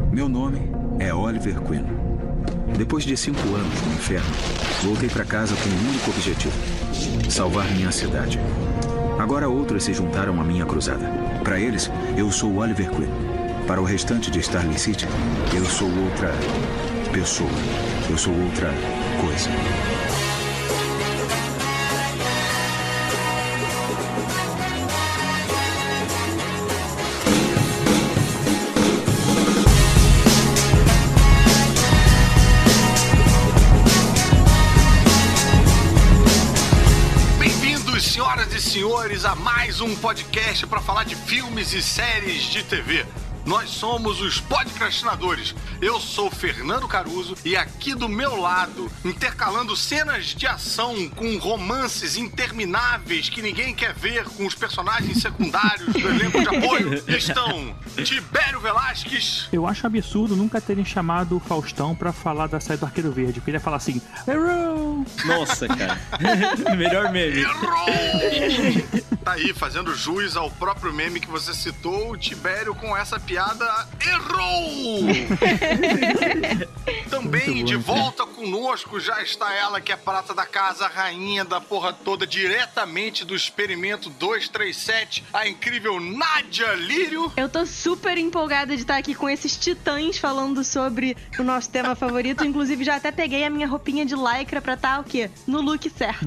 Meu nome é Oliver Queen. Depois de 5 anos no inferno, voltei para casa com um único objetivo: salvar minha cidade. Agora outros se juntaram à minha cruzada. Para eles, eu sou Oliver Queen. Para o restante de Starling City, eu sou outra pessoa. Eu sou outra coisa. Senhoras e senhores, a mais um podcast para falar de filmes e séries de TV. Nós somos os Podcastinadores. Eu sou Fernando Caruso e aqui do meu lado, intercalando cenas de ação com romances intermináveis que ninguém quer ver com os personagens secundários do elenco de apoio, estão Tibério Velasquez. Eu acho absurdo nunca terem chamado o Faustão pra falar da série do Arqueiro Verde, porque ele ia falar assim: errou! Nossa, cara. Melhor meme. Errou! Tá aí, fazendo jus ao próprio meme que você citou, o Tibério com essa piada errou! Também de volta conosco já está ela que é prata da casa, a rainha da porra toda, diretamente do Experimento 237, a incrível Nádia Lírio. Eu tô super empolgada de estar aqui com esses titãs falando sobre o nosso tema favorito. Inclusive, já até peguei a minha roupinha de lycra pra estar o quê? No look certo.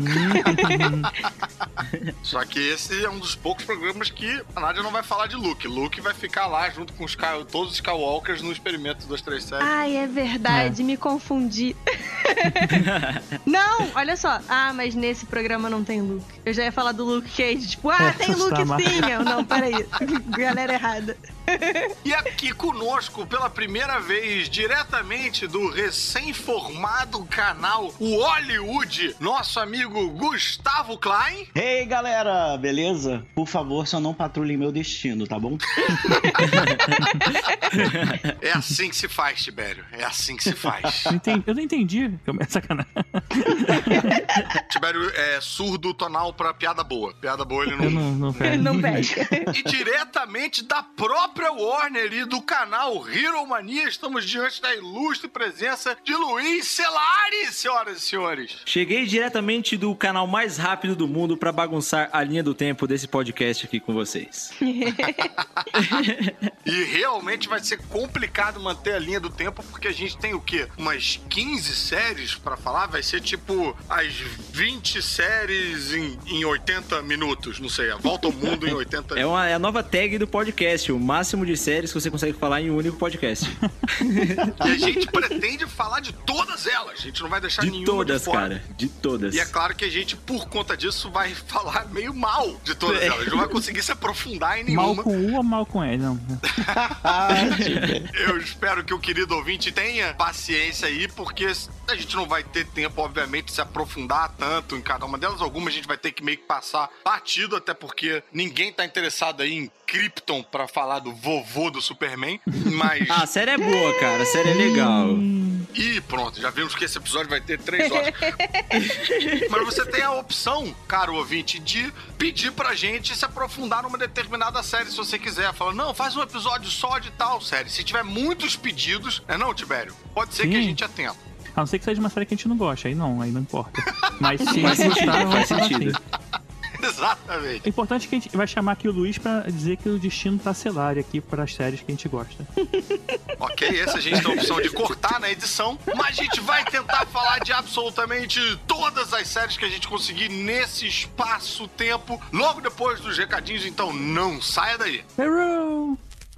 Só que esse é um dos poucos programas que a Nádia não vai falar de Luke. Luke vai ficar lá junto com todos os Skywalkers no Experimento 237. Ai, é verdade, me confundi. Não, olha só. Ah, mas nesse programa não tem Luke. Eu já ia falar do Luke Cage, tipo, tem Luke sim. Eu, não, peraí. Galera errada. E aqui conosco, pela primeira vez, diretamente do recém-formado canal o Hollywood, nosso amigo Gustavo Klein. Hey, galera, beleza? Por favor, só não patrulhem meu destino, tá bom? É assim que se faz, Tibério. É assim que se faz. Eu não entendi. Sacanagem. Tibério é surdo tonal pra piada boa. Piada boa ele não pega. E diretamente da própria Warner e do canal Hero Mania, estamos diante da ilustre presença de Luiz Celari, senhoras e senhores. Cheguei diretamente do canal mais rápido do mundo pra bagunçar a linha do tempo desse podcast aqui com vocês. E realmente vai ser complicado manter a linha do tempo, porque a gente tem o quê? Umas 15 séries pra falar? Vai ser tipo as 20 séries em 80 minutos, não sei, a volta ao mundo em 80 minutos. É a nova tag do podcast, o máximo de séries que você consegue falar em um único podcast. E a gente pretende falar de todas elas, a gente não vai deixar nenhuma todas, de fora. cara, de todas. E é claro que a gente, por conta disso, vai falar meio mal de todas elas, não vai conseguir se aprofundar em nenhuma. Mal com U ou mal com L, não? Eu espero que o querido ouvinte tenha paciência aí, porque a gente não vai ter tempo, obviamente, de se aprofundar tanto em cada uma delas. Algumas a gente vai ter que meio que passar batido, até porque ninguém tá interessado aí em Krypton pra falar do vovô do Superman, mas... A série é boa, cara, a série é legal. E pronto, já vimos que esse episódio vai ter 3 horas. Mas você tem a opção, caro ouvinte, de pedir pra gente se aprofundar numa determinada série, se você quiser. Fala, não, faz um episódio só de tal série. Se tiver muitos pedidos, não, Tibério? Pode ser que a gente atenda. A não ser que seja uma série que a gente não gosta, aí não importa. Mas se gostar, faz sentido. Exatamente. É importante que a gente vai chamar aqui o Luiz pra dizer que o destino tá Celari aqui para as séries que a gente gosta. Ok, essa a gente tem a opção de cortar na edição, mas a gente vai tentar falar de absolutamente todas as séries que a gente conseguir nesse espaço-tempo, logo depois dos recadinhos, então não saia daí. Hello!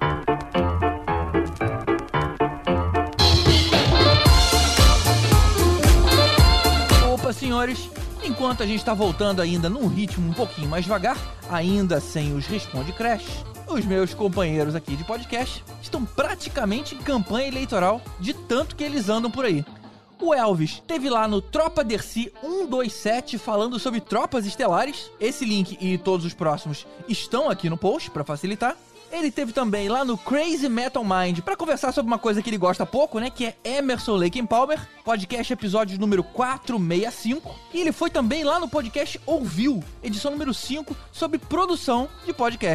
Opa, senhores! Enquanto a gente tá voltando ainda num ritmo um pouquinho mais devagar, ainda sem os Responde Crash, os meus companheiros aqui de podcast estão praticamente em campanha eleitoral de tanto que eles andam por aí. O Elvis teve lá no Tropa Dercy 127 falando sobre tropas estelares. Esse link e todos os próximos estão aqui no post para facilitar. Ele teve também lá no Crazy Metal Mind pra conversar sobre uma coisa que ele gosta pouco, né? Que é Emerson Lake and Palmer, podcast episódio número 465. E ele foi também lá no podcast Ouviu, edição número 5, sobre produção de podcast.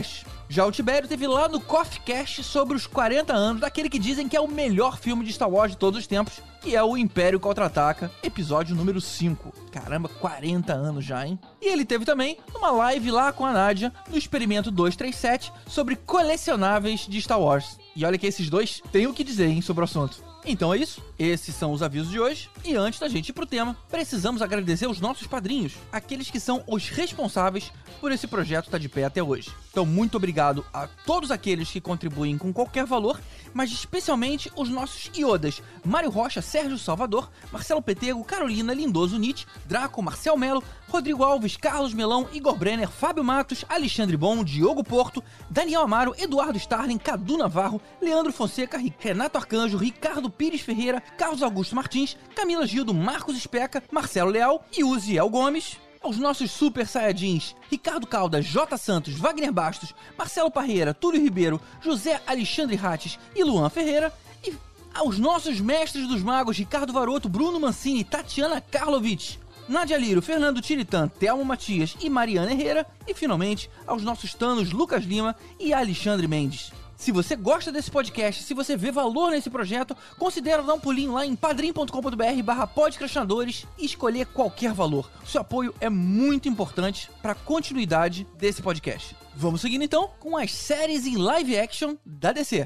Já o Tibério teve lá no Coffee Cast sobre os 40 anos daquele que dizem que é o melhor filme de Star Wars de todos os tempos, que é o Império Contra-Ataca, episódio número 5. Caramba, 40 anos já, hein? E ele teve também uma live lá com a Nádia no Experimento 237 sobre colecionáveis de Star Wars. E olha que esses dois têm o que dizer, hein, sobre o assunto. Então é isso, esses são os avisos de hoje. E antes da gente ir pro tema, precisamos agradecer os nossos padrinhos, aqueles que são os responsáveis por esse projeto estar de pé até hoje. Então muito obrigado a todos aqueles que contribuem com qualquer valor, mas especialmente os nossos iodas: Mário Rocha, Sérgio Salvador, Marcelo Petego, Carolina, Lindoso Nietzsche, Draco, Marcel Melo, Rodrigo Alves, Carlos Melão, Igor Brenner, Fábio Matos, Alexandre Bom, Diogo Porto, Daniel Amaro, Eduardo Starling, Cadu Navarro, Leandro Fonseca, Renato Arcanjo, Ricardo Pires Ferreira, Carlos Augusto Martins, Camila Gildo, Marcos Especa, Marcelo Leal e Uziel Gomes. Aos nossos super saiyajins: Ricardo Caldas, J. Santos, Wagner Bastos, Marcelo Parreira, Túlio Ribeiro, José Alexandre Rates e Luan Ferreira. E aos nossos mestres dos magos: Ricardo Varoto, Bruno Mancini, Tatiana Karlovic, Nádia Lírio, Fernando Tiritan, Thelmo Matias e Mariana Herrera. E finalmente aos nossos tanos Lucas Lima e Alexandre Mendes. Se você gosta desse podcast, se você vê valor nesse projeto, considere dar um pulinho lá em padrim.com.br/podcastinadores e escolher qualquer valor. O seu apoio é muito importante para a continuidade desse podcast. Vamos seguindo então com as séries em live action da DC.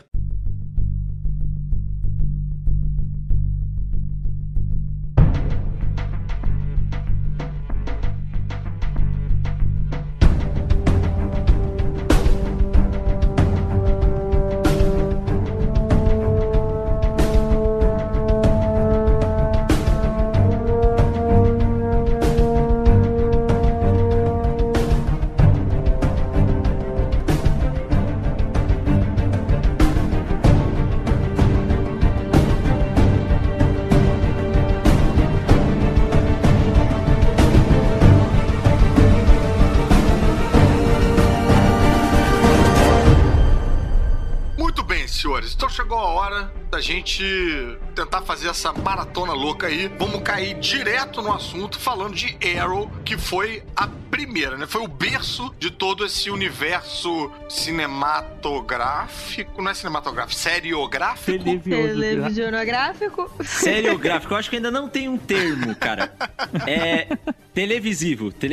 Então chegou a hora da gente tentar fazer essa maratona louca aí. Vamos cair direto no assunto falando de Arrow, que foi a primeira, né? Foi o berço de todo esse universo cinematográfico. Não é cinematográfico, seriográfico? Televisionográfico? Seriográfico, eu acho que ainda não tem um termo, cara. É televisivo. Isso.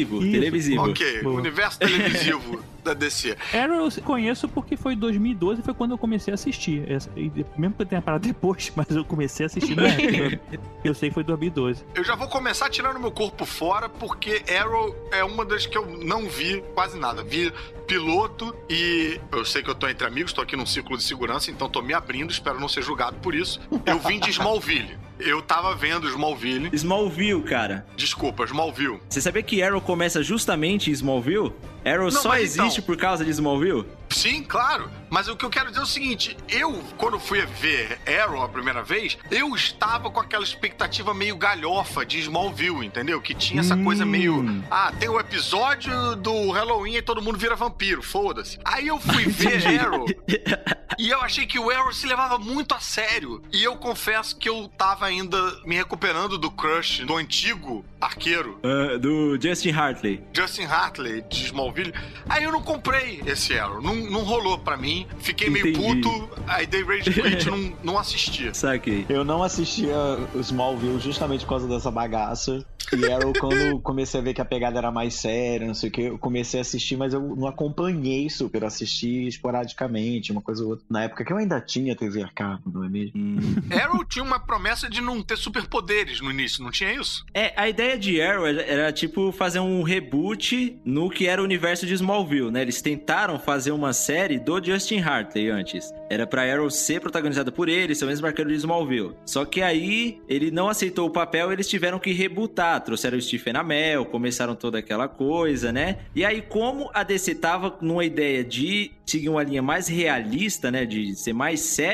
Ok, Boa. Universo televisivo da DC. Arrow eu conheço porque foi 2012, foi quando eu comecei a assistir. Mesmo que eu tenha parado depois, mas eu comecei a assistir na época. Eu sei que foi 2012. Eu já vou começar tirando meu corpo fora, porque Arrow é uma das que eu não vi quase nada. Vi piloto e eu sei que eu tô entre amigos, tô aqui num círculo de segurança, então tô me abrindo, espero não ser julgado por isso. Eu vim de Smallville. Eu tava vendo Smallville. Smallville, cara. Desculpa, Smallville. Você sabia que Arrow começa justamente em Smallville? Arrow Não, só mas existe então- por causa de Smallville? Sim, claro. Mas o que eu quero dizer é o seguinte: eu, quando fui ver Arrow a primeira vez, eu estava com aquela expectativa meio galhofa de Smallville, entendeu? Que tinha essa coisa meio... Ah, tem o episódio do Halloween e todo mundo vira vampiro, foda-se. Aí eu fui ver Arrow e eu achei que o Arrow se levava muito a sério. E eu confesso que eu tava ainda me recuperando do crush do antigo arqueiro, Do Justin Hartley. Justin Hartley, de Smallville. Aí eu não comprei esse Arrow. Não rolou pra mim. Fiquei meio Entendi. puto. Aí dei rage quit, não assistia. Saquei. Eu não assistia o Smallville justamente por causa dessa bagaça. E Arrow, quando comecei a ver que a pegada era mais séria, não sei o que, eu comecei a assistir, mas eu não acompanhei super, eu assisti esporadicamente, uma coisa ou outra. Na época que eu ainda tinha TV a cabo, não é mesmo? Arrow tinha uma promessa de não ter superpoderes no início, não tinha isso? A ideia de Arrow era tipo fazer um reboot no que era o universo de Smallville, né? Eles tentaram fazer uma série do Justin Hartley antes. Era pra Arrow ser protagonizada por ele, ser o mesmo arqueiro de Smallville. Só que aí ele não aceitou o papel, eles tiveram que rebootar. Trouxeram o Stephen Amell, começaram toda aquela coisa, né? E aí, como a DC tava numa ideia de seguir uma linha mais realista, né? De ser mais séria,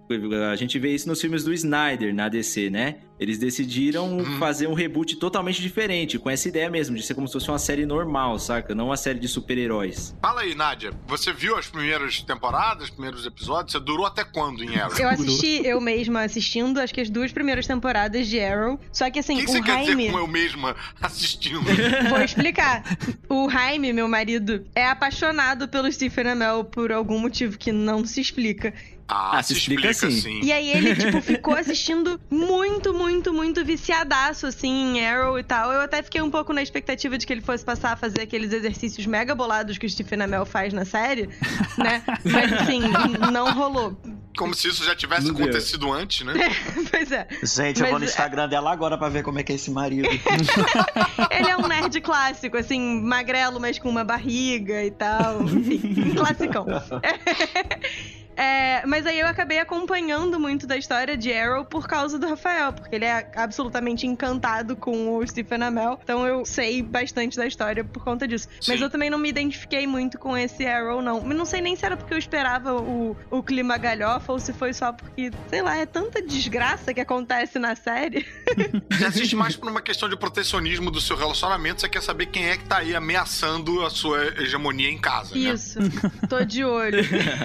A gente vê isso nos filmes do Snyder, na DC, né? Eles decidiram fazer um reboot totalmente diferente, com essa ideia mesmo, de ser como se fosse uma série normal, saca? Não uma série de super-heróis. Fala aí, Nádia. Você viu as primeiras temporadas, os primeiros episódios? Você durou até quando em Arrow? Eu assisti, eu mesma assistindo, acho que as 2 primeiras temporadas de Arrow. Só que assim, O que você quer dizer com eu mesma assistindo? Vou explicar. O Jaime, meu marido, é apaixonado pelo Stephen Amell por algum motivo que não se explica. Se explica sim. E aí ele, tipo, ficou assistindo muito viciadaço, assim, em Arrow e tal. Eu até fiquei um pouco na expectativa de que ele fosse passar a fazer aqueles exercícios mega bolados que o Stephen Amell faz na série, né? Mas, assim, não rolou. Como se isso já tivesse acontecido antes, né? Pois é. Gente, eu vou no Instagram dela agora pra ver como é que é esse marido. Ele é um nerd clássico, assim, magrelo, mas com uma barriga e tal. Enfim, classicão. Mas aí eu acabei acompanhando muito da história de Arrow por causa do Rafael, porque ele é absolutamente encantado com o Stephen Amell, então eu sei bastante da história por conta disso. Sim. Mas eu também não me identifiquei muito com esse Arrow, não. Não sei nem se era porque eu esperava o clima galhofa ou se foi só porque, sei lá, é tanta desgraça que acontece na série. Você assiste mais por uma questão de protecionismo do seu relacionamento, você quer saber quem é que tá aí ameaçando a sua hegemonia em casa, né? Isso, tô de olho.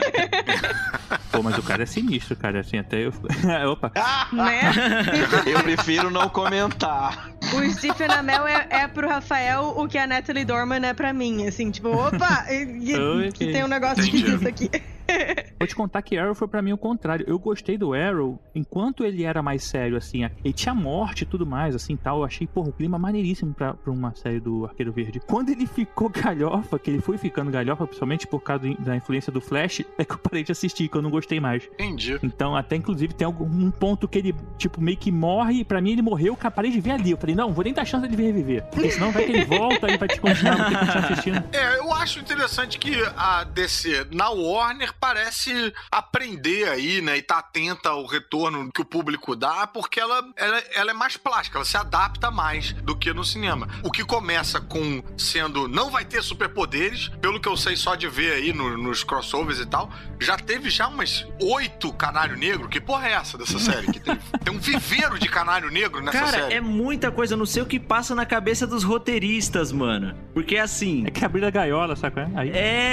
Pô, mas o cara é sinistro, cara, assim, até eu... Opa! Né? Eu prefiro não comentar. O Stephen Amell é pro Rafael o que a Natalie Dorman é pra mim, assim, tipo, opa! Que tem um negócio esquisito aqui. Vou te contar que Arrow foi pra mim o contrário. Eu gostei do Arrow enquanto ele era mais sério, assim. Ele tinha morte e tudo mais, assim, tal. Eu achei, porra, um clima maneiríssimo pra uma série do Arqueiro Verde. Quando ele ficou galhofa, que ele foi ficando galhofa, principalmente por causa da influência do Flash, é que eu parei de assistir, que eu não gostei mais. Entendi. Então, até inclusive, tem um ponto que ele, tipo, meio que morre, e pra mim ele morreu, eu parei de ver ali. Eu falei, não, vou nem dar chance de reviver. Porque senão vai que ele volta e vai te continuar assistindo. Eu acho interessante que a DC, na Warner, parece aprender aí, né, e tá atenta ao retorno que o público dá, porque ela é mais plástica, ela se adapta mais do que no cinema. O que começa com sendo, não vai ter superpoderes, pelo que eu sei só de ver aí nos crossovers e tal, já teve umas 8 Canário Negro. Que porra é essa dessa série? Que tem um viveiro de Canário Negro nessa série. Cara, é muita coisa, não sei o que passa na cabeça dos roteiristas, mano. Porque assim... É que abriram a gaiola, saca? Aí...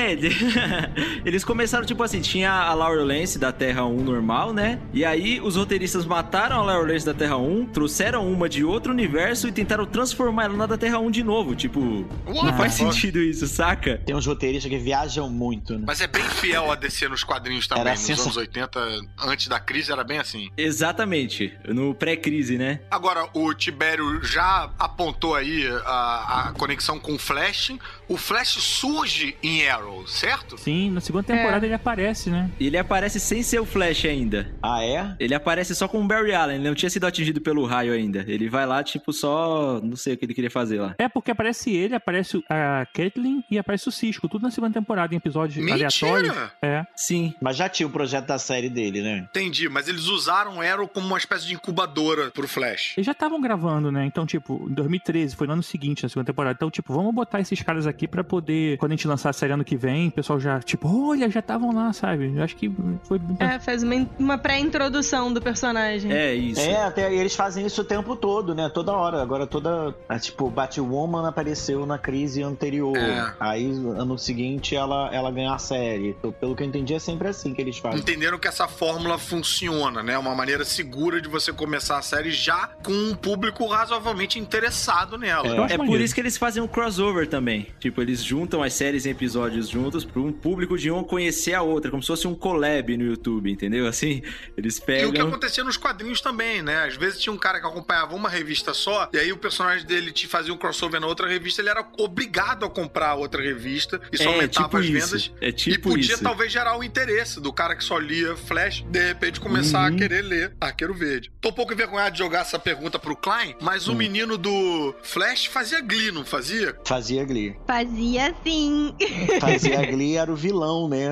eles começaram, tipo assim, tinha a Laurel Lance da Terra 1 normal, né? E aí os roteiristas mataram a Laurel Lance da Terra 1, trouxeram uma de outro universo e tentaram transformar ela na da Terra 1 de novo. Tipo, não faz sentido isso, saca? Tem uns roteiristas que viajam muito, né? Mas é bem fiel a DC nos quadrinhos também. Nos anos 80, antes da crise, era bem assim. Exatamente. No pré-crise, né? Agora, o Tibério já apontou aí a conexão com o Flash. O Flash surge em Arrow, certo? Sim, na segunda temporada ele aparece, né? Ele aparece sem ser o Flash ainda. Ah, é? Ele aparece só com o Barry Allen, ele não tinha sido atingido pelo raio ainda. Ele vai lá, tipo, só... não sei o que ele queria fazer lá. É, porque aparece ele, aparece a Caitlyn e aparece o Cisco, tudo na segunda temporada, em episódios aleatórios. É. Sim. Mas já tinha o projeto da série dele, né? Entendi, mas eles usaram Arrow como uma espécie de incubadora pro Flash. Eles já estavam gravando, né? Então, tipo, em 2013, foi no ano seguinte, na segunda temporada. Então, tipo, vamos botar esses caras aqui pra poder, quando a gente lançar a série ano que vem, o pessoal já, tipo, olha, já estavam lá, sabe? Eu acho que foi... faz uma pré-introdução do personagem. É, isso. Até eles fazem isso o tempo todo, né? Toda hora. Agora tipo, Batwoman apareceu na crise anterior. Aí, ano seguinte, ela ganha a série. Então, pelo que eu entendi, é sempre assim que eles fazem. Entenderam que essa fórmula funciona, né? Uma maneira segura de você começar a série já com um público razoavelmente interessado nela. É por isso que eles fazem um crossover também. Tipo, eles juntam as séries em episódios juntos para um público de um conhecer a outra, como se fosse um collab no YouTube, entendeu? Assim, eles pegam... E o que acontecia nos quadrinhos também, né? Às vezes tinha um cara que acompanhava uma revista só, e aí o personagem dele te fazia um crossover na outra revista, ele era obrigado a comprar a outra revista, isso aumentava tipo as isso. vendas. E podia talvez gerar o interesse do cara que só lia Flash, de repente começar a querer ler Arqueiro Verde. Tô um pouco envergonhado de jogar essa pergunta pro Klein, mas o menino do Flash fazia Glee, não fazia? Fazia Glee. Fazia sim. Fazia Glee, era o vilão, né, do Glee.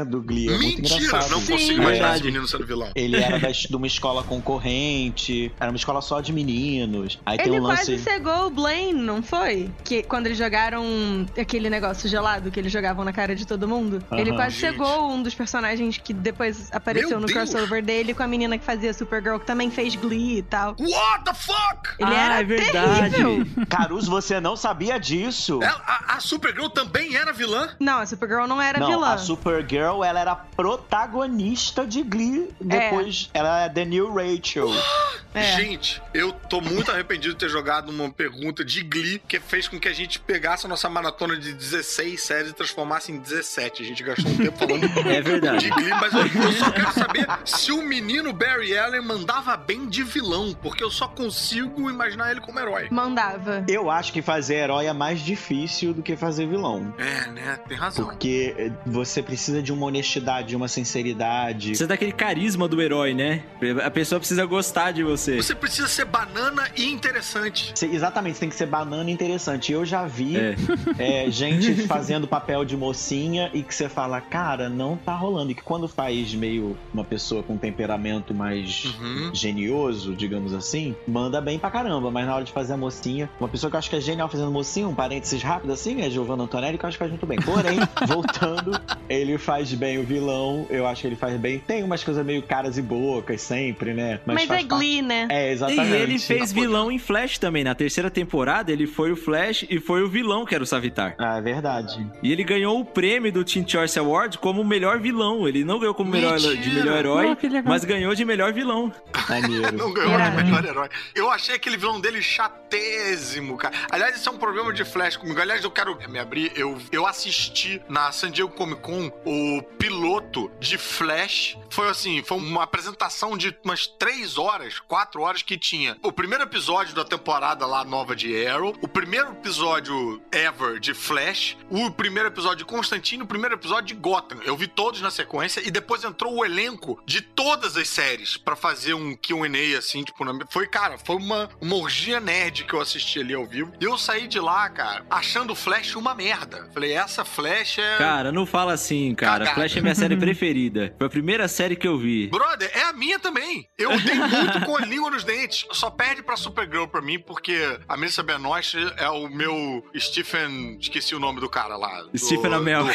E é muito Mentira, engraçado. não Sim. consigo imaginar Verdade. esse menino sendo vilão. Ele era de uma escola concorrente, era uma escola só de meninos. Aí tem Ele um lance... quase cegou o Blaine, não foi? Que quando eles jogaram aquele negócio gelado que eles jogavam na cara de todo mundo. Aham. Ele quase Gente. cegou um dos personagens que depois apareceu Meu no Deus. crossover dele com a menina que fazia Supergirl, que também fez Glee e tal. What the fuck? Ele era é verdade. terrível. Caruso, você não sabia disso? A Supergirl também era vilã? Não, a Supergirl não era Não, vilã. a Supergirl, ela era protagonista de Glee. Depois, ela é The New Rachel. É. Gente, eu tô muito arrependido de ter jogado uma pergunta de Glee que fez com que a gente pegasse a nossa maratona de 16 séries e transformasse em 17. A gente gastou um tempo falando É verdade. de Glee, mas eu só quero saber se o menino Barry Allen mandava bem de vilão, porque eu só consigo imaginar ele como herói. Mandava. Eu acho que fazer herói é mais difícil do que fazer vilão. É, né? Tem razão. Porque você precisa de uma honestidade, de uma sinceridade. Precisa daquele carisma do herói, né? A pessoa precisa gostar de você. Você precisa ser banana e interessante. Exatamente, você tem que ser banana e interessante. Eu já vi É. gente fazendo papel de mocinha e que você fala, cara, não tá rolando. E que quando faz meio uma pessoa com temperamento mais genioso, digamos assim, manda bem pra caramba. Mas na hora de fazer a mocinha, uma pessoa que eu acho que é genial fazendo mocinha, um parênteses rápido assim, é Giovanna Antonelli, que eu acho que faz muito bem. Porém, voltando, ele faz bem o vilão, eu acho que ele faz bem. Tem umas coisas meio caras e bocas sempre, né? Mas faz é Glee, né? É, E exatamente. ele fez vilão em Flash também. Na terceira temporada, ele foi o Flash e foi o vilão, que era o Savitar. Ah, é verdade. E ele ganhou o prêmio do Teen Choice Award como o melhor vilão. Ele não ganhou como de melhor herói, Oh, que legal. mas ganhou de melhor vilão. Maneiro. Não ganhou Irado. de melhor herói. Eu achei aquele vilão dele chatésimo, cara. Aliás, isso é um problema de Flash comigo. Aliás, eu quero me abrir. Eu assisti na San Diego Comic Con o piloto de Flash. Foi assim, foi uma apresentação de umas 3 horas, 4 horas que tinha o primeiro episódio da temporada lá nova de Arrow, o primeiro episódio ever de Flash, o primeiro episódio de Constantine, o primeiro episódio de Gotham. Eu vi todos na sequência e depois entrou o elenco de todas as séries pra fazer um Q&A assim, tipo, foi uma orgia nerd que eu assisti ali ao vivo. E eu saí de lá, cara, achando o Flash uma merda. Falei, essa Flash é... Cara, não fala assim, cara. Cagada. Flash é minha série preferida. Foi a primeira série que eu vi. Brother, é a minha também. Eu dei muito com a língua nos dentes. Só perde pra Supergirl pra mim, porque a Melissa Benoist é o meu Stephen... Esqueci o nome do cara lá. Stephen Amell.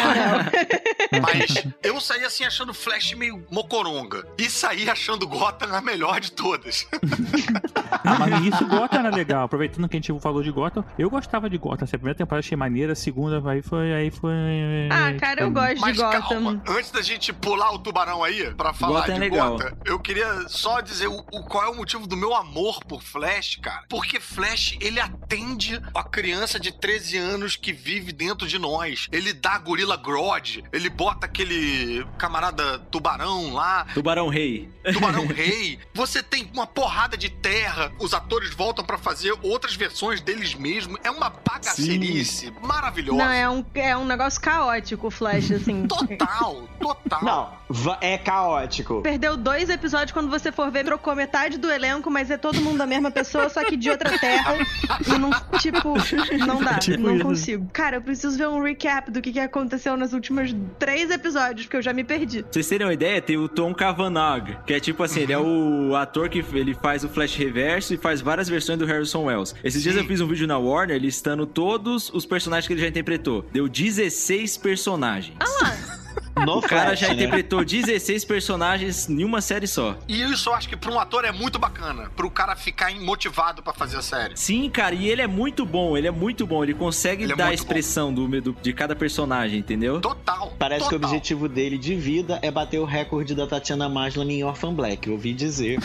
Mas eu saí assim achando Flash meio mocoronga. E saí achando Gotham a melhor de todas. Ah, mas isso, Gotham era legal. Aproveitando que a gente falou de Gotham, eu gostava de Gotham. Assim, a primeira temporada achei maneira, a segunda aí foi... Ah, cara, eu gosto Mas de Gotham. calma, antes da gente pular o tubarão aí, pra falar Gotham é de legal. Gotham, eu queria só dizer qual é o motivo do meu amor por Flash, cara. Porque Flash, ele atende a criança de 13 anos que vive dentro de nós. Ele dá Gorilla Grodd, ele bota aquele camarada tubarão lá, Tubarão Rei. Tubarão Rei. Você tem uma porrada de terra, os atores voltam pra fazer outras versões deles mesmos. É uma bagacerice maravilhosa. Não, é um negócio caótico o Flash, assim. Total. Não, é caótico. Perdeu 2 episódios quando você for ver, trocou metade do elenco, mas é todo mundo a mesma pessoa, só que de outra terra. E não, tipo, não dá, Tipo não isso. consigo. Cara, eu preciso ver um recap do que aconteceu nos últimos 3 episódios, porque eu já me perdi. Pra vocês terem uma ideia, tem o Tom Cavanagh, que é tipo assim, ele é o ator que ele faz o Flash Reverso e faz várias versões do Harrison Wells. Esses dias eu fiz um vídeo na Warner listando todos os personagens que ele já interpretou. Deu 16 personagens. No O cara Flash, já né? interpretou 16 personagens em uma série só. E isso eu acho que pra um ator é muito bacana. Pro cara ficar motivado pra fazer a série. Sim, cara, e ele é muito bom, ele consegue Ele é dar a muito expressão de cada personagem, entendeu? Total. Parece que o total. objetivo dele de vida é bater o recorde da Tatiana Maslany em Orphan Black. Eu ouvi dizer.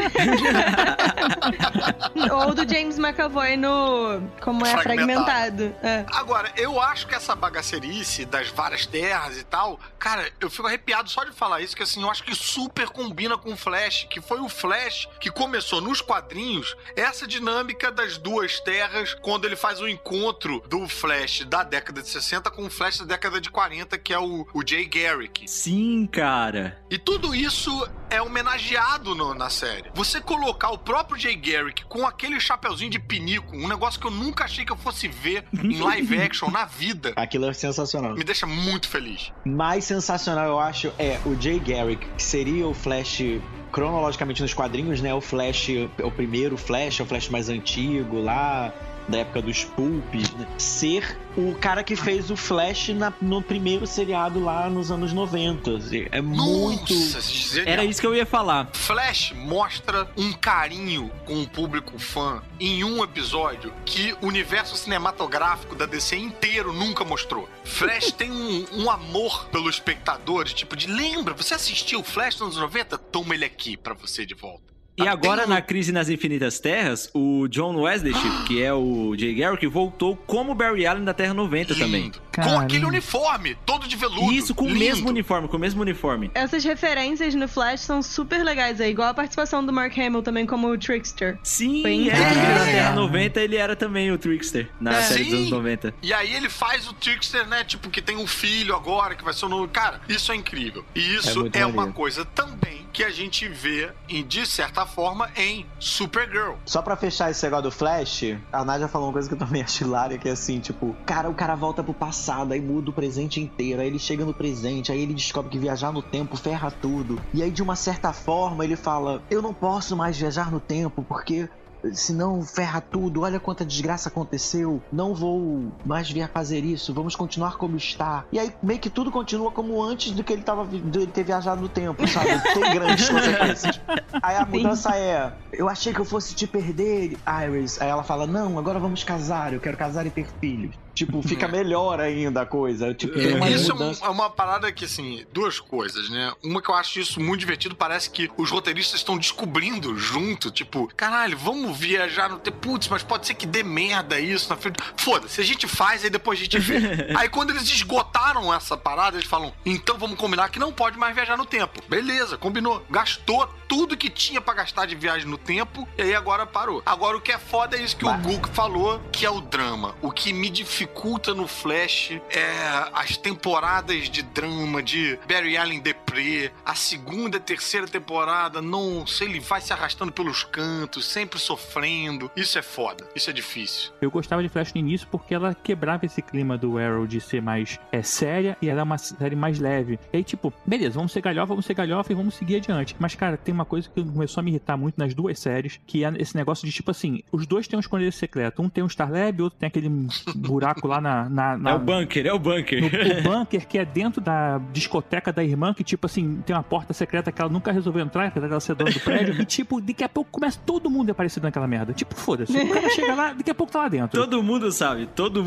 Ou do James McAvoy no... Como é? Fragmentado. É. Agora, eu acho que essa bagacerice das várias terras e tal, cara, eu fico arrepiado só de falar isso, que assim, eu acho que super combina com o Flash, que foi o Flash que começou nos quadrinhos essa dinâmica das duas terras, quando ele faz o encontro do Flash da década de 60 com o Flash da década de 40, que é o Jay Garrick. Sim, cara. E tudo isso é homenageado na série. Você colocar o próprio Jay Garrick com aquele chapeuzinho de pinico, um negócio que eu nunca achei que eu fosse ver em live action na vida, Aquilo é sensacional. me deixa muito feliz. Mas sensacional, eu acho, é o Jay Garrick, que seria o Flash... Cronologicamente nos quadrinhos, né? O Flash, o primeiro Flash, é o Flash mais antigo lá, da época dos pulps, né? Ser o cara que fez o Flash no primeiro seriado lá nos anos 90. É muito... Era isso que eu ia falar. Flash mostra um carinho com o público fã em um episódio que o universo cinematográfico da DC inteiro nunca mostrou. Flash tem um amor pelo espectador, tipo de lembra, você assistiu o Flash nos anos 90? Toma ele aqui pra você de volta. E agora, na Crise nas Infinitas Terras, o John Wesley, que é o Jay Garrick, voltou como Barry Allen da Terra 90 também. Com aquele uniforme, todo de veludo. Isso, com o mesmo uniforme, Essas referências no Flash são super legais, é igual a participação do Mark Hamill também como o Trickster. Sim, na Terra 90 ele era também o Trickster, na série dos anos 90. E aí ele faz o Trickster, né, tipo, que tem um filho agora, que vai ser o novo... Cara, isso é incrível. E isso é uma coisa também que a gente vê, de certa forma, em Supergirl. Só pra fechar esse negócio do Flash, a Nádia falou uma coisa que eu também acho hilária, que é assim, tipo, o cara volta pro passado, aí muda o presente inteiro, aí ele chega no presente, aí ele descobre que viajar no tempo ferra tudo. E aí, de uma certa forma, ele fala, eu não posso mais viajar no tempo, porque... senão ferra tudo, olha quanta desgraça aconteceu, não vou mais vir a fazer isso, vamos continuar como está. E aí meio que tudo continua como antes do que ele ter viajado no tempo, sabe? Tem grandes consequências. Aí a mudança é, eu achei que eu fosse te perder, Iris. Aí ela fala, não, agora vamos casar, eu quero casar e ter filhos. Tipo, fica melhor ainda a coisa. Tipo, isso é uma parada que, assim, duas coisas, né? Uma que eu acho isso muito divertido, parece que os roteiristas estão descobrindo junto, tipo, caralho, vamos viajar no tempo, putz, mas pode ser que dê merda isso na frente. Foda-se, a gente faz, aí depois a gente vê. Aí quando eles esgotaram essa parada, eles falam, então vamos combinar que não pode mais viajar no tempo. Beleza, combinou. Gastou tudo que tinha pra gastar de viagem no tempo, e aí agora parou. Agora o que é foda é isso que o Guk falou, que é o drama. O que me dificulta no Flash é as temporadas de drama, de Barry Allen deprê, a segunda e terceira temporada, não sei, ele vai se arrastando pelos cantos, sempre sofrendo. Isso é foda, isso é difícil. Eu gostava de Flash no início porque ela quebrava esse clima do Arrow de ser mais séria e era uma série mais leve. E aí, tipo, beleza, vamos ser galhofa e vamos seguir adiante. Mas, cara, tem uma coisa que começou a me irritar muito nas duas séries, que é esse negócio de, tipo assim, os dois têm um esconderijo secreto. Um tem um Star Lab, outro tem aquele buraco lá na... É o bunker. O bunker que é dentro da discoteca da irmã, que, tipo assim, tem uma porta secreta que ela nunca resolveu entrar, apesar dela ser dona do prédio. E, tipo, daqui a pouco começa todo mundo a aparecer naquela merda. Tipo, foda-se. O cara chega lá, daqui a pouco tá lá dentro. Todo mundo sabe.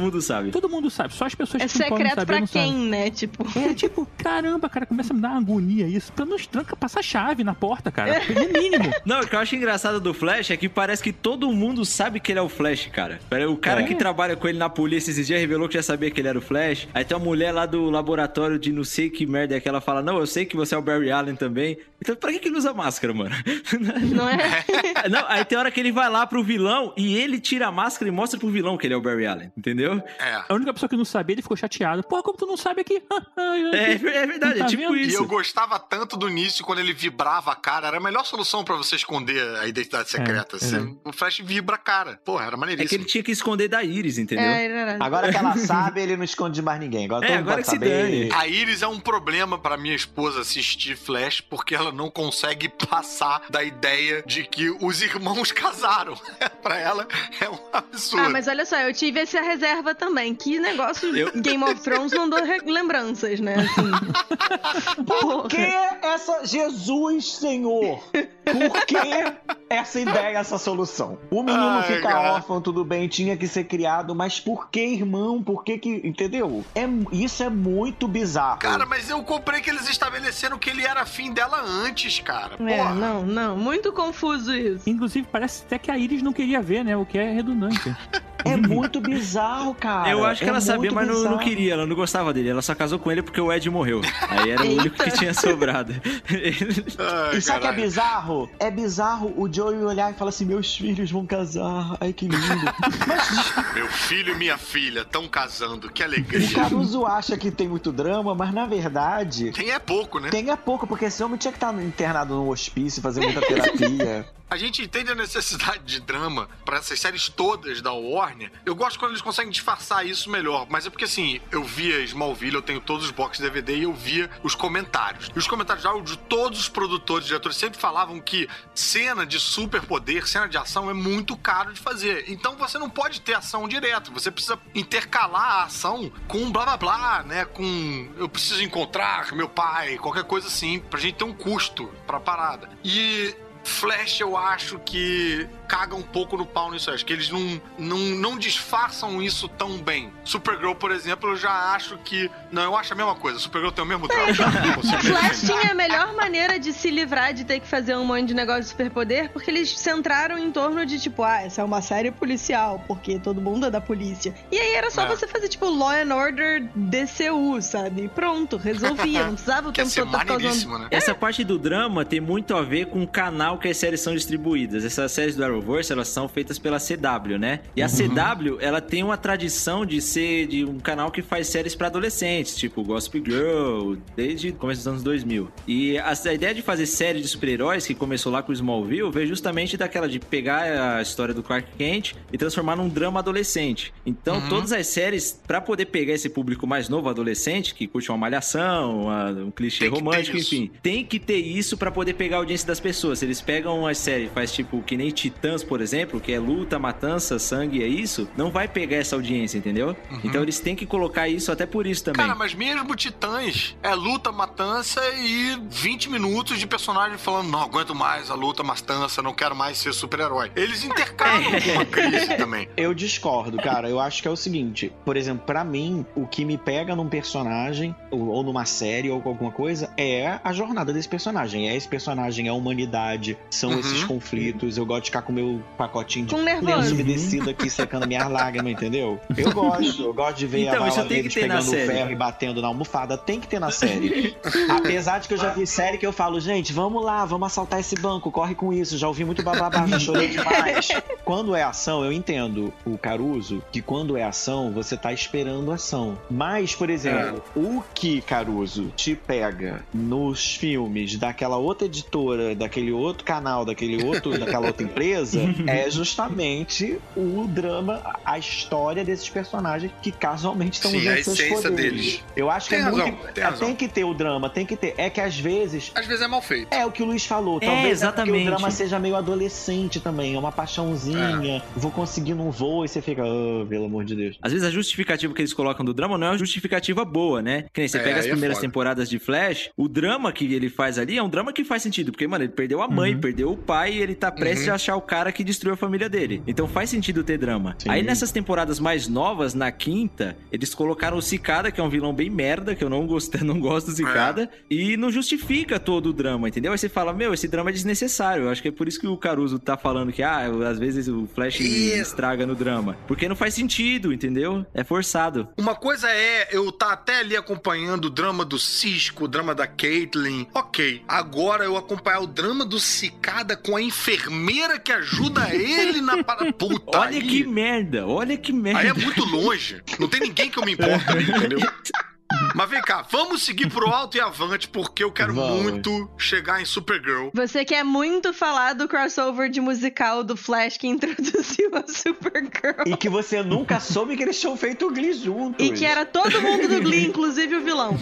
Só as pessoas que não podem saber, pra quem, sabe. Né? Tipo... É, tipo, caramba, cara, começa a me dar uma agonia isso. Pelo menos tranca, passa a chave na porta, cara. No mínimo. Não, o que eu acho engraçado do Flash é que parece que todo mundo sabe que ele é o Flash, cara. O cara que trabalha com ele na polícia esses dias revelou que já sabia que ele era o Flash. Aí tem uma mulher lá do laboratório de não sei que merda é que ela fala, não, eu sei que você é o Barry Allen também. Então pra que ele usa máscara, mano? Não é? Não, aí tem hora que ele vai lá pro vilão e ele tira a máscara e mostra pro vilão que ele é o Barry Allen, entendeu? É. A única pessoa que não sabia, ele ficou chateado. Pô, como tu não sabe aqui? É verdade, é tipo isso. E eu gostava tanto do início, quando ele vibrava a cara, era a melhor solução pra você esconder a identidade secreta. O Flash vibra a cara. Porra, era maneiríssimo. É que ele tinha que esconder da Iris, entendeu? Agora que ela sabe, ele não esconde de mais ninguém. Agora que se dane. A Iris é um problema pra minha esposa assistir Flash, porque ela não consegue passar da ideia de que os irmãos casaram. Pra ela é um absurdo. Mas olha só, eu tive essa reserva também. Que negócio Game of Thrones não deu lembranças, né? Assim. Por que essa... Jesus, Senhor! Por que essa ideia, essa solução? O menino fica órfão, tudo bem, tinha que ser criado, mas por que, irmão? Por que... Entendeu? Isso é muito bizarro. Cara, mas eu comprei que eles estabeleceram que ele era afim dela antes, cara. Porra. Não. Muito confuso isso. Inclusive, parece até que a Iris não queria ver, né? O que é redundante. É muito bizarro, cara. Eu acho que ela sabia, mas não queria. Ela não gostava dele. Ela só casou com ele porque o Ed morreu. Aí era o único que tinha sobrado. E sabe o que é bizarro? É bizarro o Joey olhar e falar assim, meus filhos vão casar. Ai, que lindo. Meu filho e minha filha estão casando. Que alegria. O Caruso acha que tem muito drama, mas na verdade... Tem é pouco, né? Tem é pouco, porque esse homem tinha que estar internado no hospício, fazer muita terapia. A gente entende a necessidade de drama pra essas séries todas da Warner. Eu gosto quando eles conseguem disfarçar isso melhor, mas é porque, assim, eu via Smallville, eu tenho todos os boxes de DVD e eu via os comentários. E os comentários de todos os produtores e diretores sempre falavam que cena de superpoder, cena de ação é muito caro de fazer. Então você não pode ter ação direto, você precisa intercalar a ação com blá blá blá, né? Com eu preciso encontrar meu pai, qualquer coisa assim, pra gente ter um custo pra parada. E Flash, eu acho que caga um pouco no pau nisso. Acho que eles não disfarçam isso tão bem. Supergirl, por exemplo, eu já acho que... Não, eu acho a mesma coisa. Supergirl tem o mesmo trauma. Flash tinha a melhor maneira de se livrar de ter que fazer um monte de negócio de superpoder, porque eles centraram em torno de, tipo, essa é uma série policial, porque todo mundo é da polícia. E aí era só você fazer, tipo, Law and Order DCU, sabe? Pronto, resolvia. Não precisava o tempo todo estar causando... né? Essa parte do drama tem muito a ver com o canal que as séries são distribuídas. Essas séries do Arrowverse, elas são feitas pela CW, né? E a CW, ela tem uma tradição de ser de um canal que faz séries pra adolescentes, tipo Gossip Girl, desde o começo dos anos 2000. E a ideia de fazer série de super-heróis, que começou lá com o Smallville, veio justamente daquela de pegar a história do Clark Kent e transformar num drama adolescente. Então, todas as séries, pra poder pegar esse público mais novo, adolescente, que curte uma malhação, um clichê romântico, enfim, tem que ter isso pra poder pegar a audiência das pessoas. Eles pegam uma série, faz tipo que nem Titãs, por exemplo, que é luta, matança, sangue, é isso, não vai pegar essa audiência, entendeu? Então eles têm que colocar isso até por isso também. Cara, mas mesmo Titãs é luta, matança e 20 minutos de personagem falando, não aguento mais a luta, matança, não quero mais ser super-herói. Eles intercalam uma crise também. Eu discordo, cara. Eu acho que é o seguinte, por exemplo, pra mim, o que me pega num personagem, ou numa série, ou alguma coisa, é a jornada desse personagem. É esse personagem, é a humanidade, são esses conflitos. Eu gosto de ficar com o meu pacotinho de lenço umedecido aqui, secando minhas lágrimas, entendeu? Eu gosto de ver então, a bala deles pegando o ferro e batendo na almofada. Tem que ter na série. Apesar de que eu já vi série que eu falo, gente, vamos lá, vamos assaltar esse banco, corre com isso. Já ouvi muito bababá, já chorei demais. Quando é ação, eu entendo o Caruso, que quando é ação, você tá esperando ação. Mas, por exemplo, o que, Caruso, te pega nos filmes daquela outra editora, daquele outro canal, daquela outra empresa, é justamente o drama, a história desses personagens que casualmente estão usando seus poderes. Deles. Eu acho que tem que ter o drama, tem que ter. É que às vezes é mal feito. É o que o Luiz falou. Talvez exatamente. Porque o drama seja meio adolescente também, é uma paixãozinha, vou conseguir num voo e você fica, pelo amor de Deus. Às vezes a justificativa que eles colocam do drama não é uma justificativa boa, né? Que nem você pega as primeiras temporadas de Flash, o drama que ele faz ali é um drama que faz sentido, porque, mano, ele perdeu a mãe, perdeu o pai e ele tá prestes a achar o cara que destruiu a família dele. Então faz sentido ter drama. Sim. Aí nessas temporadas mais novas, na quinta, eles colocaram o Cicada, que é um vilão bem merda, que eu não gosto do Cicada, e não justifica todo o drama, entendeu? Aí você fala, esse drama é desnecessário. Eu acho que é por isso que o Caruso tá falando que, às vezes o Flash estraga no drama. Porque não faz sentido, entendeu? É forçado. Uma coisa é eu tá até ali acompanhando o drama do Cisco, o drama da Caitlyn. Ok. Agora eu acompanhar o drama do Cicada com a enfermeira que ajuda ele na puta. Olha que merda. Aí é muito longe. Não tem ninguém que eu me importo ali, entendeu? Mas vem cá, vamos seguir pro alto e avante, porque eu quero muito chegar em Supergirl. Você quer muito falar do crossover de musical do Flash que introduziu a Supergirl. E que você nunca soube que eles tinham feito o Glee juntos. E que era todo mundo do Glee, inclusive o vilão.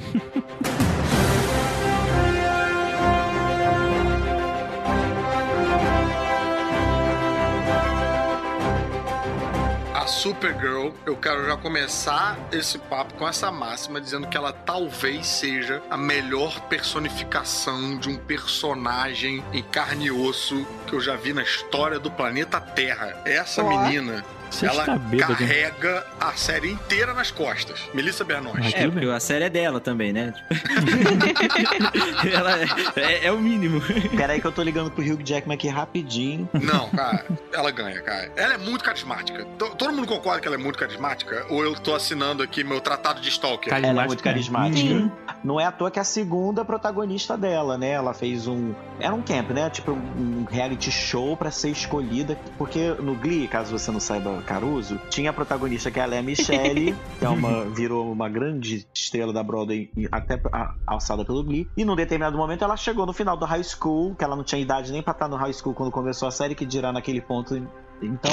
Supergirl, eu quero já começar esse papo com essa máxima, dizendo que ela talvez seja a melhor personificação de um personagem em carne e osso que eu já vi na história do planeta Terra. Essa menina... Ela carrega a série inteira nas costas. Melissa Benoist. Porque a série é dela também, né? Ela é o mínimo. Peraí que eu tô ligando pro Hugh Jackman aqui rapidinho. Não, cara, ela ganha, cara. Ela é muito carismática. Todo mundo concorda que ela é muito carismática? Ou eu tô assinando aqui meu tratado de Stalker? Ela é muito carismática. Não é à toa que é a segunda protagonista dela, né? Ela fez era um camp, né? Tipo um reality show pra ser escolhida. Porque no Glee, caso você não saiba, Caruso, tinha a protagonista que é a Lea Michele, que virou uma grande estrela da Broadway, até alçada pelo Glee. E num determinado momento ela chegou no final do high school, que ela não tinha idade nem pra estar no high school quando começou a série, que dirá naquele ponto. Então...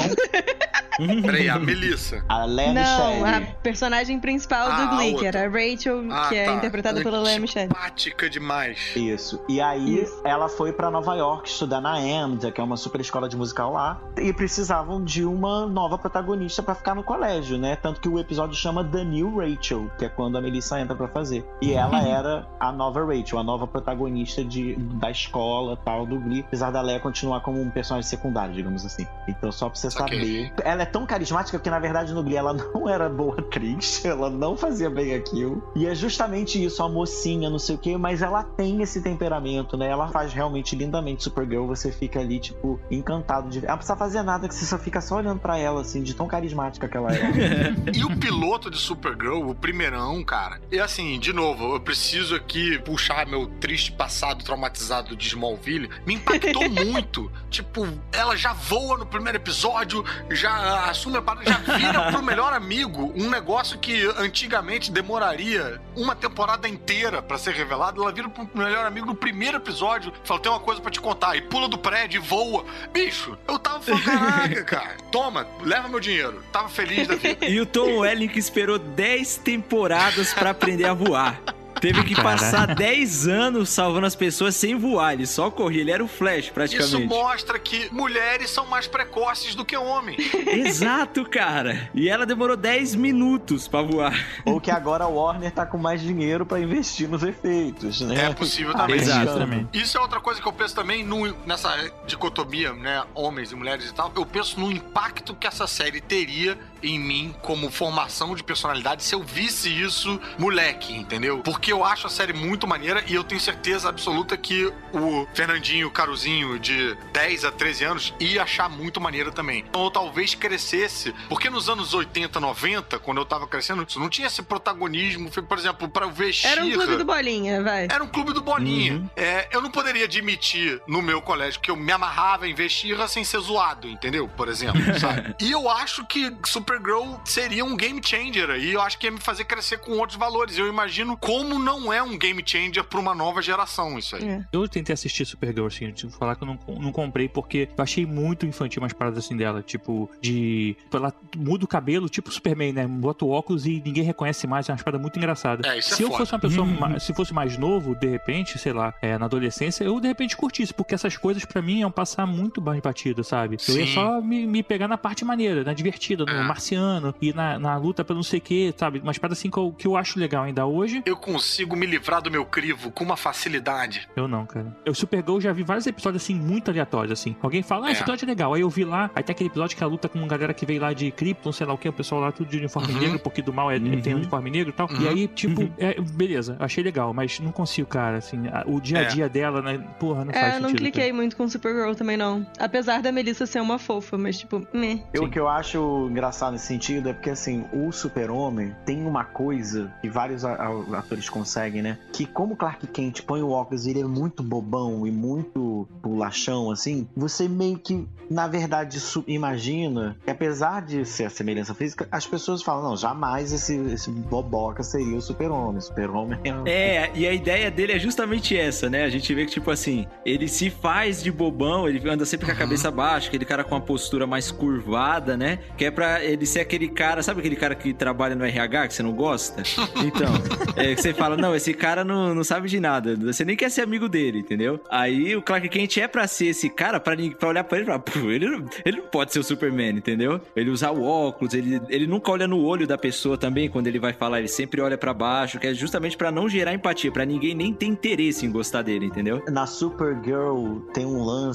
Peraí, a Melissa. A Lea Não, Michele. a personagem principal do Glee, que era a Rachel, que é interpretada pela Lea Michele. Simpática demais. Isso. E aí ela foi pra Nova York estudar na AMDA, que é uma super escola de musical lá, e precisavam de uma nova protagonista pra ficar no colégio, né? Tanto que o episódio chama The New Rachel, que é quando a Melissa entra pra fazer. E ela era a nova Rachel, a nova protagonista da escola, tal, do Glee, apesar da Lea continuar como um personagem secundário, digamos assim. Então só pra você saber. Ela é tão carismática que, na verdade, no Glee ela não era boa atriz, ela não fazia bem aquilo. E é justamente isso, a mocinha, não sei o quê, mas ela tem esse temperamento, né? Ela faz realmente lindamente Supergirl, você fica ali, tipo, encantado de ver. Ela não precisa fazer nada, que você só fica só olhando pra ela, assim, de tão carismática que ela é. E o piloto de Supergirl, o primeirão, cara, e assim, de novo, eu preciso aqui puxar meu triste passado traumatizado de Smallville, me impactou muito. Tipo, ela já voa no primeiro episódio, já assume a parada, já vira pro melhor amigo, um negócio que antigamente demoraria uma temporada inteira pra ser revelado, ela vira pro melhor amigo no primeiro episódio, fala, tem uma coisa pra te contar, e pula do prédio e voa. Bicho, eu tava falando, caraca, cara, toma, leva meu dinheiro, tava feliz da vida. E o Tom Welling que esperou 10 temporadas pra aprender a voar. Teve que passar 10 anos salvando as pessoas sem voar. Ele só corria, ele era o Flash, praticamente. Isso mostra que mulheres são mais precoces do que homens. Exato, cara. E ela demorou 10 minutos pra voar. Ou que agora a Warner tá com mais dinheiro pra investir nos efeitos, né? É possível também. Exato. Isso é outra coisa que eu penso também nessa dicotomia, né? Homens e mulheres e tal. Eu penso no impacto que essa série teria em mim como formação de personalidade se eu visse isso moleque, entendeu? Porque eu acho a série muito maneira e eu tenho certeza absoluta que o Fernandinho Caruzinho de 10 a 13 anos ia achar muito maneira também. Então eu talvez crescesse, porque nos anos 80, 90, quando eu tava crescendo, isso não tinha esse protagonismo, por exemplo, pra eu ver She-Ra. Era um clube do Bolinha, vai. Era um clube do Bolinha. Eu não poderia admitir no meu colégio que eu me amarrava em ver She-Ra sem ser zoado, entendeu? Por exemplo, sabe? E eu acho que Supergirl seria um game changer e eu acho que ia me fazer crescer com outros valores. Eu imagino como não é um game changer pra uma nova geração isso aí. Eu tentei assistir Supergirl, assim, eu falar que eu não comprei porque eu achei muito infantil umas paradas assim dela, tipo, ela muda o cabelo, tipo Superman, né? Bota o óculos e ninguém reconhece mais, é uma parada muito engraçada. Isso se é eu fosse uma pessoa, se fosse mais novo, de repente, sei lá, na adolescência, eu de repente curtisse, porque essas coisas pra mim iam passar muito mais batido, sabe? Sim. Eu ia só me pegar na parte maneira, na divertida, no marciano, e na luta pelo não sei o que, sabe? Umas paradas assim que eu acho legal ainda hoje. Eu consigo me livrar do meu crivo com uma facilidade. Eu não, cara. Eu Supergirl já vi vários episódios assim, muito aleatórios, assim. Alguém fala, esse episódio é legal. Aí eu vi lá, aí tem aquele episódio que a luta com uma galera que veio lá de Krypton, sei lá o que, o pessoal lá tudo de uniforme negro, porque do mal tem uniforme negro e tal. E aí, tipo, beleza, achei legal, mas não consigo, cara, assim, o dia a dia dela, né, porra, não faz sentido. Eu não cliquei cara. muito com Supergirl também, não. Apesar da Melissa ser uma fofa, mas tipo, meh. O que eu acho engraçado nesse sentido é porque, assim, o Super-Homem tem uma coisa que vários atores conseguem, né? Que como o Clark Kent põe o óculos e ele é muito bobão e muito bolachão, assim, você meio que, na verdade, imagina que, apesar de ser a semelhança física, as pessoas falam, não, jamais esse boboca seria o Super-Homem. Super-Homem e a ideia dele é justamente essa, né? A gente vê que, tipo assim, ele se faz de bobão, ele anda sempre com a cabeça baixa, aquele cara com a postura mais curvada, né? Que é pra ele ser aquele cara, sabe aquele cara que trabalha no RH, que você não gosta? Então, que você fala, não, esse cara não sabe de nada, você nem quer ser amigo dele, entendeu? Aí o Clark Kent é pra ser esse cara, pra olhar pra ele e falar, ele não pode ser o Superman, entendeu? Ele usar o óculos, ele nunca olha no olho da pessoa também, quando ele vai falar, ele sempre olha pra baixo, que é justamente pra não gerar empatia, pra ninguém nem ter interesse em gostar dele, entendeu? Na Supergirl tem um lance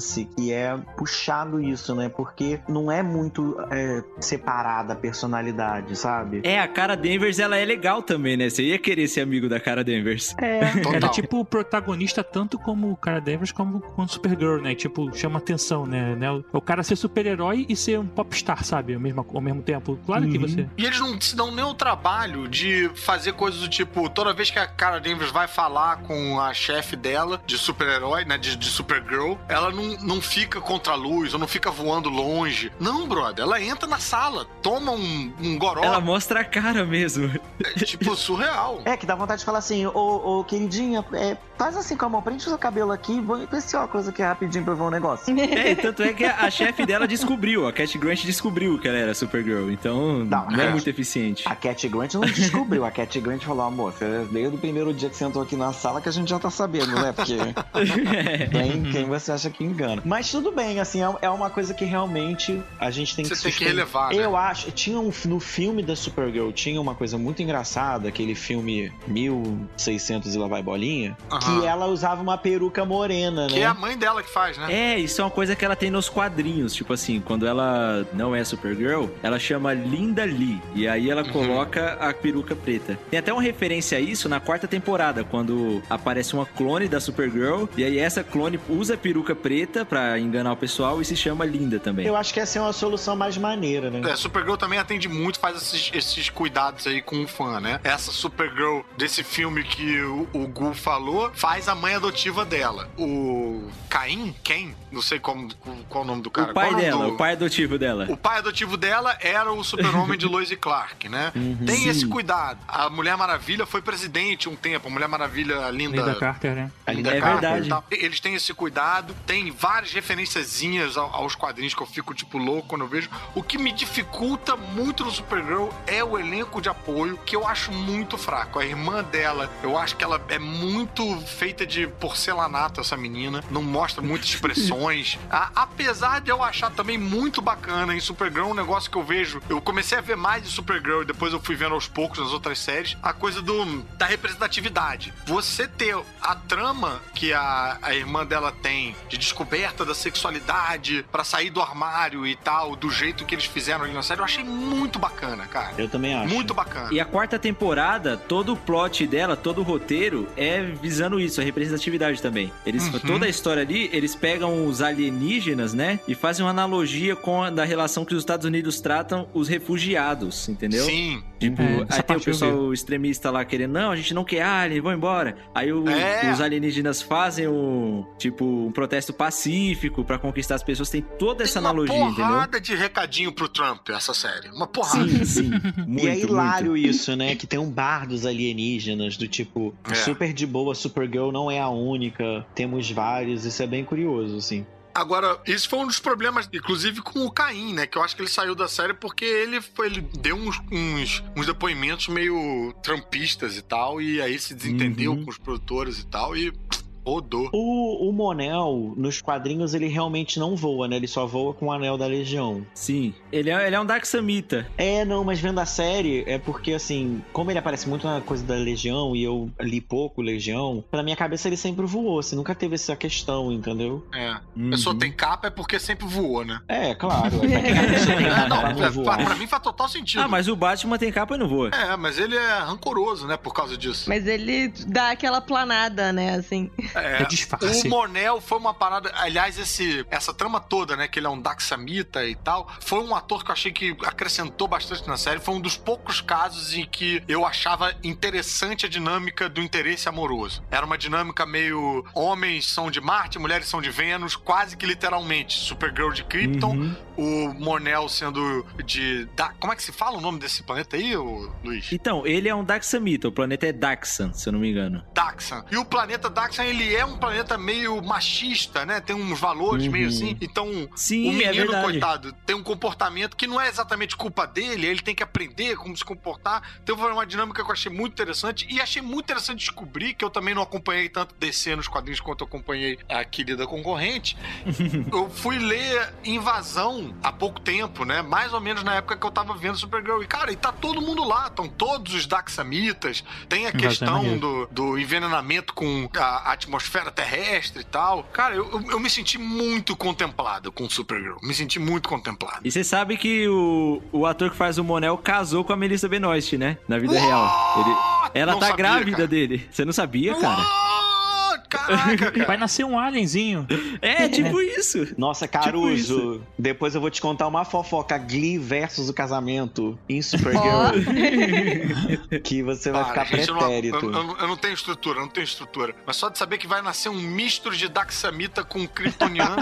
lance que é puxado isso, né? Porque não é muito separada a personalidade, sabe? A Cara Danvers, ela é legal também, né? Você ia querer ser amigo da Cara Danvers. Ela é tipo protagonista tanto como o Cara Danvers como Supergirl, né? Tipo, chama atenção, né? O cara ser super-herói e ser um popstar, sabe? Ao mesmo tempo. Claro que você... E eles não se dão nem o trabalho de fazer coisas do tipo, toda vez que a Cara Danvers vai falar com a chefe dela, de super-herói, né? De Supergirl, ela não fica contra a luz, ou não fica voando longe. Não, brother. Ela entra na sala, toma um goró. Ela mostra a cara mesmo. É tipo surreal. Que dá vontade de falar assim, ô queridinha, faz assim com a mão, prende o seu cabelo aqui, vou com esse óculos aqui rapidinho pra eu ver um negócio. Tanto é que a chefe dela descobriu, a Cat Grant descobriu que ela era Supergirl, então não é muito eficiente. A Cat Grant não descobriu, a Cat Grant falou, amor, desde o primeiro dia que você entrou aqui na sala que a gente já tá sabendo, né? Porque quem você acha que engana. Mas tudo bem, assim, é uma coisa que realmente a gente tem que Você tem que relevar, né? Eu acho, no filme da Supergirl, tinha uma coisa muito engraçada, aquele filme 1600 e lá vai bolinha, que ela usava uma peruca morena, né? Que é a mãe dela que faz, né? Isso é uma coisa que ela tem nos quadrinhos, tipo assim, quando ela não é Supergirl, ela chama Linda Lee, e aí ela coloca a peruca preta. Tem até uma referência a isso na 4ª temporada, quando aparece uma clone da Supergirl, e aí essa clone usa a peruca preta pra enganar o pessoal e se chama Linda também. Eu acho que essa é uma solução mais maneira, né? Supergirl também atende muito, faz esses cuidados aí com o fã, né? Essa Supergirl desse filme que o Gu falou, faz a mãe adotiva dela. O Ken? Não sei qual o nome do cara. O pai dela, o pai adotivo dela. O pai adotivo dela era o super-homem de Lois e Clark, né? Tem esse cuidado. A Mulher Maravilha foi presidente um tempo, a Mulher Maravilha Linda Carter, né? Verdade. Eles têm esse cuidado, tem várias referenciazinhas aos quadrinhos que eu fico, tipo, louco quando eu vejo. O que me dificulta muito no Supergirl é o elenco de apoio, que eu acho muito fraco. A irmã dela, eu acho que ela é muito feita de porcelanato, essa menina. Não mostra muitas expressões. Apesar de eu achar também muito bacana em Supergirl, um negócio que eu vejo... Eu comecei a ver mais de Supergirl e depois eu fui vendo aos poucos nas outras séries, a coisa da representatividade. Você ter a trama que a irmã dela tem de descoberta da sexualidade pra sair do armário e tal, do jeito que eles fizeram ali na série, eu achei muito bacana, cara. Eu também acho. Muito bacana. E a 4ª temporada, todo o plot dela, todo o roteiro é visando isso, a representatividade também. Toda a história ali, eles pegam os alienígenas, né? E fazem uma analogia com da relação que os Estados Unidos tratam os refugiados, entendeu? Sim. Tipo, aí tem o pessoal extremista lá querendo, não, a gente não quer alien, vão embora. Aí os alienígenas fazem um protesto pacífico pra conquistar as pessoas. Tem toda essa analogia, entendeu? Uma porrada de recadinho pro Trump, essa série. Uma porrada. Sim. Muito, e é hilário isso, né? Que tem um bar dos alienígenas, do tipo, super de boa, Supergirl não é a única, temos vários, isso é bem curioso, assim. Agora, isso foi um dos problemas, inclusive com o Caim, né? Que eu acho que ele saiu da série porque ele deu uns depoimentos meio trumpistas e tal, e aí se desentendeu com os produtores e tal, e... Rodou. O Mon-El, nos quadrinhos, ele realmente não voa, né? Ele só voa com o Anel da Legião. Sim. Ele é um Dark Samita. Não, mas vendo a série, é porque, assim, como ele aparece muito na coisa da Legião, e eu li pouco Legião, pra minha cabeça ele sempre voou, assim, nunca teve essa questão, entendeu? A pessoa tem capa é porque sempre voou, né? Claro. Pra mim faz total sentido. Mas o Batman tem capa e não voa. Mas ele é rancoroso, né, por causa disso. Mas ele dá aquela planada, né, assim... É disfarce. O Mon-El foi uma parada... Aliás, essa trama toda, né? Que ele é um Daxamita e tal. Foi um ator que eu achei que acrescentou bastante na série. Foi um dos poucos casos em que eu achava interessante a dinâmica do interesse amoroso. Era uma dinâmica meio... Homens são de Marte, mulheres são de Vênus. Quase que literalmente. Supergirl de Krypton. O Mon-El sendo de... Como é que se fala o nome desse planeta aí, Luiz? Então, ele é um Daxamita. O planeta é Daxan, se eu não me engano. Daxan. E o planeta Daxan, ele é um planeta meio machista, né? Tem uns valores meio assim. Então, o menino, coitado, tem um comportamento que não é exatamente culpa dele, ele tem que aprender como se comportar. Então, foi uma dinâmica que eu achei muito interessante. E achei muito interessante descobrir, que eu também não acompanhei tanto DC nos quadrinhos quanto eu acompanhei a querida concorrente. Eu fui ler Invasão há pouco tempo, né? Mais ou menos na época que eu tava vendo Supergirl. E, cara, tá todo mundo lá. Estão todos os Daxamitas. Tem a questão do envenenamento com a atmosfera atmosfera terrestre e tal. Cara, eu me senti muito contemplado com Supergirl. Me senti muito contemplado. E você sabe que o ator que faz o Mon-El casou com a Melissa Benoist, né? Na vida real. Ela tá grávida, cara, dele. Você não sabia, cara? Caraca, cara. Vai nascer um alienzinho. É, tipo isso. Nossa, Caruso, Tipo isso. depois eu vou te contar uma fofoca. Glee versus o casamento em Supergirl. Que você vai ficar gente, pretérito. Eu não tenho estrutura. Mas só de saber que vai nascer um misto de Daxamita com kryptoniano.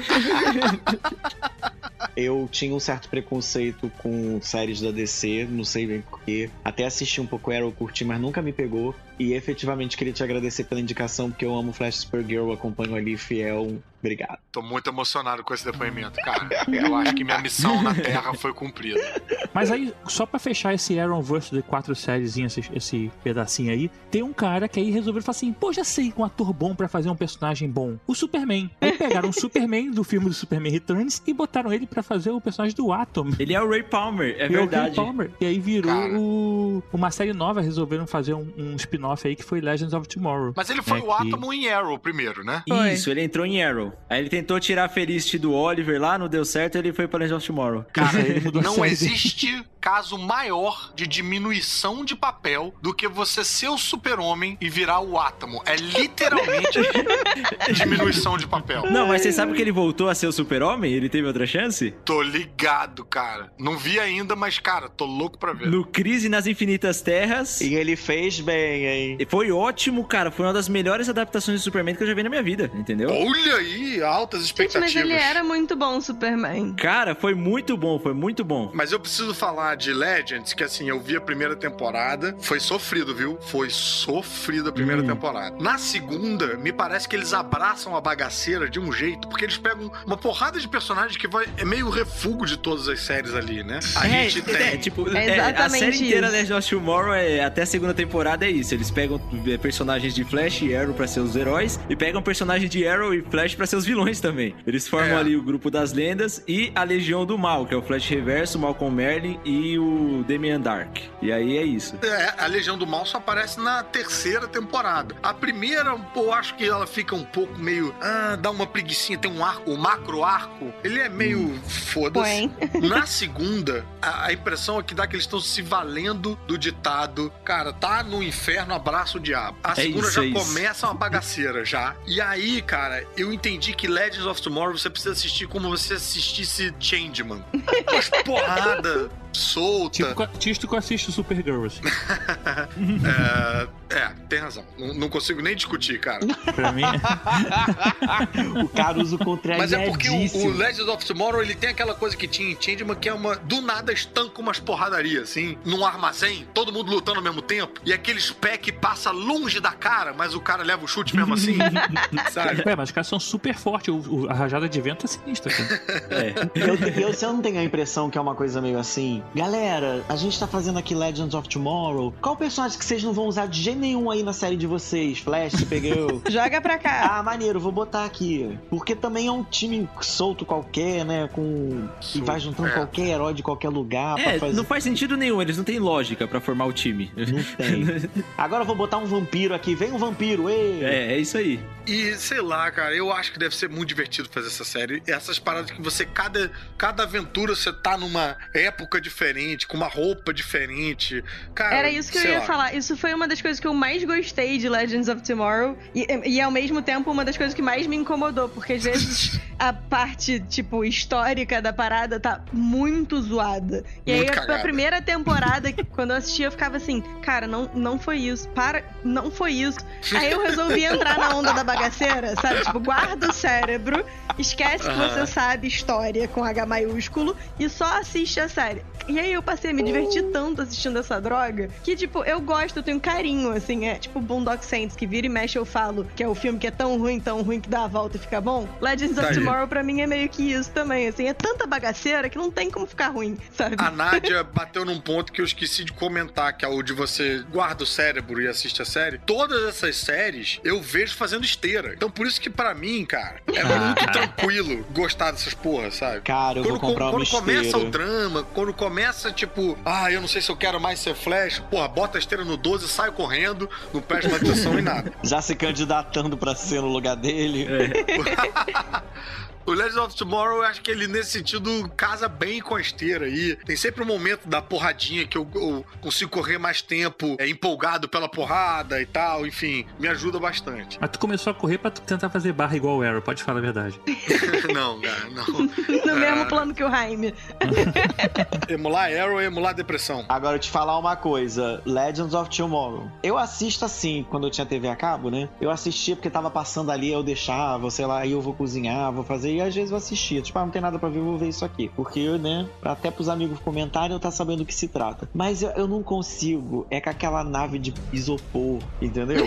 Eu tinha um certo preconceito com séries da DC, não sei bem porquê. Até assisti um pouco Arrow, curti, mas nunca me pegou. E efetivamente queria te agradecer pela indicação, porque eu amo Flash Supergirl, acompanho ali fiel. Obrigado. Tô muito emocionado com esse depoimento, cara. Eu acho que minha missão na Terra foi cumprida. Mas aí, só pra fechar esse Arrowverse de 4 sériezinhas, esse pedacinho aí, tem um cara que aí resolveu falar assim, pô, já sei um ator bom pra fazer um personagem bom. O Superman. Aí pegaram o Superman do filme do Superman Returns e botaram ele pra fazer o personagem do Atom. Ele é o Ray Palmer, é verdade. O Ray Palmer. E aí virou uma série nova, resolveram fazer um spin-off aí que foi Legends of Tomorrow. Mas ele foi o Atom em Arrow primeiro, né? Isso, ele entrou em Arrow. Aí ele tentou tirar a Felicity do Oliver lá, não deu certo, ele foi pra Legends of Tomorrow. Cara, não existe caso maior de diminuição de papel do que você ser o Super-Homem e virar o Átomo. É literalmente diminuição de papel. Não, mas você sabe que ele voltou a ser o Super-Homem? Ele teve outra chance? Tô ligado, cara. Não vi ainda, mas, cara, tô louco pra ver. No Crise nas Infinitas Terras. E ele fez bem, hein? Foi ótimo, cara. Foi uma das melhores adaptações de Superman que eu já vi na minha vida, entendeu? Olha aí, altas expectativas. Gente, mas ele era muito bom, Superman. Cara, foi muito bom, foi muito bom. Mas eu preciso falar de Legends, que assim, eu vi a primeira temporada, foi sofrido, viu? Foi sofrido a primeira temporada. Na segunda, me parece que eles abraçam a bagaceira de um jeito, porque eles pegam uma porrada de personagens que é meio refúgio de todas as séries ali, né? A gente tem... a série inteira Legends of Tomorrow, até a segunda temporada é isso. Eles pegam personagens de Flash e Arrow pra ser os heróis, e pegam personagens de Arrow e Flash pra ser os vilões também. Eles formam ali o grupo das lendas e a Legião do Mal, que é o Flash Reverso, o Malcolm Merlyn e o Damian Dark. E aí é isso. A Legião do Mal só aparece na terceira temporada. A primeira, eu acho que ela fica um pouco meio... dá uma preguicinha, tem um arco, o macro arco, ele é meio foda-se. Na segunda, a impressão é que dá que eles estão se valendo do ditado, cara, tá no inferno, abraça o diabo. A segunda já começa uma bagaceira já. E aí, cara, eu entendi que Legends of Tomorrow você precisa assistir como você assistisse Changeman. Umas porrada solta. Tipo que eu assisto Supergirl, assim. Tem razão. Não consigo nem discutir, cara. Pra mim... O Caruso contrariadíssimo. Mas é porque o Legends of Tomorrow, ele tem aquela coisa que tinha em Changeman, que é do nada estanca umas porradarias, assim, num armazém, todo mundo lutando ao mesmo tempo, e aquele spec passa longe da cara, mas o cara leva o chute mesmo assim, sabe? Mas os caras são super fortes, a rajada de vento é sinistra, assim. Você não tem a impressão que é uma coisa meio assim, galera, a gente tá fazendo aqui Legends of Tomorrow, qual personagem que vocês não vão usar de jeito nenhum aí na série de vocês? Flash, Supergirl? Joga pra cá. Maneiro, vou botar aqui. Porque também é um time solto qualquer, né? E vai juntando qualquer herói de qualquer lugar pra fazer... Não faz sentido nenhum, eles não têm lógica pra formar o time. Não tem. Agora eu vou botar um vampiro aqui, vem um vampiro, ei! É isso aí. E, sei lá, cara, eu acho que deve ser muito divertido fazer essa série. Essas paradas que você, cada aventura, você tá numa época diferente, com uma roupa diferente. Cara, era isso que eu ia falar. Isso foi uma das coisas que eu mais gostei de Legends of Tomorrow. E ao mesmo tempo, uma das coisas que mais me incomodou. Porque às vezes a parte, tipo, histórica da parada tá muito zoada. E muito aí, a primeira temporada, quando eu assistia, eu ficava assim, cara, não foi isso. Não foi isso. Aí eu resolvi entrar na onda da bagaceira, sabe? Tipo, guarda o cérebro, esquece que você sabe história com H maiúsculo e só assiste a série. E aí eu passei a me divertir tanto assistindo essa droga que, tipo, eu tenho carinho, assim, tipo Boondock Saints, que vira e mexe eu falo que é o filme que é tão ruim que dá a volta e fica bom. Legends of Tomorrow pra mim é meio que isso também, assim, é tanta bagaceira que não tem como ficar ruim, sabe? A Nádia bateu num ponto que eu esqueci de comentar, que é o de você guarda o cérebro e assiste a série. Todas essas séries eu vejo fazendo esteira. Então por isso que pra mim, cara, é muito tranquilo gostar dessas porras, sabe? Cara, eu vou comprar uma esteira. Quando começa o drama, quando começa, tipo, eu não sei se eu quero mais ser Flash, porra, bota a esteira no 12 e saio correndo. lendo, não presta atenção em nada. Já se candidatando pra ser no lugar dele. O Legends of Tomorrow, eu acho que ele, nesse sentido, casa bem com a esteira aí. Tem sempre um momento da porradinha que eu consigo correr mais tempo, empolgado pela porrada e tal, enfim, me ajuda bastante. Mas tu começou a correr pra tu tentar fazer barra igual o Arrow, pode falar a verdade. Não, cara, não. No mesmo plano que o Jaime. Emular Arrow é emular depressão. Agora, eu te falar uma coisa. Legends of Tomorrow. Eu assisto assim, quando eu tinha TV a cabo, né? Eu assistia porque tava passando ali, eu deixava, sei lá, aí eu vou cozinhar, vou fazer, e às vezes eu assistia. Tipo, não tem nada pra ver, eu vou ver isso aqui. Porque, né, até pros amigos comentarem, eu tá sabendo do que se trata. Mas eu não consigo, com aquela nave de isopor, entendeu?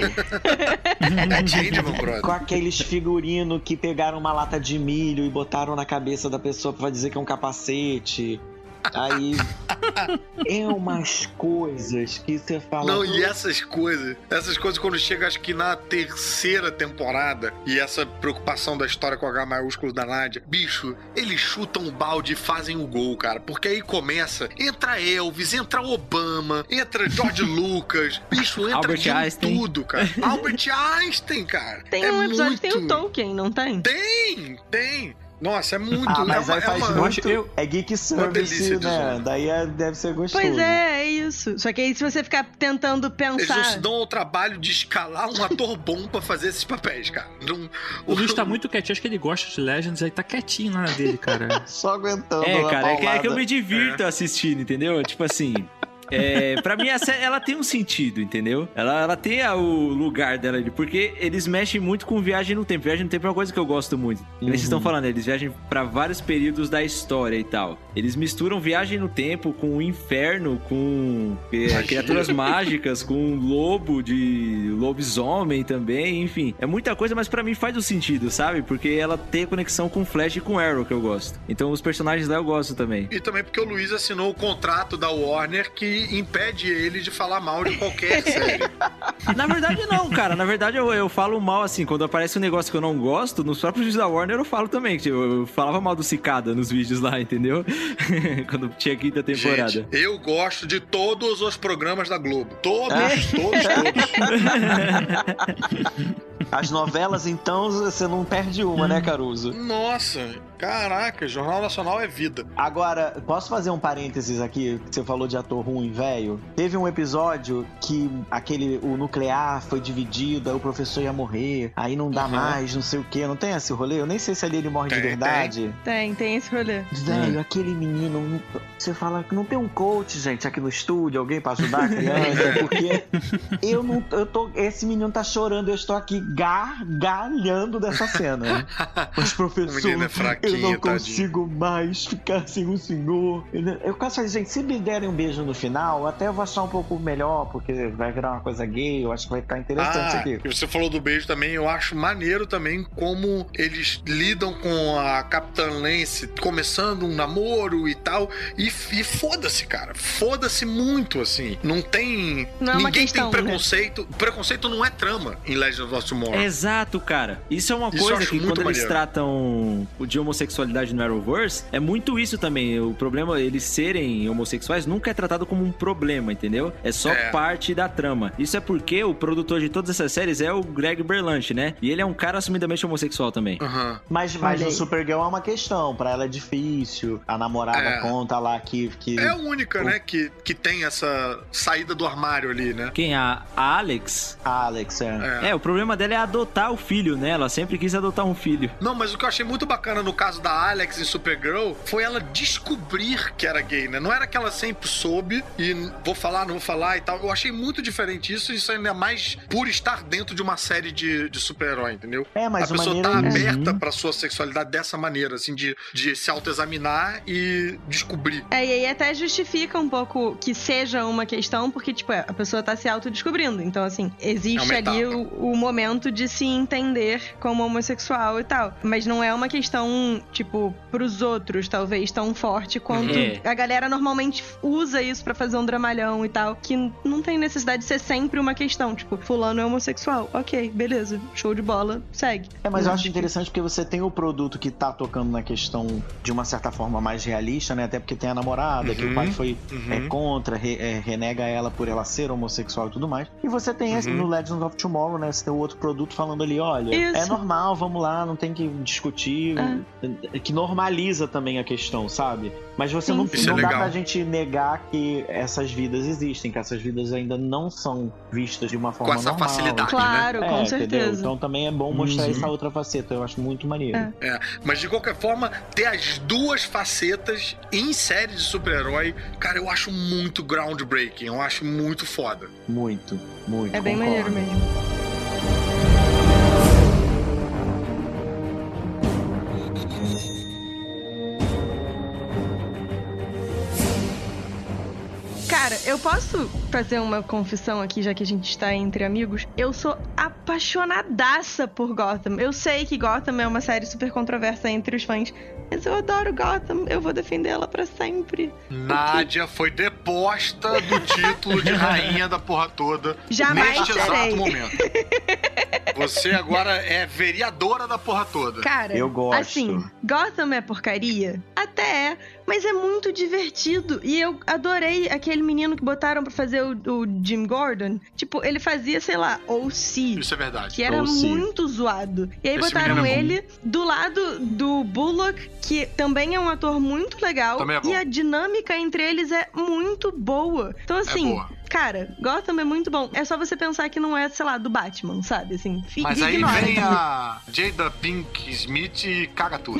É Changeman, brother. Com aqueles figurinos que pegaram uma lata de milho e botaram na cabeça da pessoa pra dizer que é um capacete. Aí é umas coisas que você fala. Não, e essas coisas quando chega, acho que na terceira temporada, e essa preocupação da história com H maiúsculo da Nádia, bicho, eles chutam o balde e fazem o gol, cara. Porque aí começa, entra Elvis, entra Obama, entra George Lucas, bicho, entra Albert Einstein. tudo, cara. Albert Einstein, cara. Tem um episódio que tem o Tolkien, não tem? Tem. Nossa, é muito... mas aí faz muito... É geek service, delícia de né? zona. Daí deve ser gostoso. Pois é isso. Só que aí se você ficar tentando Eles pensar... não se dão ao trabalho de escalar um ator bom pra fazer esses papéis, cara. Não... O Luiz tá muito quietinho, acho que ele gosta de Legends, aí tá quietinho lá na dele, cara. Só aguentando. Cara, é que eu me divirto assistindo, entendeu? Tipo assim... pra mim, a série, ela tem um sentido, entendeu? Ela tem o lugar dela ali, porque eles mexem muito com viagem no tempo. Viagem no tempo é uma coisa que eu gosto muito. Eles estão falando, eles viajam pra vários períodos da história e tal. Eles misturam viagem no tempo com o inferno, com criaturas mágicas, com lobo de lobisomem também, enfim. É muita coisa, mas pra mim faz o sentido, sabe? Porque ela tem a conexão com Flash e com Arrow, que eu gosto. Então os personagens lá eu gosto também. E também porque o Luiz assinou o contrato da Warner que impede ele de falar mal de qualquer série. Na verdade, não, cara. Na verdade, eu falo mal, assim, quando aparece um negócio que eu não gosto, nos próprios vídeos da Warner eu falo também. Eu falava mal do Cicada nos vídeos lá, entendeu? Quando tinha quinta temporada. Gente, eu gosto de todos os programas da Globo. Todos. As novelas, então, você não perde uma, né, Caruso? Nossa, caraca, Jornal Nacional é vida. Agora, posso fazer um parênteses aqui? Que você falou de ator ruim, velho. Teve um episódio que o nuclear foi dividido, aí o professor ia morrer, aí não dá mais, não sei o quê. Não tem esse rolê? Eu nem sei se ali ele morre de verdade. Tem esse rolê. Velho, aquele menino, você fala que não tem um coach, gente, aqui no estúdio, alguém pra ajudar a criança, porque esse menino tá chorando, eu estou aqui gargalhando dessa cena. Mas, professor, eu não consigo mais ficar sem o senhor. Eu quase falei, gente, se me derem um beijo no final, até eu vou achar um pouco melhor, porque vai virar uma coisa gay, eu acho que vai ficar interessante isso aqui. Você falou do beijo também, eu acho maneiro também como eles lidam com a Capitã Lance começando um namoro e tal, e foda-se, cara. Foda-se muito, assim. Não tem... Ninguém tem preconceito. Né? Preconceito não é trama em Legends of Tomorrow. Exato, cara. Isso é uma coisa que quando eles tratam de homossexualidade no Arrowverse, é muito isso também. O problema, eles serem homossexuais nunca é tratado como um problema, entendeu? É só parte da trama. Isso é porque o produtor de todas essas séries é o Greg Berlanti, né? E ele é um cara assumidamente homossexual também. Mas no Supergirl é uma questão. Pra ela é difícil. A namorada conta lá que... É a única, né? Que tem essa saída do armário ali, né? Quem? A Alex? A Alex, o problema dela é adotar o filho, né? Ela sempre quis adotar um filho. Não, mas o que eu achei muito bacana no caso da Alex em Supergirl foi ela descobrir que era gay, né? Não era que ela sempre soube e vou falar, não vou falar e tal. Eu achei muito diferente isso ainda mais por estar dentro de uma série de super-herói, entendeu? Mas a pessoa tá aberta pra sua sexualidade dessa maneira, assim, de se autoexaminar e descobrir. E aí até justifica um pouco que seja uma questão, porque, tipo, a pessoa tá se autodescobrindo. Então, assim, existe ali o momento ponto de se entender como homossexual e tal. Mas não é uma questão, tipo, pros outros, talvez, tão forte quanto a galera normalmente usa isso pra fazer um dramalhão e tal, que não tem necessidade de ser sempre uma questão, tipo, fulano é homossexual, ok, beleza, show de bola, segue. Mas eu acho interessante porque você tem o produto que tá tocando na questão de uma certa forma mais realista, né, até porque tem a namorada, que o pai foi contra, renega ela por ela ser homossexual e tudo mais, e você tem esse no Legends of Tomorrow, né, você tem o outro produto falando ali, olha, é normal, vamos lá, não tem que discutir, que normaliza também a questão, sabe? Mas você não dá pra gente negar que essas vidas existem, que essas vidas ainda não são vistas de uma forma normal. Com essa facilidade, claro, né? Com certeza. Entendeu? Então também é bom mostrar essa outra faceta, eu acho muito maneiro. Mas de qualquer forma, ter as duas facetas em série de super-herói, cara, eu acho muito groundbreaking, eu acho muito foda. Muito, muito. É bem maneiro mesmo. Cara, eu posso fazer uma confissão aqui, já que a gente está entre amigos? Eu sou apaixonadaça por Gotham. Eu sei que Gotham é uma série super controversa entre os fãs, mas eu adoro Gotham. Eu vou defendê-la pra sempre. Nádia foi deposta do título de rainha da porra toda. Jamais neste serei. Exato momento. Você agora é vereadora da porra toda. Cara, eu gosto. Assim, Gotham é porcaria? Até é, mas é muito divertido. E eu adorei aquele menino que botaram pra fazer o Jim Gordon. Tipo, ele fazia, sei lá, O.C. Isso é verdade. Que era muito zoado. E aí botaram ele do lado do Bullock, que também é um ator muito legal. Também é bom. E a dinâmica entre eles é muito boa. Então, assim... Cara, Gotham é muito bom. É só você pensar que não é, sei lá, do Batman, sabe? Assim, mas aí ignora. vem a Jada Pink Smith e caga tudo.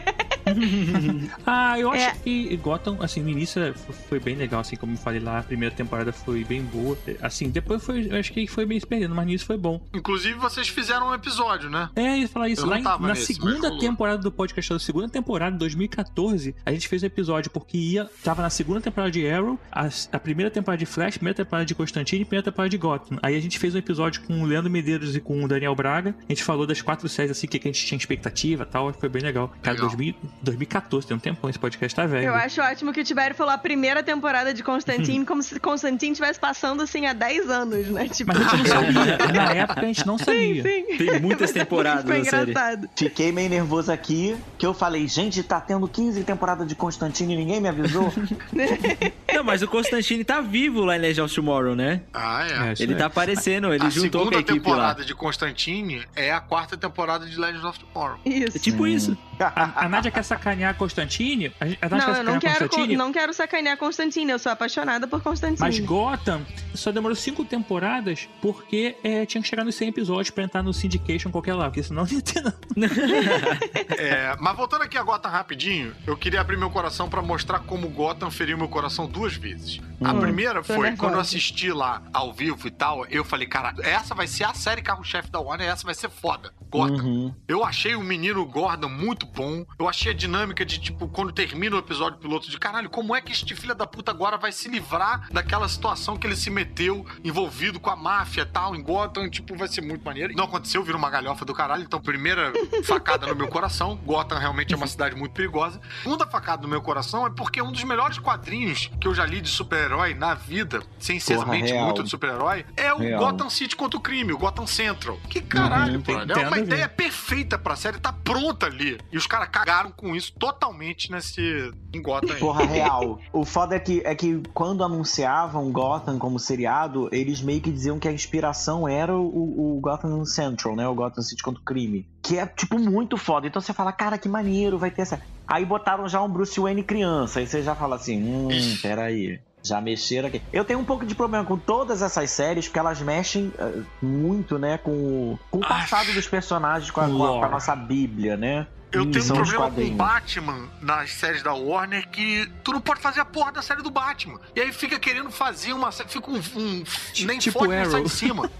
Eu acho que Gotham, assim, no início foi bem legal, assim, como eu falei lá, a primeira temporada foi bem boa. Assim, depois eu acho que foi bem se perdendo, mas no início foi bom. Inclusive, vocês fizeram um episódio, né? Eu ia falar isso. Lá na segunda mas temporada do podcast, da segunda temporada, 2014, a gente fez um episódio porque tava na segunda temporada de Arrow, a primeira temporada de Flash, primeira temporada de Constantine e primeira temporada de Gotham. Aí a gente fez um episódio com o Leandro Medeiros e com o Daniel Braga. A gente falou das 4 séries, assim, que a gente tinha expectativa e tal. Foi bem legal. Cara, 2014, tem um tempão, esse podcast tá velho. Eu acho ótimo que o Tibério falou a primeira temporada de Constantine como se Constantine estivesse passando, assim, há 10 anos, né? Tipo... Mas a gente não sabia. Na época a gente não sabia. Sim. Tem muitas temporadas Foi na série. engraçado. Fiquei meio nervoso aqui, que eu falei, gente, tá tendo 15 temporadas de Constantine e ninguém me avisou. Não, mas o Constantine tá vivo lá em Legends of Tomorrow, né? Ele tá aparecendo, ele juntou com a equipe lá. A segunda temporada de Constantine é a 4ª temporada de Legends of Tomorrow. Isso. É tipo isso. A Nádia quer sacanear Constantine. Não quero sacanear Constantine, eu sou apaixonada por Constantine. Mas Gotham só demorou 5 temporadas porque tinha que chegar nos 100 episódios pra entrar no Syndication qualquer lá, porque senão não ia ter, não. Mas voltando aqui a Gotham rapidinho, eu queria abrir meu coração pra mostrar como Gotham feriu meu coração 2 vezes. A primeira foi quando eu assisti lá ao vivo e tal, eu falei, cara, essa vai ser a série carro-chefe da Warner, essa vai ser foda. Gotham. Eu achei o menino Gordon muito bom. Eu achei a dinâmica de, tipo, quando termina o episódio piloto, de caralho, como é que este filho da puta agora vai se livrar daquela situação que ele se meteu envolvido com a máfia e tal, em Gotham, tipo, vai ser muito maneiro. Não aconteceu, virou uma galhofa do caralho, então primeira facada no meu coração, Gotham realmente é uma cidade muito perigosa. Segunda facada no meu coração é porque um dos melhores quadrinhos que eu já li de super-herói na vida, sem ser muito de super-herói, é o Gotham City contra o crime, o Gotham Central. Que caralho, brother. É uma ideia perfeita pra série, tá pronta ali. E os caras cagaram com isso totalmente em Gotham. Porra, real. O foda é que quando anunciavam Gotham como seriado, eles meio que diziam que a inspiração era o Gotham Central, né? O Gotham City contra o crime. Que é, tipo, muito foda. Então você fala, cara, que maneiro, vai ter essa... Aí botaram já um Bruce Wayne criança. Aí você já fala assim, peraí. Já mexeram aqui. Eu tenho um pouco de problema com todas essas séries, porque elas mexem muito, né, com o passado dos personagens, com a nossa bíblia, né? Eu tenho um problema com o Batman nas séries da Warner, que tu não pode fazer a porra da série do Batman. E aí fica querendo fazer uma série, fica nem tipo forte nem sai de cima.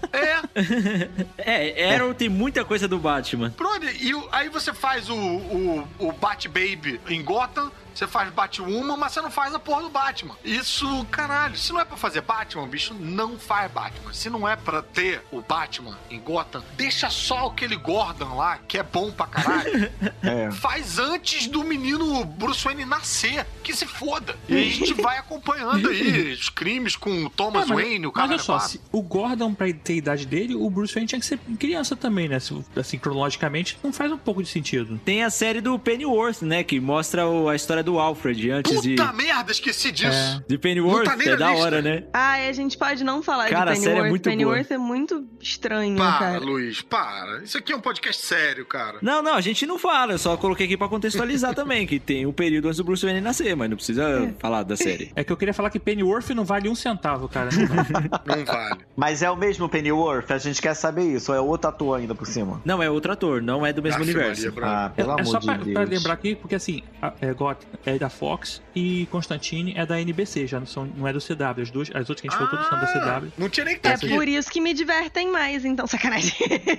Arrow tem muita coisa do Batman. Brother, e aí você faz o Bat-Baby em Gotham, Você faz Batwoman, mas você não faz a porra do Batman. Isso, caralho, se não é pra fazer Batman, bicho, não faz Batman. Se não é pra ter o Batman em Gotham, deixa só aquele Gordon lá, que é bom pra caralho. Faz antes do menino Bruce Wayne nascer, que se foda. E a gente vai acompanhando aí os crimes com o Thomas Wayne, o cara. Mas olha só, o Gordon, pra ter a idade dele, o Bruce Wayne tinha que ser criança também, né? Assim, cronologicamente, não faz um pouco de sentido. Tem a série do Pennyworth, né? Que mostra a história do Alfred antes de... Puta merda, esqueci disso. De Pennyworth, é da hora, né? A gente pode não falar de Pennyworth. Pennyworth. É muito Pennyworth boa. É muito estranho, para, cara. Luiz, para. Isso aqui é um podcast sério, cara. Não, a gente não fala. Eu só coloquei aqui pra contextualizar também, que tem um período antes do Bruce Wayne nascer, mas não precisa falar da série. É que eu queria falar que Pennyworth não vale 1 centavo, cara. Não vale. Mas é o mesmo Pennyworth? A gente quer saber isso. Ou é outro ator ainda por cima? Não, é outro ator, não é do mesmo universo. Pelo amor só de pra Deus. lembrar aqui, porque assim, Gotham é da Fox e Constantine é da NBC, já não é do CW. As outras que a gente falou todas são da CW. Não tinha nem que estar aqui. Por isso que me divertem mais, então, sacanagem.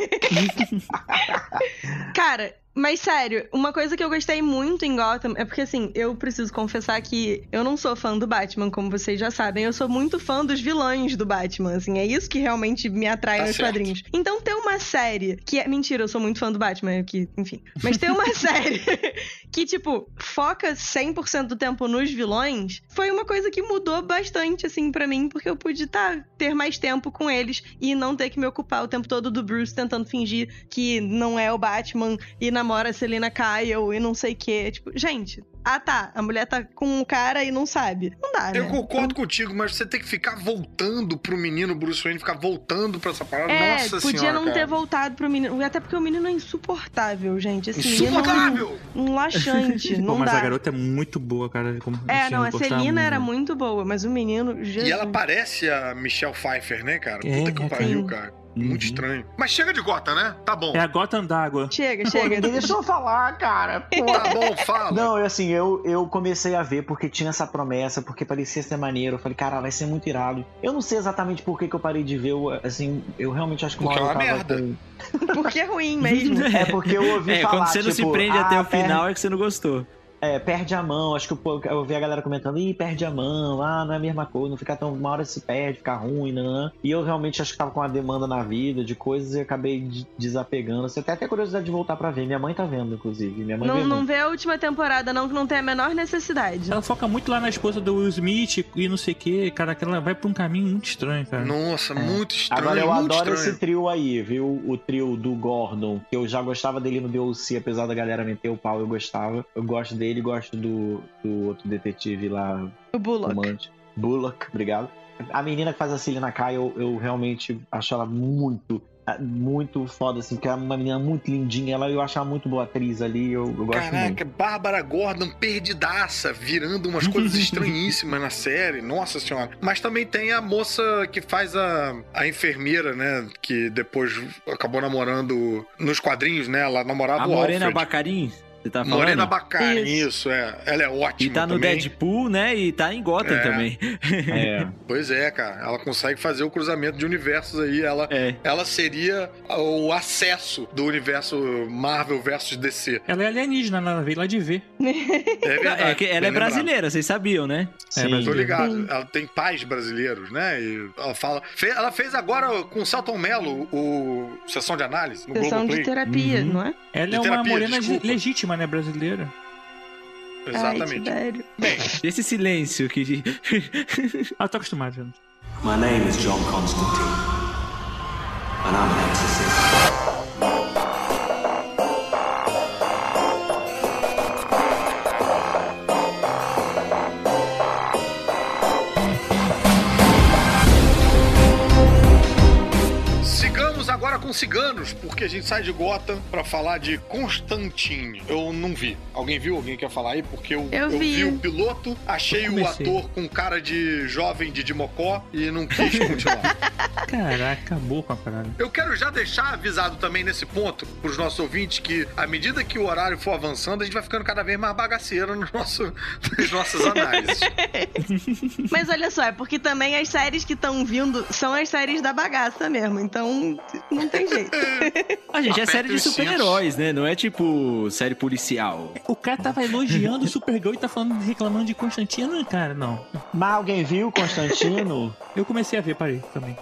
Cara, mas sério, uma coisa que eu gostei muito em Gotham é porque, assim, eu preciso confessar que eu não sou fã do Batman, como vocês já sabem. Eu sou muito fã dos vilões do Batman, assim. É isso que realmente me atrai nos quadrinhos. Então, ter uma série que é... Mentira, eu sou muito fã do Batman, que, enfim. Mas ter uma série que, tipo, foca 100% do tempo nos vilões foi uma coisa que mudou bastante, assim, pra mim, porque eu pude ter mais tempo com eles e não ter que me ocupar o tempo todo do Bruce tentando fingir que não é o Batman e namora a Selina Kyle e não sei o quê. Tipo, gente, a mulher tá com um cara e não sabe. Não dá, né? Eu concordo contigo, mas você tem que ficar voltando pro menino Bruce Wayne, ficar voltando pra essa parada. Nossa podia senhora, não cara. ter voltado pro menino. Até porque o menino é insuportável, gente. Esse Insuportável! Um laxante, não mas dá. a garota é muito boa, cara. A Selina era muito boa, mas o menino... Jesus. E ela parece a Michelle Pfeiffer, né, cara? Puta que pariu, cara. Muito estranho. Mas chega de Gotham, né? Tá bom. É a Gotham d'água. Chega. Ninguém deixou eu falar, cara. Tá bom, fala. Não, eu comecei a ver porque tinha essa promessa, porque parecia ser maneiro. Eu falei, cara, vai ser muito irado. Eu não sei exatamente por que eu parei de ver, assim, eu realmente acho que porque uma hora é uma eu tava merda. Porque é ruim mesmo. É porque eu ouvi falar, quando você não se prende até o final é que você não gostou. Perde a mão, acho que eu ouvi a galera comentando, perde a mão, não é a mesma coisa, não fica tão, uma hora se perde, fica ruim, né? E eu realmente acho que tava com uma demanda na vida de coisas e acabei desapegando. Você tem até curiosidade de voltar pra ver, minha mãe tá vendo, inclusive. Minha mãe não vê a última temporada não, que não tem a menor necessidade. Ela foca muito lá na esposa do Will Smith e não sei o que, cara, que ela vai pra um caminho muito estranho, cara. Nossa, muito estranho. Agora eu muito adoro estranho. esse trio aí, viu? O trio do Gordon, que eu já gostava dele no DLC, apesar da galera meter o pau, eu gostava. Eu gosto dele, gosto do outro detetive lá. O Bullock. Bullock, obrigado. A menina que faz a Selina Kyle, eu realmente acho ela muito foda, assim, porque é uma menina muito lindinha. Eu acho ela muito boa atriz ali, eu gosto muito. Caraca, Bárbara Gordon perdidaça, virando umas coisas estranhíssimas na série, nossa senhora. Mas também tem a moça que faz a enfermeira, né, que depois acabou namorando nos quadrinhos, né, ela namorava o Morena Alfred. Bacarin, você tá falando? Morena Bacarin, isso, ela é ótima. E tá no também. Deadpool, né, e tá em Gotham também. Pois é, cara, ela consegue fazer o cruzamento de universos aí, ela seria o acesso do universo Marvel versus DC. Ela é alienígena, ela veio lá de ver. É verdade. Que ela é brasileira, vocês sabiam, né? Sim, tô ligado. Ela tem pais brasileiros, né? E ela fez agora com o Celton Mello o Sessão de Análise no Sessão Globoplay. de terapia, não é? Ela é uma morena legítima, né, brasileira. Exatamente. Ai, bem, esse silêncio que... Ela tá acostumada, gente. My name is John Constantine, and I'm an exorcist. agora com ciganos, porque a gente sai de Gotham pra falar de Constantine. Eu não vi. Alguém viu? Alguém quer falar aí? Porque eu vi o piloto, achei o ator com cara de jovem de Dimocó e não quis continuar. Caraca, acabou com a parada. Eu quero já deixar avisado também nesse ponto pros nossos ouvintes que, à medida que o horário for avançando, a gente vai ficando cada vez mais bagaceiro nas nossas análises. Mas olha só, é porque também as séries que estão vindo são as séries da bagaça mesmo, então não tem tem jeito. A gente é série de super-heróis, né? Não é tipo série policial. O cara tava elogiando o Supergirl e tá reclamando de Constantino, cara? Não. Mas alguém viu Constantino? Eu comecei a ver, parei também.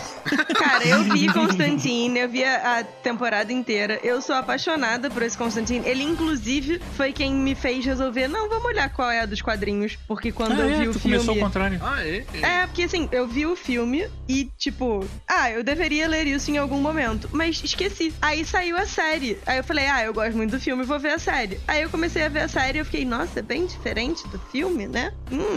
Cara, eu vi Constantine, eu vi a temporada inteira. Eu sou apaixonada por esse Constantine. Ele, inclusive, foi quem me fez resolver, não, vamos olhar qual é a dos quadrinhos. Porque quando eu vi o filme... começou ao contrário. É, porque assim, eu vi o filme e, tipo... eu deveria ler isso em algum momento. Mas esqueci. Aí saiu a série. Aí eu falei, eu gosto muito do filme, vou ver a série. Aí eu comecei a ver a série e eu fiquei, nossa, é bem diferente do filme, né?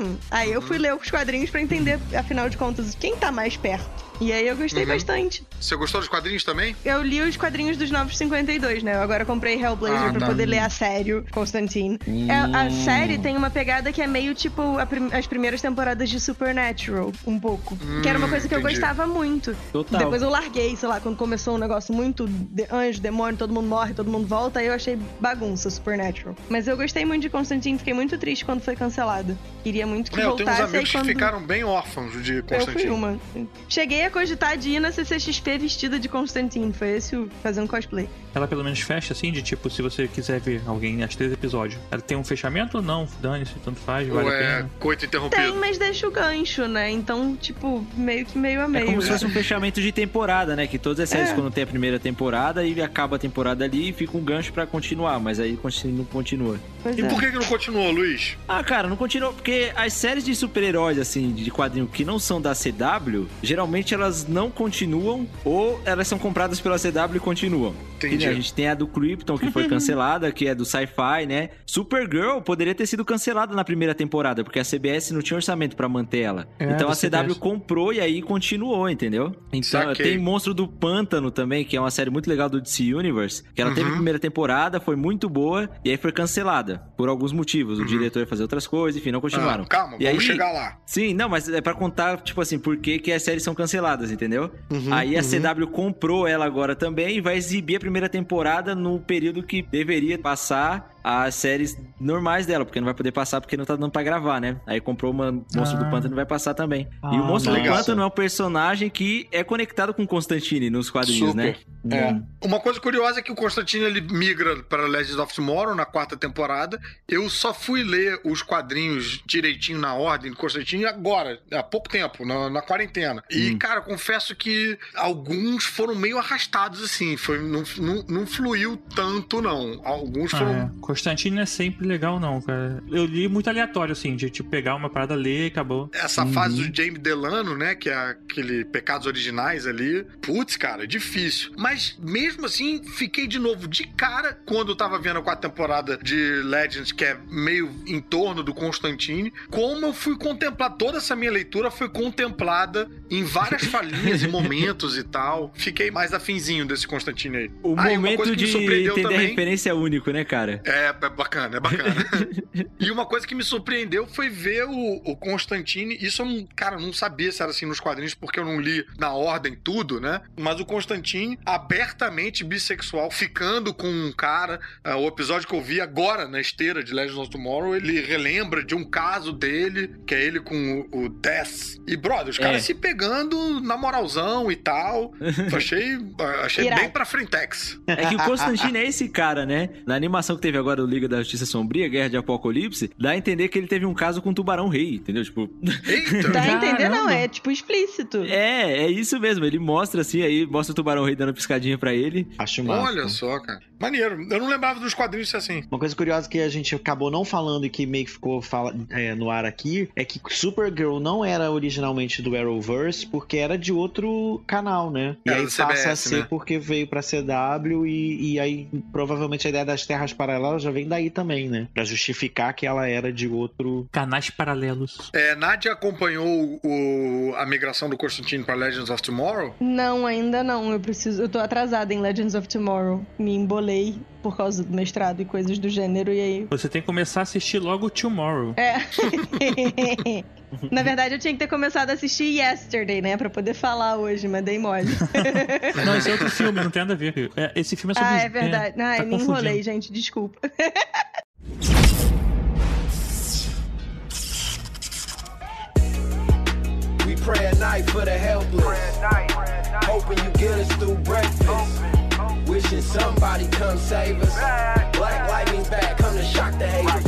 Aí eu fui ler os quadrinhos pra entender, afinal de contas, quem tá mais perto. E aí eu gostei bastante. Você gostou dos quadrinhos também? Eu li os quadrinhos dos Novos 52, né? Eu agora comprei Hellblazer pra poder ler a série Constantine. A série tem uma pegada que é meio tipo as primeiras temporadas de Supernatural, um pouco. Que era uma coisa que eu gostava muito. Total. Depois eu larguei, sei lá, quando começou um negócio muito anjo, demônio, todo mundo morre, todo mundo volta, aí eu achei bagunça Supernatural. Mas eu gostei muito de Constantine, fiquei muito triste quando foi cancelada. Queria muito que voltasse. Eu tenho uns amigos que ficaram bem órfãos de Constantine. Eu fui uma. Cheguei a cogitar de ir na CCXP vestida de Constantine. Foi esse fazendo cosplay. Ela pelo menos fecha assim, de tipo, se você quiser ver alguém às 3 episódios. Ela tem um fechamento ou não? Dane-se, tanto faz, vale a pena. Coito interrompido. Tem, mas deixa o gancho, né? Então, tipo, meio a meio. É como se fosse um fechamento de temporada, né? Que todas as séries, quando tem a primeira temporada, e acaba a temporada ali e fica um gancho pra continuar. Mas aí não continua. E por que não continuou, Luiz? Cara, não continuou porque as séries de super-heróis, assim, de quadrinho que não são da CW, geralmente elas não continuam ou elas são compradas pela CW e continuam. Entendi. A gente tem a do Krypton, que foi cancelada, que é do Sci-Fi, né? Supergirl poderia ter sido cancelada na primeira temporada, porque a CBS não tinha orçamento pra manter ela. Então a CW comprou e aí continuou, entendeu? Então tem Monstro do Pântano também, que é uma série muito legal do DC Universe, que ela teve a primeira temporada, foi muito boa, e aí foi cancelada, por alguns motivos. O diretor ia fazer outras coisas, enfim, não continuaram. Calma, e vamos aí, chegar lá. Sim, não, mas é pra contar, tipo assim, por que as séries são canceladas, entendeu? Aí a CW comprou ela agora também e vai exibir a primeira temporada no período que deveria passar as séries normais dela, porque não vai poder passar porque não tá dando pra gravar, né? Aí comprou uma Monstro do Pântano e vai passar também. E o Monstro do Pântano é um personagem que é conectado com Constantine nos quadrinhos, né? Uma coisa curiosa é que o Constantine ele migra para Legends of Tomorrow na 4ª temporada. Eu só fui ler os quadrinhos direitinho na ordem do Constantine agora, há pouco tempo, na quarentena. E, cara, confesso que alguns foram meio arrastados, assim. Não fluiu tanto, não. Alguns foram... Constantine é sempre legal, não, cara. Eu li muito aleatório, assim, de tipo pegar uma parada, ler e acabou. Essa fase do James Delano, né, que é aquele Pecados Originais ali, putz, cara, difícil. Mas mesmo assim, fiquei de novo de cara quando eu tava vendo a 4ª temporada de Legends, que é meio em torno do Constantine, como eu fui contemplar, toda essa minha leitura foi contemplada em várias falinhas e momentos e tal. Fiquei mais afinzinho desse Constantine aí. O momento de entender também, a referência é único, né, cara? É bacana. E uma coisa que me surpreendeu foi ver o Constantine. Isso eu não sabia se era assim nos quadrinhos, porque eu não li na ordem tudo, né? Mas o Constantine, abertamente bissexual, ficando com um cara. O episódio que eu vi agora na esteira de Legends of Tomorrow, ele relembra de um caso dele, que é ele com o Death. E, brother, os caras se pegando na moralzão e tal. Achei bem pra frentex. É que o Constantine é esse cara, né? Na animação que teve agora o Liga da Justiça Sombria, Guerra de Apocalipse, dá a entender que ele teve um caso com o Tubarão Rei, entendeu? Tipo... Eita! Dá a entender, não, é tipo explícito. É isso mesmo, ele mostra assim, aí mostra o Tubarão Rei dando piscadinha pra ele. Acho massa. Olha só, cara. Maneiro. Eu não lembrava dos quadrinhos ser assim. Uma coisa curiosa que a gente acabou não falando e que meio que ficou no ar aqui, é que Supergirl não era originalmente do Arrowverse, porque era de outro canal, né? E aí passa a ser, né? Porque veio pra CW e aí provavelmente a ideia das terras paralelas já vem daí também, né? Pra justificar que ela era de outro... Canais paralelos. Nádia acompanhou a migração do Constantine pra Legends of Tomorrow? Não, ainda não. Eu tô atrasada em Legends of Tomorrow. Me embolei por causa do mestrado e coisas do gênero, e aí... Você tem que começar a assistir logo Tomorrow. Na verdade, eu tinha que ter começado a assistir Yesterday, né? Pra poder falar hoje, mas dei mole. Não, esse é outro filme, não tem nada a ver. Esse filme é sobre... é verdade. Tá me enrolei, gente, desculpa. We pray at night for the helpless. hoping you get us through breakfast. Wishing somebody come save us. Black lightning's back, come to shock the haters.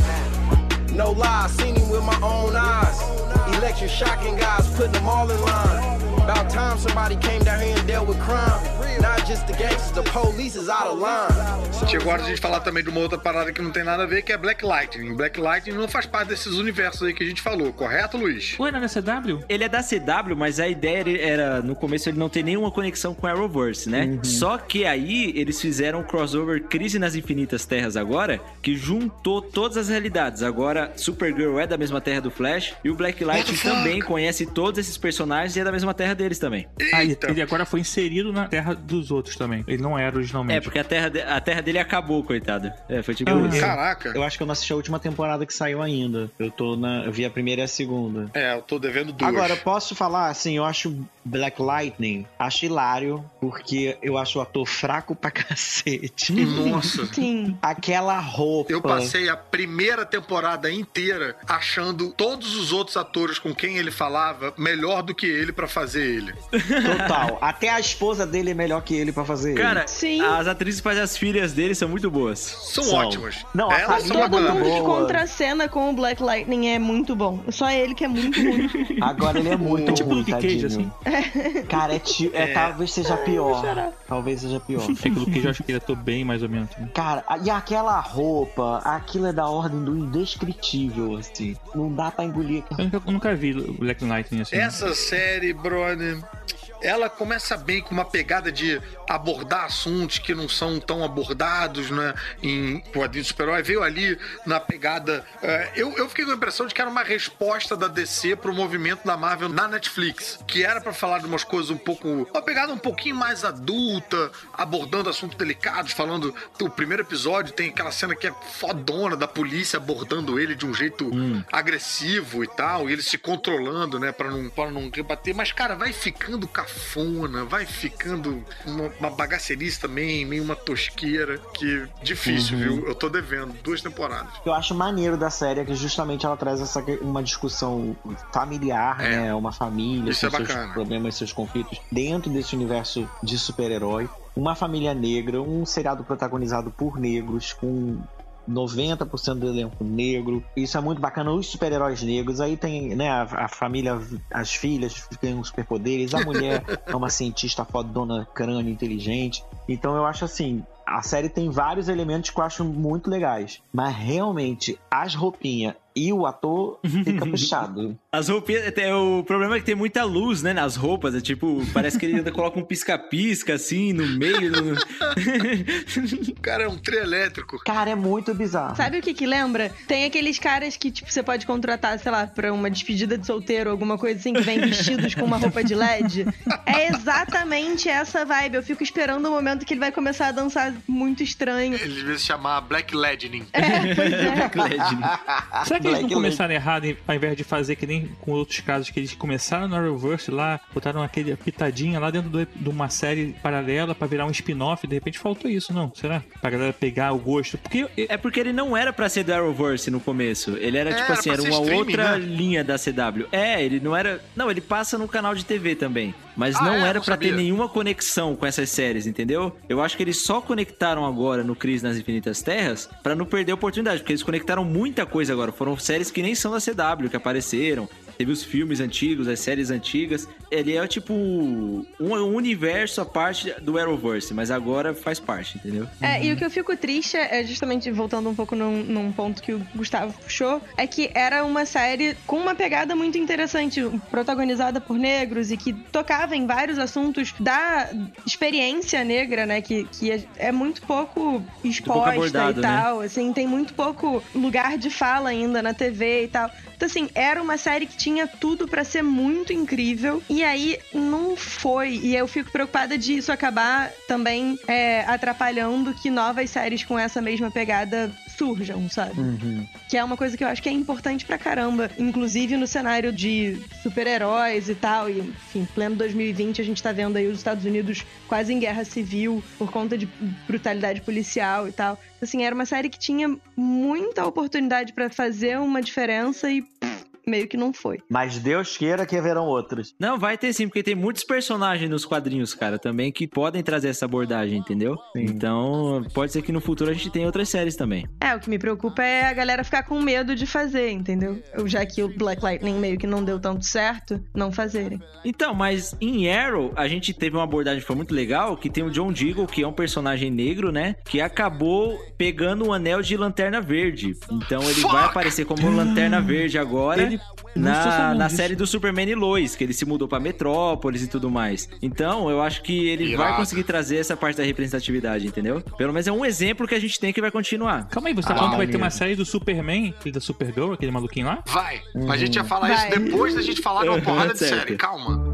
No lie, seen him with my own eyes. Electric shocking guys, putting them all in line. About time somebody came down here and dealt with crime. Not just the gangsters, the police is out of line. Chegou a hora de a gente falar também de uma outra parada que não tem nada a ver, que é Black Lightning. Black Lightning não faz parte desses universos aí que a gente falou, correto, Luiz? Ué, não é da CW? Ele é da CW, mas a ideia era, no começo, ele não ter nenhuma conexão com Arrowverse, né? Só que aí, eles fizeram um crossover Crise nas Infinitas Terras agora, que juntou todas as realidades. Agora, Supergirl é da mesma terra do Flash, e o Black Lightning também conhece todos esses personagens e é da mesma terra deles também. Ele agora foi inserido na terra dos outros também. Ele não era originalmente. É, porque a terra dele acabou, coitado. Foi tipo isso. Caraca. Eu acho que eu não assisti a última temporada que saiu ainda. Eu vi a primeira e a segunda. Eu tô devendo 2. Agora, posso falar, assim, eu acho Black Lightning, acho hilário, porque eu acho o ator fraco pra cacete. Nossa. Sim. Aquela roupa. Eu passei a primeira temporada inteira achando todos os outros atores com quem ele falava melhor do que ele pra fazer ele. Total. Até a esposa dele é melhor que ele pra fazer Cara, Sim. as atrizes que fazem as filhas dele são muito boas. São ótimas. Não, a Elas são família Todo bacanas. mundo que boa. contracena com o Black Lightning é muito bom. Só ele que é muito ruim. Agora ele é muito tipo ruim, Luke Cage, tadinho. Cara, talvez seja pior. Talvez seja pior. É que o Luke Cage eu acho que ele atua bem, mais ou menos. Né? Cara, e aquela roupa, aquilo é da ordem do indescritível, assim. Não dá pra engolir. Eu nunca vi o Black Lightning assim. Essa série, brother, ela começa bem com uma pegada de abordar assuntos que não são tão abordados, né, em quadrinhos de super-herói. Veio ali na pegada... eu fiquei com a impressão de que era uma resposta da DC pro movimento da Marvel na Netflix, que era pra falar de umas coisas um pouco... uma pegada um pouquinho mais adulta, abordando assuntos delicados, falando... O primeiro episódio tem aquela cena que é fodona da polícia abordando ele de um jeito agressivo e tal, e ele se controlando, né, pra não rebater. Mas, cara, vai ficando cafona, vai ficando uma bagacerice também, meio uma tosqueira, que difícil, viu? Eu tô devendo 2 temporadas. Eu acho maneiro da série é que justamente ela traz uma discussão familiar, né? Uma família, Isso com é seus bacana. problemas, seus conflitos, dentro desse universo de super-herói. Uma família negra, um seriado protagonizado por negros, com 90% do elenco negro. Isso é muito bacana. Os super-heróis negros, aí tem, né, a família, as filhas ganham superpoderes, a mulher é uma cientista fodona, crânio, inteligente. Então eu acho assim, a série tem vários elementos que eu acho muito legais, mas realmente as roupinhas e o ator fica puxado. As roupinhas, o problema é que tem muita luz, né, nas roupas, é tipo, parece que ele ainda coloca um pisca-pisca, assim, no meio. Cara, é um trio elétrico. Cara, é muito bizarro. Sabe o que lembra? Tem aqueles caras que, tipo, você pode contratar, sei lá, pra uma despedida de solteiro ou alguma coisa assim, que vem vestidos com uma roupa de LED. É exatamente essa vibe. Eu fico esperando o momento que ele vai começar a dançar muito estranho. Ele devia se chamar Black Lightning. Pois é. Black Lightning. Será que eles não Black começaram errado, ao invés de fazer que nem com outros casos, que eles começaram no Arrowverse lá, botaram aquele pitadinha lá dentro de uma série paralela pra virar um spin-off, de repente faltou isso, não? Será? Pra galera pegar o gosto. É porque ele não era pra ser do Arrowverse no começo. Ele era tipo assim, era uma outra linha da CW. Ele não era... Não, ele passa no canal de TV também. Mas não era pra ter nenhuma conexão com essas séries, entendeu? Eu acho que eles só conectaram agora no Crise nas Infinitas Terras pra não perder a oportunidade, porque eles conectaram muita coisa agora. Foram séries que nem são da CW, que apareceram. Teve os filmes antigos, as séries antigas. Ele é tipo um universo à parte do Arrowverse, mas agora faz parte, entendeu? E o que eu fico triste é justamente, voltando um pouco num ponto que o Gustavo puxou, é que era uma série com uma pegada muito interessante, protagonizada por negros e que tocava em vários assuntos da experiência negra, né? Que é muito pouco exposta abordado, e tal, né? Assim, tem muito pouco lugar de fala ainda na TV e tal. Então, assim, era uma série que tinha tudo pra ser muito incrível. E aí, não foi. E eu fico preocupada de isso acabar também atrapalhando que novas séries com essa mesma pegada surjam, sabe? Que é uma coisa que eu acho que é importante pra caramba. Inclusive no cenário de super-heróis e tal. E, enfim, pleno 2020, a gente tá vendo aí os Estados Unidos quase em guerra civil por conta de brutalidade policial e tal. Assim, era uma série que tinha muita oportunidade pra fazer uma diferença e meio que não foi. Mas Deus queira que haverão outros. Não, vai ter sim, porque tem muitos personagens nos quadrinhos, cara, também que podem trazer essa abordagem, entendeu? Sim. Então, pode ser que no futuro a gente tenha outras séries também. O que me preocupa é a galera ficar com medo de fazer, entendeu? Já que o Black Lightning meio que não deu tanto certo, não fazerem. Então, mas em Arrow, a gente teve uma abordagem que foi muito legal, que tem o John Diggle, que é um personagem negro, né? Que acabou pegando um anel de Lanterna Verde. Então ele vai aparecer como Lanterna Verde agora na série do Superman e Lois, que ele se mudou pra Metrópolis e tudo mais. Então, eu acho que ele vai conseguir trazer essa parte da representatividade, entendeu? Pelo menos é um exemplo que a gente tem que vai continuar. Calma aí, você tá falando que vai ter uma série do Superman, da Supergirl, aquele maluquinho lá? Vai. A gente ia falar isso depois da gente falar de uma porrada de série. Calma.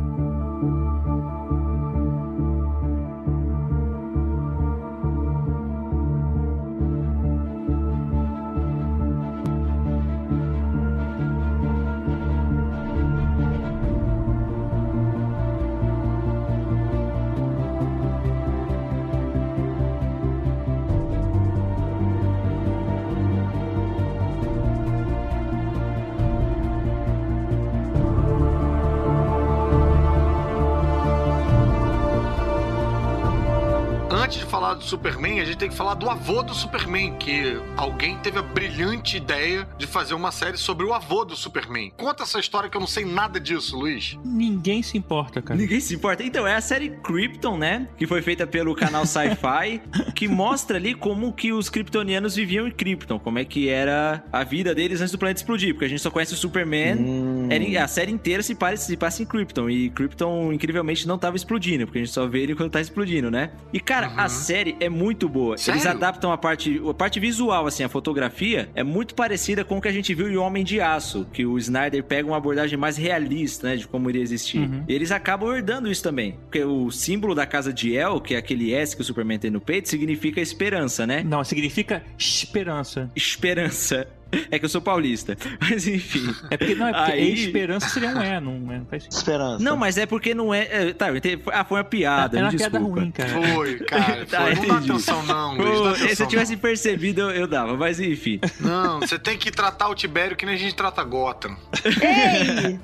Antes de falar do Superman, a gente tem que falar do avô do Superman, que alguém teve a brilhante ideia de fazer uma série sobre o avô do Superman. Conta essa história que eu não sei nada disso, Luiz. Ninguém se importa, cara. Ninguém se importa. Então, é a série Krypton, né? Que foi feita pelo canal Sci-Fi, que mostra ali como que os kryptonianos viviam em Krypton, como é que era a vida deles antes do planeta explodir, porque a gente só conhece o Superman, a série inteira se passa em Krypton, e Krypton, incrivelmente, não tava explodindo, porque a gente só vê ele quando tá explodindo, né? E, cara, a série é muito boa. Sério? Eles adaptam a parte visual, assim, a fotografia é muito parecida com o que a gente viu em Homem de Aço, que o Snyder pega uma abordagem mais realista, né, de como iria existir. E eles acabam herdando isso também, porque o símbolo da casa de El, que é aquele S que o Superman tem no peito, significa esperança, né? Não, significa esperança. Esperança. É que eu sou paulista. Mas enfim. É porque esperança seria um não faz sentido. Esperança. Não, mas é porque não é. Tá, eu entendi. Foi uma piada. Era me uma piada desculpa. ruim, cara. Foi, cara. Tá, Não dá entendi. atenção não, Luiz. Dá atenção, se eu tivesse percebido, eu dava. Mas enfim. Não, você tem que tratar o Tibério que nem a gente trata Gotham. Ei!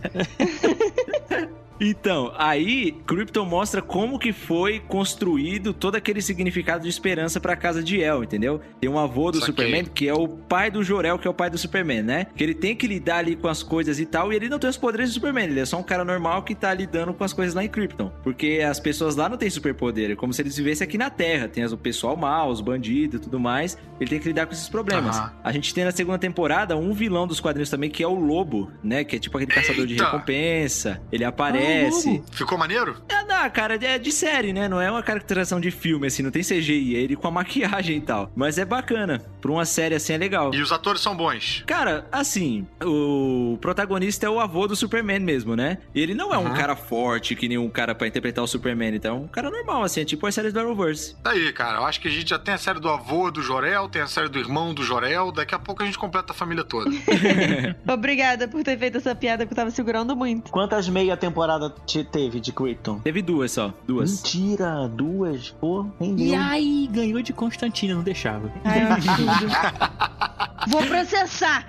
Então, aí, Krypton mostra como que foi construído todo aquele significado de esperança pra casa de El, entendeu? Tem um avô do Superman, que é o pai do Jor-El, que é o pai do Superman, né? Que ele tem que lidar ali com as coisas e tal, e ele não tem os poderes do Superman, ele é só um cara normal que tá lidando com as coisas lá em Krypton. Porque as pessoas lá não têm superpoder, é como se eles vivessem aqui na Terra, tem o pessoal mal, os bandidos e tudo mais, ele tem que lidar com esses problemas. A gente tem na segunda temporada um vilão dos quadrinhos também, que é o Lobo, né? Que é tipo aquele caçador de recompensa, ele aparece. Ficou maneiro? Não, cara, é de série, né? Não é uma caracterização de filme, assim, não tem CGI, é ele com a maquiagem e tal. Mas é bacana. Pra uma série assim é legal. E os atores são bons? Cara, assim, o protagonista é o avô do Superman mesmo, né? E ele não é um cara forte, que nem um cara pra interpretar o Superman, então é um cara normal, assim, é tipo as séries do Arrowverse. Tá aí, cara, eu acho que a gente já tem a série do avô do Jor-El, tem a série do irmão do Jor-El, daqui a pouco a gente completa a família toda. Obrigada por ter feito essa piada que eu tava segurando muito. Quantas meia temporada teve de Krypton? Teve duas só, duas. Mentira, duas? Pô, rendeu. E aí, ganhou de Constantino, não deixava. Ai, eu absurdo. Vou processar.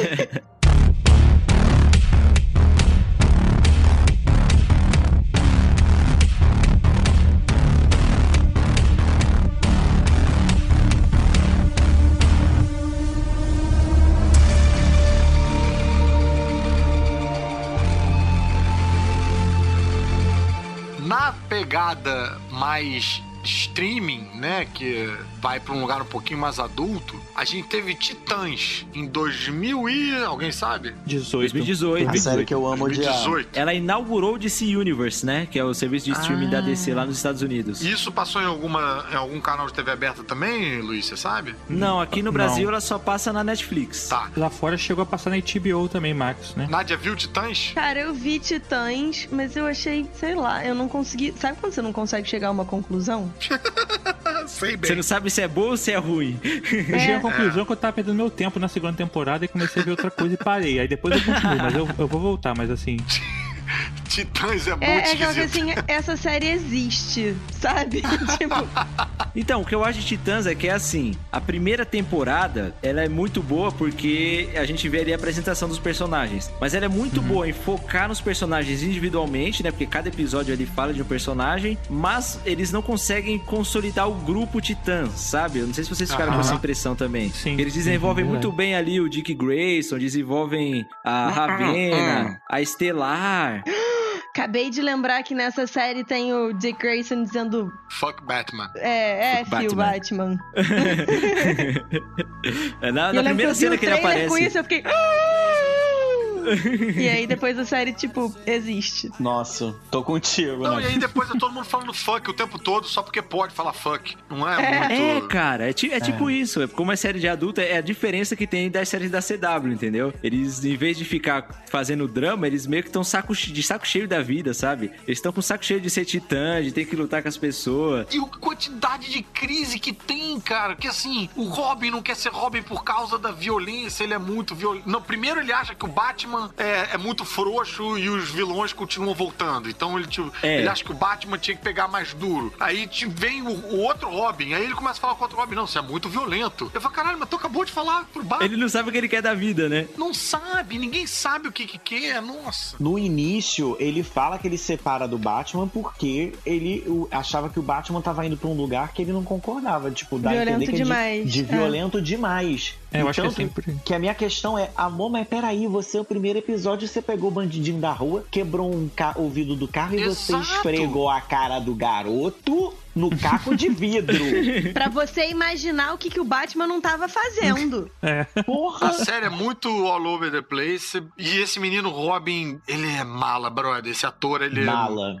Na pegada mais streaming, né, que vai pra um lugar um pouquinho mais adulto, a gente teve Titãs em 2000 e... alguém sabe? 2018. A série que eu amo odiar. 2018. Ela inaugurou o DC Universe, né? Que é o serviço de streaming da DC lá nos Estados Unidos. Isso passou em algum canal de TV aberta também, Luiz, você sabe? Não, aqui no Brasil ela só passa na Netflix. Tá. Lá fora chegou a passar na HBO também, Max, né? Nádia viu Titãs? Cara, eu vi Titãs, mas eu achei, sei lá, eu não consegui... Sabe quando você não consegue chegar a uma conclusão? Sei bem. Você não sabe se é bom ou se é ruim. Eu cheguei à conclusão que eu tava perdendo meu tempo na segunda temporada e comecei a ver outra coisa e parei. Aí depois eu continuo, mas eu vou voltar, mas assim... Titãs é muito É aquela coisa esquisito. assim, essa série existe, sabe? Tipo, Então, o que eu acho de Titãs é que é assim, a primeira temporada, ela é muito boa porque a gente vê ali a apresentação dos personagens, mas ela é muito boa em focar nos personagens individualmente, né, porque cada episódio ali fala de um personagem, mas eles não conseguem consolidar o grupo Titãs, sabe? Eu não sei se vocês ficaram com essa impressão também. Sim, Eles desenvolvem sim, muito bem ali o Dick Grayson, desenvolvem a Ravenna, a Estelar... acabei de lembrar que nessa série tem o Dick Grayson dizendo Fuck Batman. Phil Batman. Na E eu lembro primeira eu vi cena o que ele trailer aparece... com isso, eu fiquei... E aí depois a série, tipo, existe. Nossa, tô contigo, Não, né? e aí depois é todo mundo falando fuck o tempo todo só porque pode falar fuck. Não é muito... cara, tipo isso. Como é série de adulto, é a diferença que tem das séries da CW, entendeu? Eles, em vez de ficar fazendo drama, eles meio que estão de saco cheio da vida, sabe? Eles estão com saco cheio de ser titã, de ter que lutar com as pessoas. E a quantidade de crise que tem, cara. Que assim, o Robin não quer ser Robin por causa da violência, ele é muito violento. Não, primeiro ele acha que o Batman é muito frouxo e os vilões continuam voltando. Então ele acha que o Batman tinha que pegar mais duro. Aí vem o outro Robin, aí ele começa a falar com o outro Robin, não, você é muito violento. Eu falo, caralho, mas tu acabou de falar pro Batman. Ele não sabe o que ele quer da vida, né? Não sabe, ninguém sabe o que quer, nossa. No início, ele fala que ele separa do Batman porque ele achava que o Batman tava indo pra um lugar que ele não concordava. Tipo, dá a Violento entender que demais. de violento demais. Eu acho que é Tanto sempre... que a minha questão é, amor, mas peraí, você, o primeiro episódio, você pegou o bandidinho da rua, quebrou o vidro do carro e você Exato. esfregou a cara do garoto no caco de vidro. Pra você imaginar o que o Batman não tava fazendo. Porra! A série é muito all over the place. E esse menino Robin, ele é mala, brother. Esse ator, ele Mala.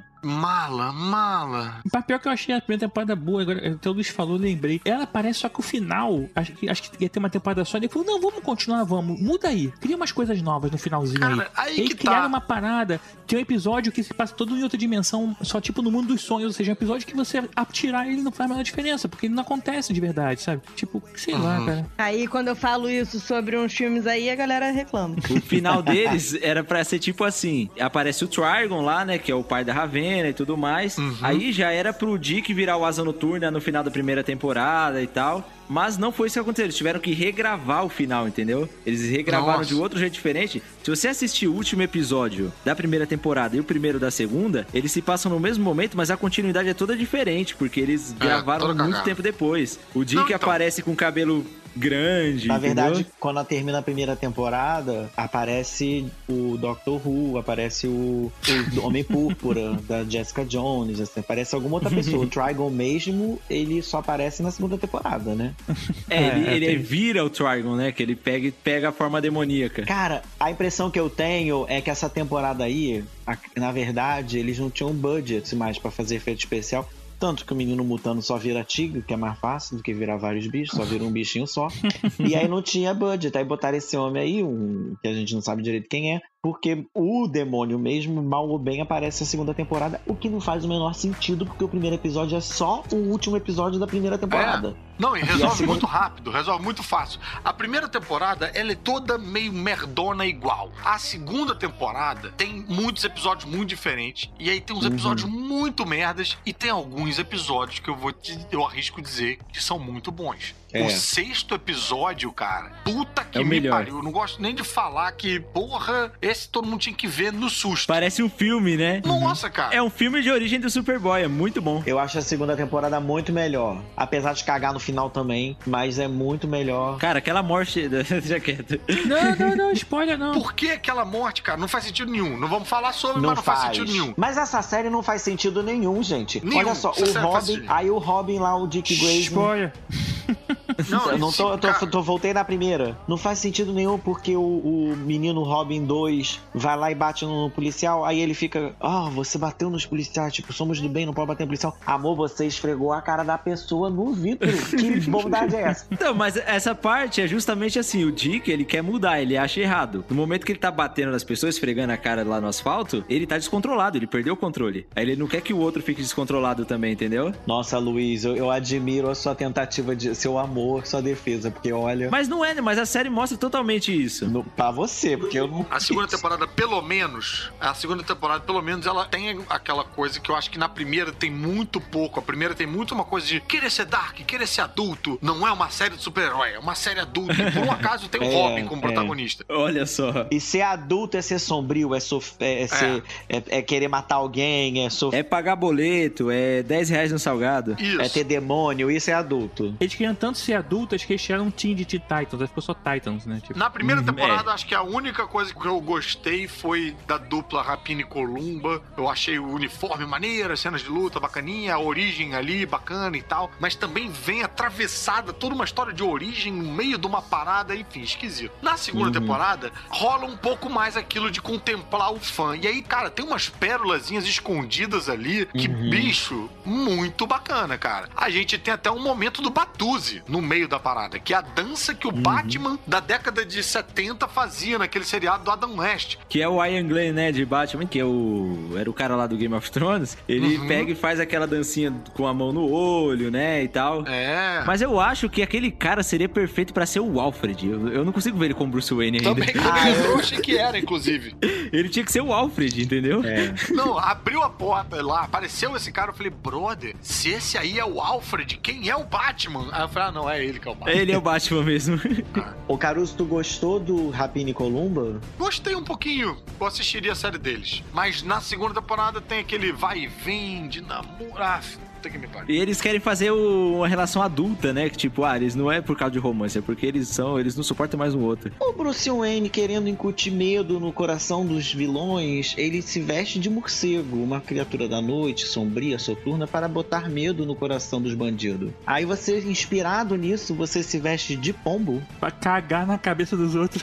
Mala. O pior que eu achei a primeira temporada boa, agora até o Luiz falou, lembrei. Ela parece só que o final, acho que ia ter uma temporada só, e ele falou, não, vamos continuar, vamos, muda aí. Cria umas coisas novas no finalzinho. Cara, aí Eles que criaram tá. uma parada, tem um episódio que se passa todo em outra dimensão, só tipo no mundo dos sonhos, ou seja, um episódio que você tirar ele não faz a menor diferença, porque ele não acontece de verdade, sabe? Tipo, sei lá, cara. Aí quando eu falo isso sobre uns filmes aí, a galera reclama. O final deles era pra ser tipo assim, aparece o Trigon lá, né, que é o pai da Ravenna e tudo mais. Aí já era pro Dick virar o Asa Noturna no final da primeira temporada e tal. Mas não foi isso que aconteceu, eles tiveram que regravar o final, entendeu? Eles regravaram Nossa. de outro jeito diferente. Se você assistir o último episódio da primeira temporada e o primeiro da segunda, eles se passam no mesmo momento, mas a continuidade é toda diferente, porque eles gravaram toda muito cagada. tempo depois. O Dick Não, então. aparece com cabelo grande, Na verdade, entendeu? quando termina a primeira temporada, aparece o Doctor Who, aparece o Homem Púrpura, da Jessica Jones, assim, aparece alguma outra pessoa. O Trigon mesmo, ele só aparece na segunda temporada, né? Ele vira o Trigon, né? Que ele pega a forma demoníaca. Cara, a impressão que eu tenho é que essa temporada aí, na verdade, eles não tinham budget mais pra fazer efeito especial. Tanto que o menino mutando só vira tigre, que é mais fácil do que virar vários bichos, só vira um bichinho só. E aí não tinha budget. Aí botaram esse homem aí, que a gente não sabe direito quem é, porque o demônio mesmo, mal ou bem, aparece na segunda temporada, o que não faz o menor sentido, porque o primeiro episódio é só o último episódio da primeira temporada. Não, e resolve muito rápido, resolve muito fácil. A primeira temporada, ela é toda meio merdona igual. A segunda temporada tem muitos episódios muito diferentes. E aí tem uns episódios muito merdas. E tem alguns episódios que eu arrisco dizer que são muito bons. O sexto episódio, cara, puta que o me melhor. pariu. Eu não gosto nem de falar que, porra, esse todo mundo tinha que ver no susto. Parece um filme, né? Nossa, cara. É um filme de origem do Superboy, é muito bom. Eu acho a segunda temporada muito melhor. Apesar de cagar no final também, mas é muito melhor. Cara, aquela morte... Deixa quieto. Não, spoiler não. Por que aquela morte, cara? Não faz sentido nenhum. Não vamos falar sobre, Não mas não faz sentido nenhum. Mas essa série não faz sentido nenhum, gente. Nenhum. Olha só, Essa série não faz Robin, sentido. aí o Robin lá, o Dick Grayson. Spoiler. Eu não tô, cara, voltei na primeira. Não faz sentido nenhum porque o menino Robin 2 vai lá e bate no policial, aí ele fica, você bateu nos policiais, tipo, somos do bem, não pode bater no policial. Amor, você esfregou a cara da pessoa no vidro. Que bondade é essa? Então, mas essa parte é justamente assim, o Dick, ele quer mudar, ele acha errado. No momento que ele tá batendo nas pessoas, esfregando a cara lá no asfalto, ele tá descontrolado, ele perdeu o controle. Aí ele não quer que o outro fique descontrolado também, entendeu? Nossa, Luiz, eu admiro a sua tentativa de seu amor amor, sua defesa, porque olha... Mas não é, né? Mas a série mostra totalmente isso. Pra você, porque eu não... A segunda temporada, pelo menos, ela tem aquela coisa que eu acho que na primeira tem muito pouco. A primeira tem muito uma coisa de querer ser dark, querer ser adulto. Não é uma série de super-herói, é uma série adulta. E por um acaso tem o Robin como protagonista. Olha só. E ser adulto é ser sombrio, é querer matar alguém, é pagar boleto, é R$10 no salgado. Isso. É ter demônio, isso é adulto. Eles queriam tanto ser adultos que eles tiraram um team de Titans, aí ficou só Titans, né? Tipo... Na primeira temporada, acho que a única coisa que eu gostei foi da dupla Rapina e Columba. Eu achei o uniforme maneiro, as cenas de luta bacaninha, a origem ali bacana e tal. Mas também vem atravessada toda uma história de origem no meio de uma parada, enfim, esquisito. Na segunda temporada, rola um pouco mais aquilo de contemplar o fã. E aí, cara, tem umas pérolazinhas escondidas ali que, bicho, muito bacana, cara. A gente tem até um momento do Batuzi no meio da parada, que é a dança que o Batman da década de 70 fazia naquele seriado do Adam West. Que é o Ian Glenn, né, de Batman, que era o cara lá do Game of Thrones. Ele pega e faz aquela dancinha com a mão no olho, né, e tal. É. Mas eu acho que aquele cara seria perfeito pra ser o Alfred. Eu não consigo ver ele como Bruce Wayne ainda. Também, eu achei que era, inclusive. Ele tinha que ser o Alfred, entendeu? Não, abriu a porta lá, apareceu esse cara, eu falei, brother, se esse aí é o Alfred, quem é o Batman? Aí eu falei, não, é ele que é o Batman. Ele é o Batman mesmo. Ô, Caruso, tu gostou do Rapina e Columba? Gostei um pouquinho, eu assistiria a série deles. Mas na segunda temporada tem aquele vai e vem de namoro. Que me pare. E eles querem fazer uma relação adulta, né? Que tipo, eles não é por causa de romance, é porque eles não suportam mais um outro. O Bruce Wayne, querendo incutir medo no coração dos vilões, ele se veste de morcego, uma criatura da noite, sombria, soturna, para botar medo no coração dos bandidos. Aí você, inspirado nisso, você se veste de pombo. Pra cagar na cabeça dos outros.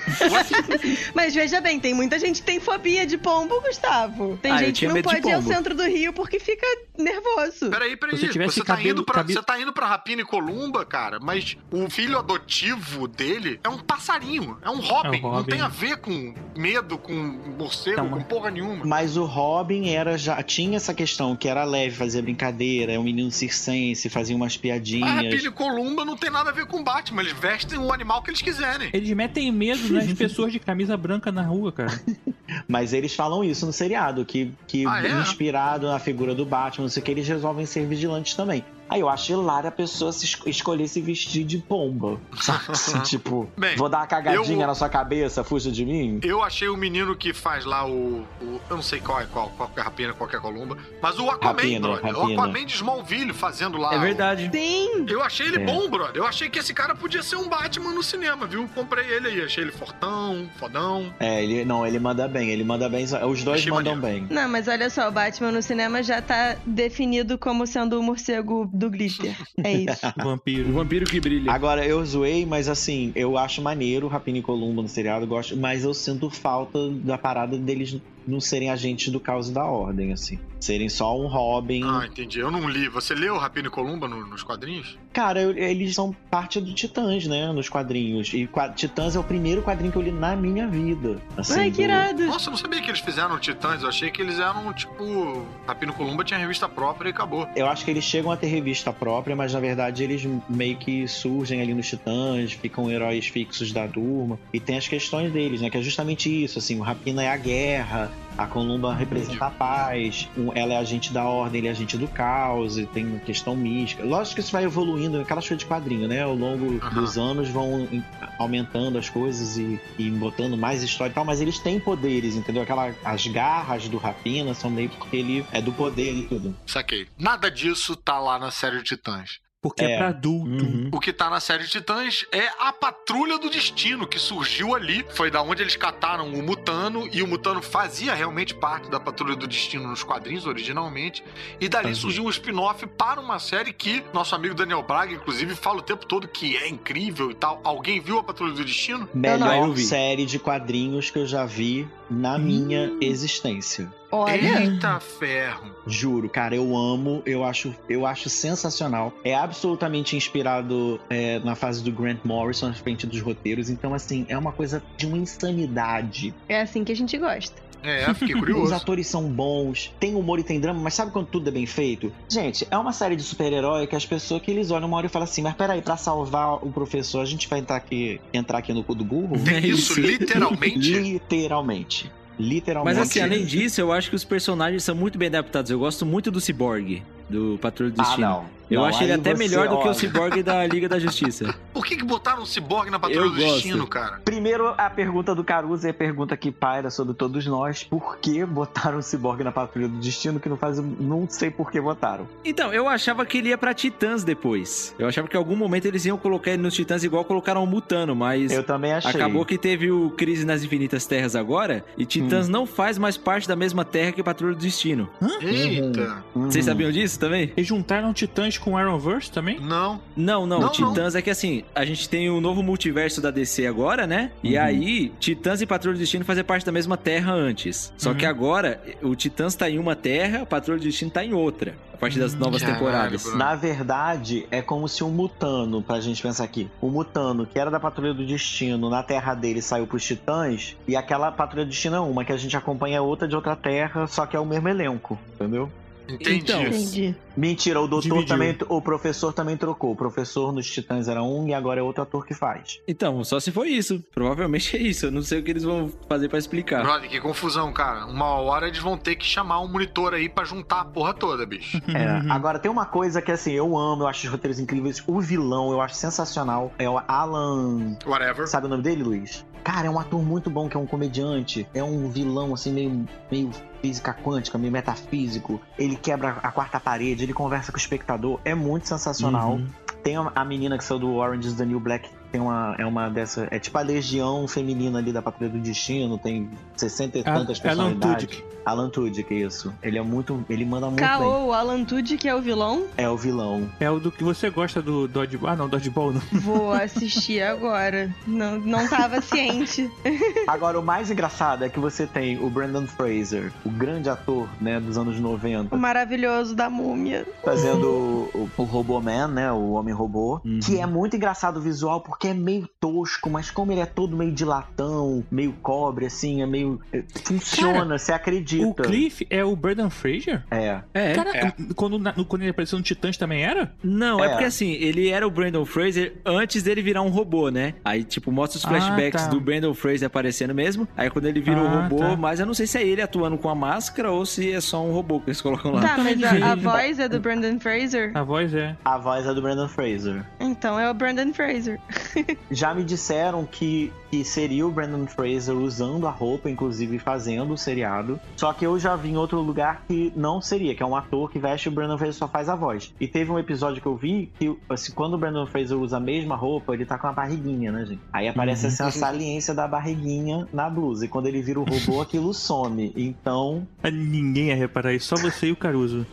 Mas veja bem, tem muita gente que tem fobia de pombo, Gustavo. Tem gente que não pode ir ao centro do Rio porque fica nervoso. Peraí. Você tá indo pra Rapina e Columba, cara, mas o filho adotivo dele é um passarinho, é um Robin. Não tem a ver com medo, com morcego, com porra nenhuma. Mas o Robin já tinha essa questão, que era leve, fazia brincadeira, é um menino circense, fazia umas piadinhas. A Rapina e Columba não tem nada a ver com Batman, eles vestem o animal que eles quiserem. Eles metem medo nas pessoas de camisa branca na rua, cara. Mas eles falam isso no seriado, que inspirado na figura do Batman, não sei o que, eles resolvem ser vigilantes também. Aí eu acho hilário a pessoa escolher se vestir de pomba. Sabe? Assim, tipo, vou dar uma cagadinha na sua cabeça, fuja de mim. Eu achei o menino que faz lá eu não sei qual é a Rapina, qual é a Columba, mas o Aquaman, brother. O Aquaman de Smallville fazendo lá. É verdade. Sim. Eu achei ele bom, brother. Eu achei que esse cara podia ser um Batman no cinema, viu? Comprei ele aí. Achei ele fortão, fodão. Ele manda bem. Os dois mandam bem. Não, mas olha só, o Batman no cinema já tá definido como sendo o morcego do glitter. É isso. O vampiro que brilha. Agora, eu zoei, mas assim, eu acho maneiro Rapina e Columba no seriado, gosto, mas eu sinto falta da parada deles não serem agentes do caos e da ordem, assim. Serem só um Robin. Ah, entendi. Eu não li. Você leu Rapina e Columba nos quadrinhos? Cara, eles são parte do Titãs, né? Nos quadrinhos. E Titãs é o primeiro quadrinho que eu li na minha vida. Assim, ai, que irado. Nossa, eu não sabia que eles fizeram Titãs. Eu achei que eles eram, tipo... Rapina e Columba tinha revista própria e acabou. Eu acho que eles chegam a ter revista própria, mas na verdade eles meio que surgem ali nos Titãs, ficam heróis fixos da turma. E tem as questões deles, né? Que é justamente isso, assim. O Rapina é a guerra, a Columba representa a paz, ela é agente da ordem, ele é agente do caos, e tem uma questão mística. Lógico que isso vai evoluindo, aquela coisa de quadrinho, né? Ao longo dos anos vão aumentando as coisas e botando mais história e tal, mas eles têm poderes, entendeu? As garras do Rapina são meio porque ele é do poder e tudo. Saquei. Nada disso tá lá na série de Titãs. Porque é pra adulto. O que tá na série Titãs é a Patrulha do Destino, que surgiu ali. Foi da onde eles cataram o Mutano, e o Mutano fazia realmente parte da Patrulha do Destino nos quadrinhos, originalmente. E dali surgiu um spin-off para uma série que nosso amigo Daniel Braga, inclusive, fala o tempo todo que é incrível e tal. Alguém viu a Patrulha do Destino? Melhor série de quadrinhos que eu já vi na minha existência. Olha. Eita ferro. Juro, cara, eu amo, eu acho sensacional. É absolutamente inspirado na fase do Grant Morrison, na frente dos roteiros. Então, assim, é uma coisa de uma insanidade. É assim que a gente gosta. Fiquei Os curioso. atores são bons, tem humor e tem drama, mas sabe quando tudo é bem feito? Gente, é uma série de super-herói que as pessoas que eles olham uma hora e falam assim, mas peraí, pra salvar o professor, a gente vai entrar aqui no cu do burro? Tem isso, literalmente? Literalmente. Mas assim, além disso, eu acho que os personagens são muito bem adaptados. Eu gosto muito do Cyborg, do Patrulha do Destino. Não. Eu Não, acho ele aí até você melhor do que o olha. Cyborg da Liga da Justiça. Por que botaram um ciborgue na Patrulha do Destino, cara? Primeiro, a pergunta do Caruso é a pergunta que paira sobre todos nós. Por que botaram o Cyborg na Patrulha do Destino? Que não sei por que botaram. Então, eu achava que ele ia pra Titãs depois. Eu achava que em algum momento eles iam colocar ele nos Titãs igual colocaram o Mutano, mas... Eu também achei. Acabou que teve o Crise nas Infinitas Terras agora, e Titãs não faz mais parte da mesma terra que Patrulha do Destino. Eita. Vocês sabiam disso também? Eles juntaram Titãs com Arrowverse também? Não. Não. Titãs é que assim, a gente tem o novo multiverso da DC agora, né? E aí, Titãs e Patrulha do Destino fazem parte da mesma terra antes. Só que agora, o Titãs tá em uma terra, a Patrulha do Destino tá em outra. A partir das novas temporadas. Bro. Na verdade, é como se um Mutano, pra gente pensar aqui, o Mutano, que era da Patrulha do Destino, na terra dele saiu pros Titãs, e aquela Patrulha do Destino é uma, que a gente acompanha outra de outra terra, só que é o mesmo elenco, entendeu? Entendi. Então, Entendi. Mentira, o doutor Dividiu. também, o professor também trocou. O professor nos Titãs era um e agora é outro ator que faz. Então, só se for isso. Provavelmente é isso. Eu não sei o que eles vão fazer pra explicar. Brother, que confusão, cara. Uma hora eles vão ter que chamar um monitor aí pra juntar a porra toda, bicho. Agora tem uma coisa que assim, eu amo, eu acho os roteiros incríveis. O vilão eu acho sensacional. É o Alan. Whatever. Sabe o nome dele, Luiz? Cara, é um ator muito bom, que é um comediante. É um vilão, assim, meio física quântica, meio metafísico. Ele quebra a quarta parede, ele conversa com o espectador. É muito sensacional. Tem a menina que saiu do Orange is the New Black, é uma dessa... É tipo a legião feminina ali da Patrulha do Destino, tem 60 e tantas personalidades. Alan Tudyk, isso. Ele manda muito bem. O Alan Tudyk é o vilão? É o vilão. É o do que você gosta do Dodgeball. Ah, não, Dodgeball não. Vou assistir agora. Não tava ciente. Agora, o mais engraçado é que você tem o Brendan Fraser, o grande ator, né, dos anos 90. O maravilhoso da múmia. Fazendo o Roboman, né, o Homem-Robô. Que é muito engraçado o visual, porque é meio tosco, mas como ele é todo meio de latão, meio cobre, assim, é meio... Funciona, cara, você acredita. O Cliff é o Brendan Fraser? Cara, quando ele apareceu no Titãs também era? Não, é porque assim, ele era o Brendan Fraser antes dele virar um robô, né? Aí, tipo, mostra os flashbacks do Brendan Fraser aparecendo mesmo. Aí quando ele vira o robô, mas eu não sei se é ele atuando com a máscara ou se é só um robô que eles colocam lá. Tá, mas a voz é do Brendan Fraser? A voz é. A voz é do Brendan Fraser. Então é o Brendan Fraser. Já me disseram que seria o Brendan Fraser usando a roupa, inclusive fazendo o seriado. Só que eu já vi em outro lugar que não seria, que é um ator que veste o Brendan Fraser só faz a voz. E teve um episódio que eu vi que, assim, quando o Brendan Fraser usa a mesma roupa, ele tá com uma barriguinha, né, gente? Aí aparece assim, a saliência da barriguinha na blusa. E quando ele vira o robô, aquilo some. Então... Ninguém ia reparar isso, só você e o Caruso.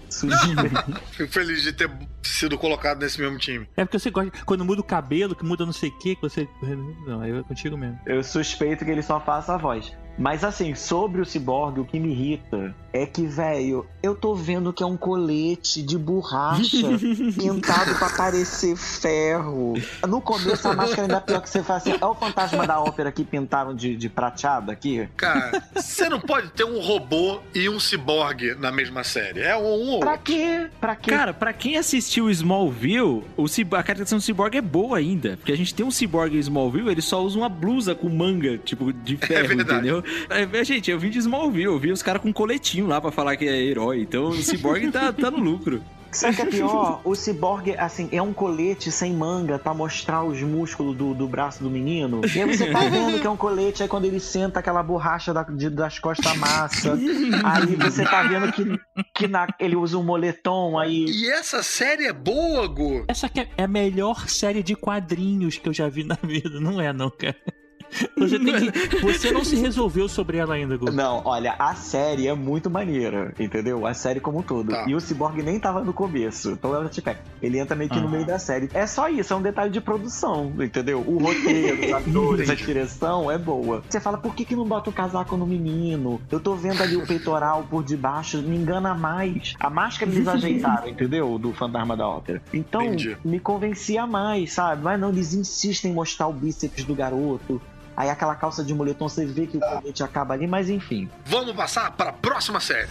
Fico feliz de ter sido colocado nesse mesmo time. É porque você gosta... Quando muda o cabelo, que muda não sei o que você... Não, aí é contigo mesmo. Eu suspeito que ele só faça a voz. Mas assim, sobre o Cyborg, o que me irrita é que, velho, eu tô vendo que é um colete de borracha pintado pra parecer ferro. No começo a máscara ainda é pior, que você faz assim, é o Fantasma da Ópera que pintaram de prateado aqui? Cara, você não pode ter um robô e um ciborgue na mesma série. É um ou outro. Pra quê? Cara, pra quem assistiu Smallville, a caracterização do Cyborg é boa ainda. Porque a gente tem um Cyborg em Smallville, ele só usa uma blusa com manga, tipo, de ferro, entendeu? Gente, eu vim de Smallville, eu vi os caras com coletinho lá pra falar que é herói. Então o Cyborg tá no lucro. Sabe o que é pior? O Cyborg, assim, é um colete sem manga pra mostrar os músculos do braço do menino. E aí você tá vendo que é um colete, aí quando ele senta, aquela borracha das costas amassa. Aí você tá vendo que ele usa um moletom, aí... E essa série é boa, Gu? Essa aqui é a melhor série de quadrinhos que eu já vi na vida. Não é, não, cara. Você não se resolveu sobre ela ainda, Gu. Não, olha, a série é muito maneira, entendeu? A série como um todo. Tá. E o Cyborg nem tava no começo. Então ela te pega. Ele entra meio que no meio da série. É só isso, é um detalhe de produção, entendeu? O roteiro, os atores, a direção é boa. Você fala, por que não bota o casaco no menino? Eu tô vendo ali o peitoral por debaixo, me engana mais. A máscara eles ajeitaram, entendeu? Do Fantasma da Ópera. Então, me convencia mais, sabe? Mas não, eles insistem em mostrar o bíceps do garoto. Aí aquela calça de moletom, você vê que o colete acaba ali, mas enfim. Vamos passar para a próxima série.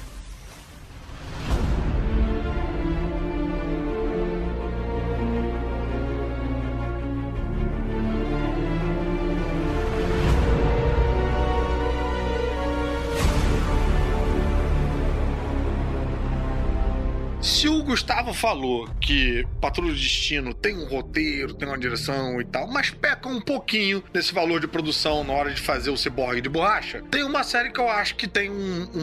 Se o Gustavo falou que Patrulha do Destino tem um roteiro, tem uma direção e tal, mas peca um pouquinho nesse valor de produção na hora de fazer o Cyborg de borracha, tem uma série que eu acho que tem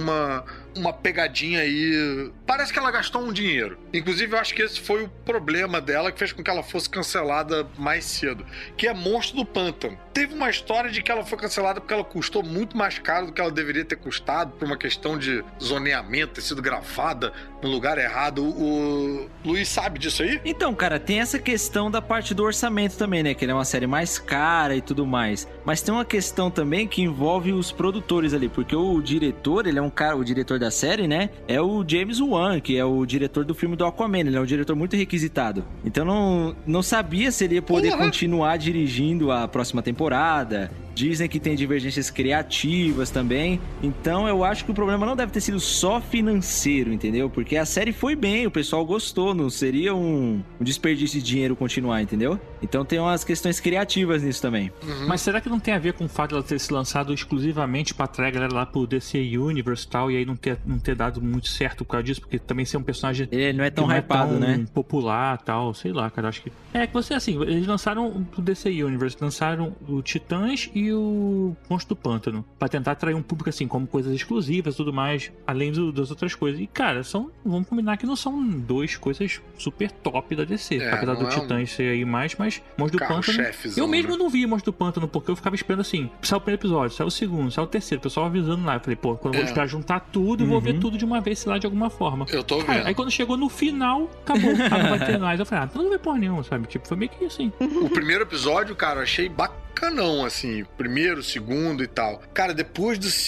uma pegadinha aí. Parece que ela gastou um dinheiro. Inclusive, eu acho que esse foi o problema dela que fez com que ela fosse cancelada mais cedo, que é Monstro do Pântano. Teve uma história de que ela foi cancelada porque ela custou muito mais caro do que ela deveria ter custado, por uma questão de zoneamento, ter sido gravada no lugar errado. O Luiz sabe disso aí? Então, cara, tem essa questão da parte do orçamento também, né? Que ele é uma série mais cara e tudo mais. Mas tem uma questão também que envolve os produtores ali, porque o diretor, ele é um cara, o diretor da série, né? É o James Wan, que é o diretor do filme do Aquaman. Ele é um diretor muito requisitado. Então não sabia se ele ia poder continuar dirigindo a próxima temporada. Dizem que tem divergências criativas também. Então eu acho que o problema não deve ter sido só financeiro, entendeu? Porque a série foi bem, o pessoal gostou. Não seria um desperdício de dinheiro continuar, entendeu? Então tem umas questões criativas nisso também. Mas será que não tem a ver com o fato de ela ter se lançado exclusivamente pra atrair a galera lá pro DC Universe e tal, e aí não ter dado muito certo por causa disso? Porque também ser um personagem... Ele não é tão hypado, né? Popular e tal, sei lá, cara. Acho que... É que você, assim, eles lançaram o DC Universe, lançaram o Titãs e o Monstro do Pântano, pra tentar atrair um público, assim, como coisas exclusivas e tudo mais, além das outras coisas. E, cara, vamos combinar que não são duas coisas super top da DC. Apesar do Titãs ser aí mais, mas Monstro do Pântano... Eu mesmo não vi Monstro do Pântano, porque eu ficava esperando, assim, saiu o primeiro episódio, saiu o segundo, saiu o terceiro, o pessoal avisando lá. Eu falei, pô, quando eu vou esperar juntar tudo, vou ver tudo de uma vez, sei lá, de alguma forma. Eu tô vendo. Aí quando chegou no final, acabou. Não vai ter mais. Eu falei, então não vai porra nenhuma, sabe? Tipo, foi meio que assim. O primeiro episódio, cara, eu achei bacanão, assim. Primeiro, segundo e tal. Cara, depois do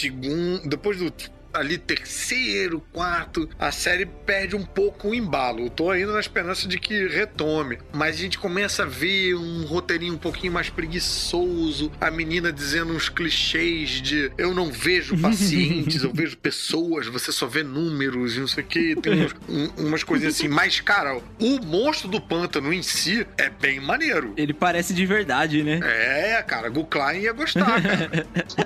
ali terceiro, quarto, a série perde um pouco o embalo. Eu tô ainda na esperança de que retome, mas a gente começa a ver um roteirinho um pouquinho mais preguiçoso, a menina dizendo uns clichês de eu não vejo pacientes, eu vejo pessoas, você só vê números e não sei o que, tem umas coisinhas assim. Mas, cara, o Monstro do Pântano em si é bem maneiro. Ele parece de verdade, né? É, cara, Gu Klein ia gostar, cara.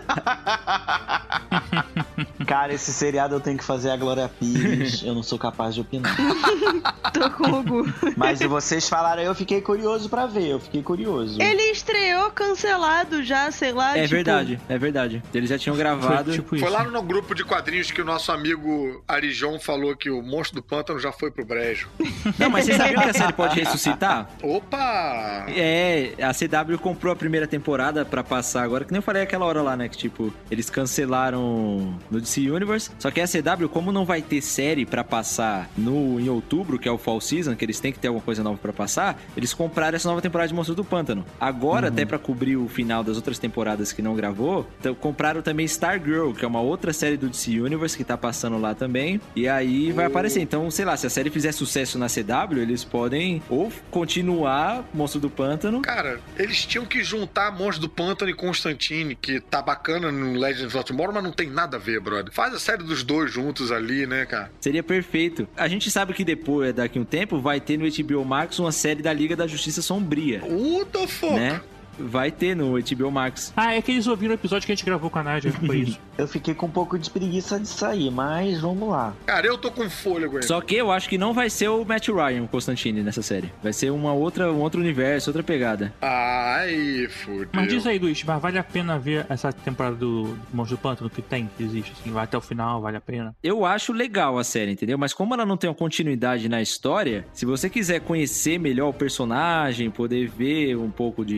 Cara, esse seriado eu tenho que fazer a Glória Pires. Eu não sou capaz de opinar. Tô com o Gu. Mas se vocês falaram, eu fiquei curioso pra ver. Eu fiquei curioso. Ele estreou cancelado já, sei lá. É verdade. Eles já tinham gravado. Foi lá no grupo de quadrinhos que o nosso amigo Arijon falou que o Monstro do Pântano já foi pro brejo. Não, mas vocês sabiam que a série pode ressuscitar? Opa! É, a CW comprou a primeira temporada pra passar agora, que nem eu falei aquela hora lá, né? Que tipo, eles cancelaram no DC Universe. Só que a CW, como não vai ter série pra passar em outubro, que é o Fall Season, que eles têm que ter alguma coisa nova pra passar, eles compraram essa nova temporada de Monstro do Pântano. Agora, até pra cobrir o final das outras temporadas que não gravou, então, compraram também Stargirl, que é uma outra série do DC Universe que tá passando lá também. E aí vai aparecer. Então, sei lá, se a série fizer sucesso na CW, eles podem ou continuar Monstro do Pântano. Cara, eles tinham que juntar Monstro do Pântano e Constantine, que tá bacana no Legends of Tomorrow, mas não tem nada a ver, brother. Faz a série dos dois juntos ali, né, cara? Seria perfeito. A gente sabe que depois, daqui a um tempo, vai ter no HBO Max uma série da Liga da Justiça Sombria. What the fuck? Né? Vai ter no HBO Max. É que eles ouviram o episódio que a gente gravou com a Nádia, foi isso. Eu fiquei com um pouco de preguiça de sair, mas vamos lá. Cara, eu tô com fôlego aí. Só que eu acho que não vai ser o Matt Ryan, o Constantine, nessa série. Vai ser um outro universo, outra pegada. Ai, fudeu. Mas diz aí, Luiz, mas vale a pena ver essa temporada do Monstro do Pântano que existe, assim, vai até o final, vale a pena? Eu acho legal a série, entendeu? Mas como ela não tem uma continuidade na história, se você quiser conhecer melhor o personagem, poder ver um pouco do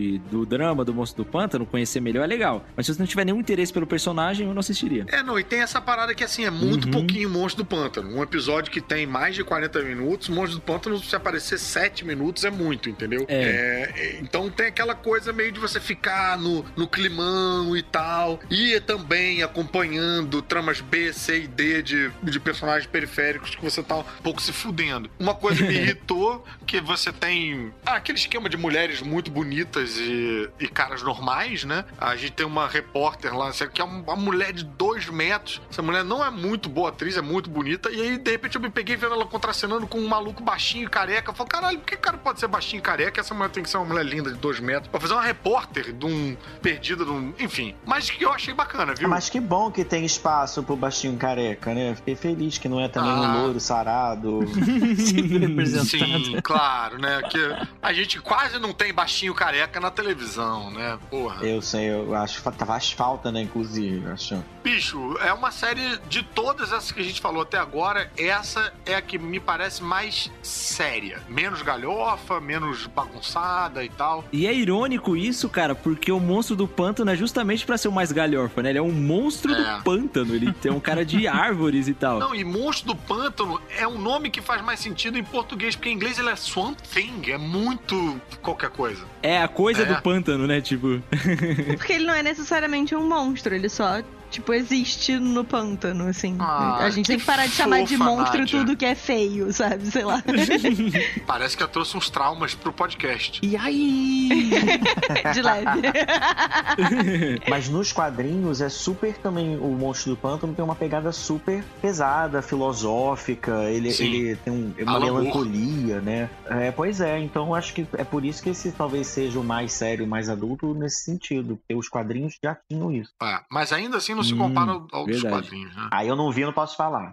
drama do Monstro do Pântano, conhecer melhor é legal. Mas se você não tiver nenhum interesse pelo personagem, eu não assistiria. Não, e tem essa parada que, assim, é muito pouquinho Monstro do Pântano. Um episódio que tem mais de 40 minutos, Monstro do Pântano, se aparecer 7 minutos, é muito, entendeu? Então tem aquela coisa meio de você ficar no climão e tal, e também acompanhando tramas B, C e D de personagens periféricos que você tá um pouco se fudendo. Uma coisa que me irritou, que você tem aquele esquema de mulheres muito bonitas e caras normais, né? A gente tem uma repórter lá, que é uma mulher de 2 metros. Essa mulher não é muito boa atriz, é muito bonita, e aí, de repente, eu me peguei vendo ela contracenando com um maluco baixinho e careca. Eu falei, caralho, por que o cara pode ser baixinho e careca? Essa mulher tem que ser uma mulher linda de 2 metros. Pra fazer uma repórter perdida de um... Enfim, mas que eu achei bacana, viu? Mas que bom que tem espaço pro baixinho careca, né? Fiquei feliz que não é também um louro sarado. Sim, claro, né? Que a gente quase não tem baixinho careca na televisão, né? Porra. Eu sei, eu acho que faz falta, né? Inclusive, acho. Bicho, é uma série de todas essas que a gente falou até agora, essa é a que me parece mais séria. Menos galhofa, menos bagunçada e tal. E é irônico isso, cara, porque o Monstro do Pântano é justamente pra ser o mais galhofa, né? Ele é um monstro do pântano, ele tem um cara de árvores e tal. Não, e Monstro do Pântano é um nome que faz mais sentido em português, porque em inglês ele é Swamp Thing, é muito qualquer coisa. É a coisa do pântano, né? Tipo... Porque ele não é necessariamente um monstro, ele só... Tipo, existe no pântano, assim. A gente tem que parar de chamar de monstro Nádia. Tudo que é feio, sabe? Sei lá. Parece que eu trouxe uns traumas pro podcast. E aí? De leve. Mas nos quadrinhos é super também... O Monstro do Pântano tem uma pegada super pesada, filosófica. Ele tem uma melancolia, né? Pois é, então acho que é por isso que esse talvez seja o mais sério, mais adulto nesse sentido. Porque os quadrinhos já tinham isso. Mas ainda assim não se compara ao dos quadrinhos, né? Aí eu não vi, não posso falar.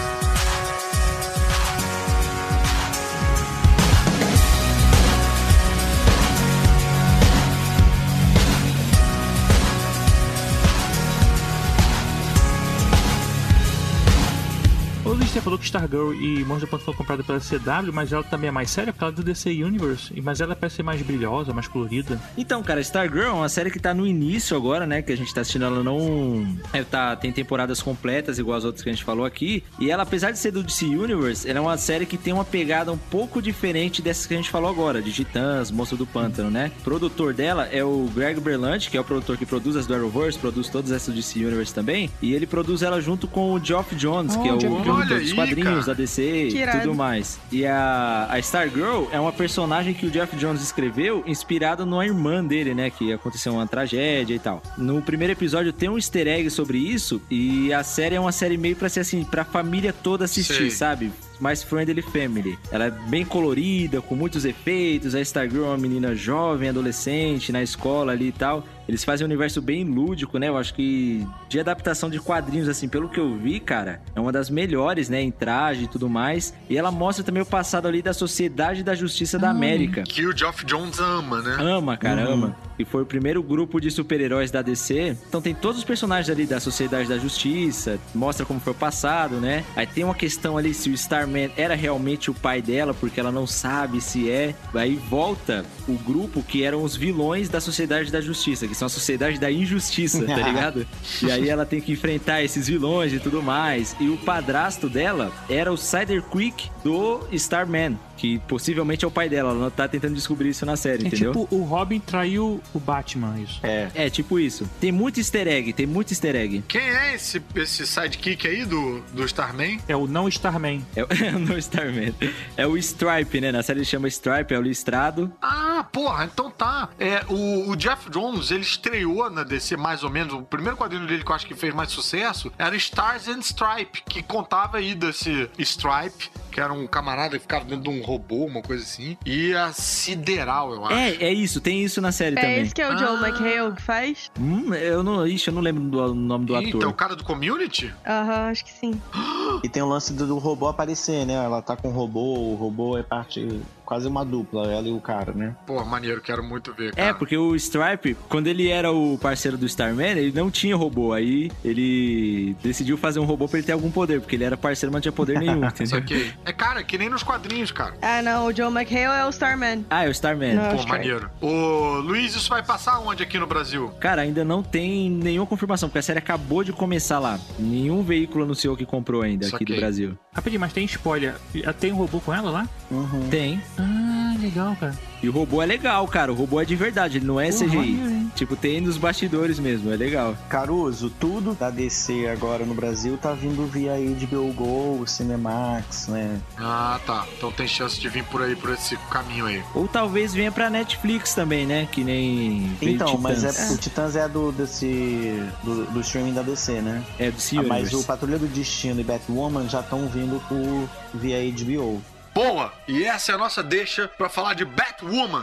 Você falou que Stargirl e Monstro do Pântano foram compradas pela CW, mas ela também é mais séria por causa do DC Universe. Mas ela parece ser mais brilhosa, mais colorida. Então, cara, Stargirl é uma série que tá no início agora, né? Que a gente tá assistindo, ela não... tem temporadas completas, igual as outras que a gente falou aqui. E ela, apesar de ser do DC Universe, ela é uma série que tem uma pegada um pouco diferente dessas que a gente falou agora, de Titãs, Monstro do Pântano, né? O produtor dela é o Greg Berlanti, que é o produtor que produz as do Arrowverse, produz todas essas do DC Universe também. E ele produz ela junto com o Geoff Johns, que é o produtor dos quadrinhos da DC e tudo mais. E a Stargirl é uma personagem que o Geoff Johns escreveu inspirado numa irmã dele, né? Que aconteceu uma tragédia e tal. No primeiro episódio tem um easter egg sobre isso e a série é uma série meio pra ser assim, pra família toda assistir, sabe? Mais friendly family. Ela é bem colorida, com muitos efeitos. A Stargirl é uma menina jovem, adolescente, na escola ali e tal. Eles fazem um universo bem lúdico, né? Eu acho que de adaptação de quadrinhos, assim, pelo que eu vi, cara, é uma das melhores, né? Em traje e tudo mais. E ela mostra também o passado ali da Sociedade da Justiça da América. Que o Geoff Johns ama, né? Ama, cara, ama. E foi o primeiro grupo de super-heróis da DC. Então tem todos os personagens ali da Sociedade da Justiça. Mostra como foi o passado, né? Aí tem uma questão ali se o Starman era realmente o pai dela, porque ela não sabe se é. Aí volta o grupo que eram os vilões da Sociedade da Justiça, que são a Sociedade da Injustiça, tá ligado? E aí ela tem que enfrentar esses vilões e tudo mais. E o padrasto dela era o Cyberquick do Starman, que possivelmente é o pai dela. Ela tá tentando descobrir isso na série, entendeu? Tipo, o Robin traiu o Batman, isso. É tipo isso. Tem muito easter egg, Quem é esse sidekick aí do Starman? É o não Starman. É o não Starman. É o Stripe, né? Na série ele chama Stripe, é o listrado. Ah, porra, então tá. O Geoff Johns, ele estreou na DC mais ou menos. O primeiro quadrinho dele que eu acho que fez mais sucesso era Stars and Stripe, que contava aí desse Stripe, que era um camarada que ficava dentro de um robô, uma coisa assim. E a Sideral, eu acho. É isso, tem isso na série também. É esse que é o Joe McHale que faz? Eu não lembro do nome do ator. Então, o cara do Community? Acho que sim. E tem o lance do robô aparecer, né? Ela tá com o robô é parte quase uma dupla, ela e o cara, né? Pô, maneiro, quero muito ver, cara. Porque o Stripe, quando ele era o parceiro do Starman, ele não tinha robô. Aí ele decidiu fazer um robô pra ele ter algum poder, porque ele era parceiro, mas não tinha poder nenhum, entendeu? Ok. Cara, que nem nos quadrinhos, cara. Ah, não, o Joe McHale é o Starman. É o Starman. Não. Pô, maneiro. Ô, Luiz, isso vai passar onde aqui no Brasil? Cara, ainda não tem nenhuma confirmação, porque a série acabou de começar lá. Nenhum veículo anunciou que comprou ainda aqui do Brasil. Rapidinho, mas tem spoiler. Tem um robô com ela lá? Tem. Ah, legal, cara. E o robô é legal, cara. O robô é de verdade, ele não é CGI. Tipo, tem nos bastidores mesmo, é legal. Caruso, tudo da DC agora no Brasil tá vindo via HBO Go, Cinemax, né? Ah, tá. Então tem chance de vir por aí, por esse caminho aí. Ou talvez venha pra Netflix também, né? Que nem... Então, mas Titãs. o Titãs é do streaming da DC, né? É do DC Mas Universe. o Patrulha do Destino e Batwoman já estão vindo via HBO. Boa! E essa é a nossa deixa pra falar de Batwoman.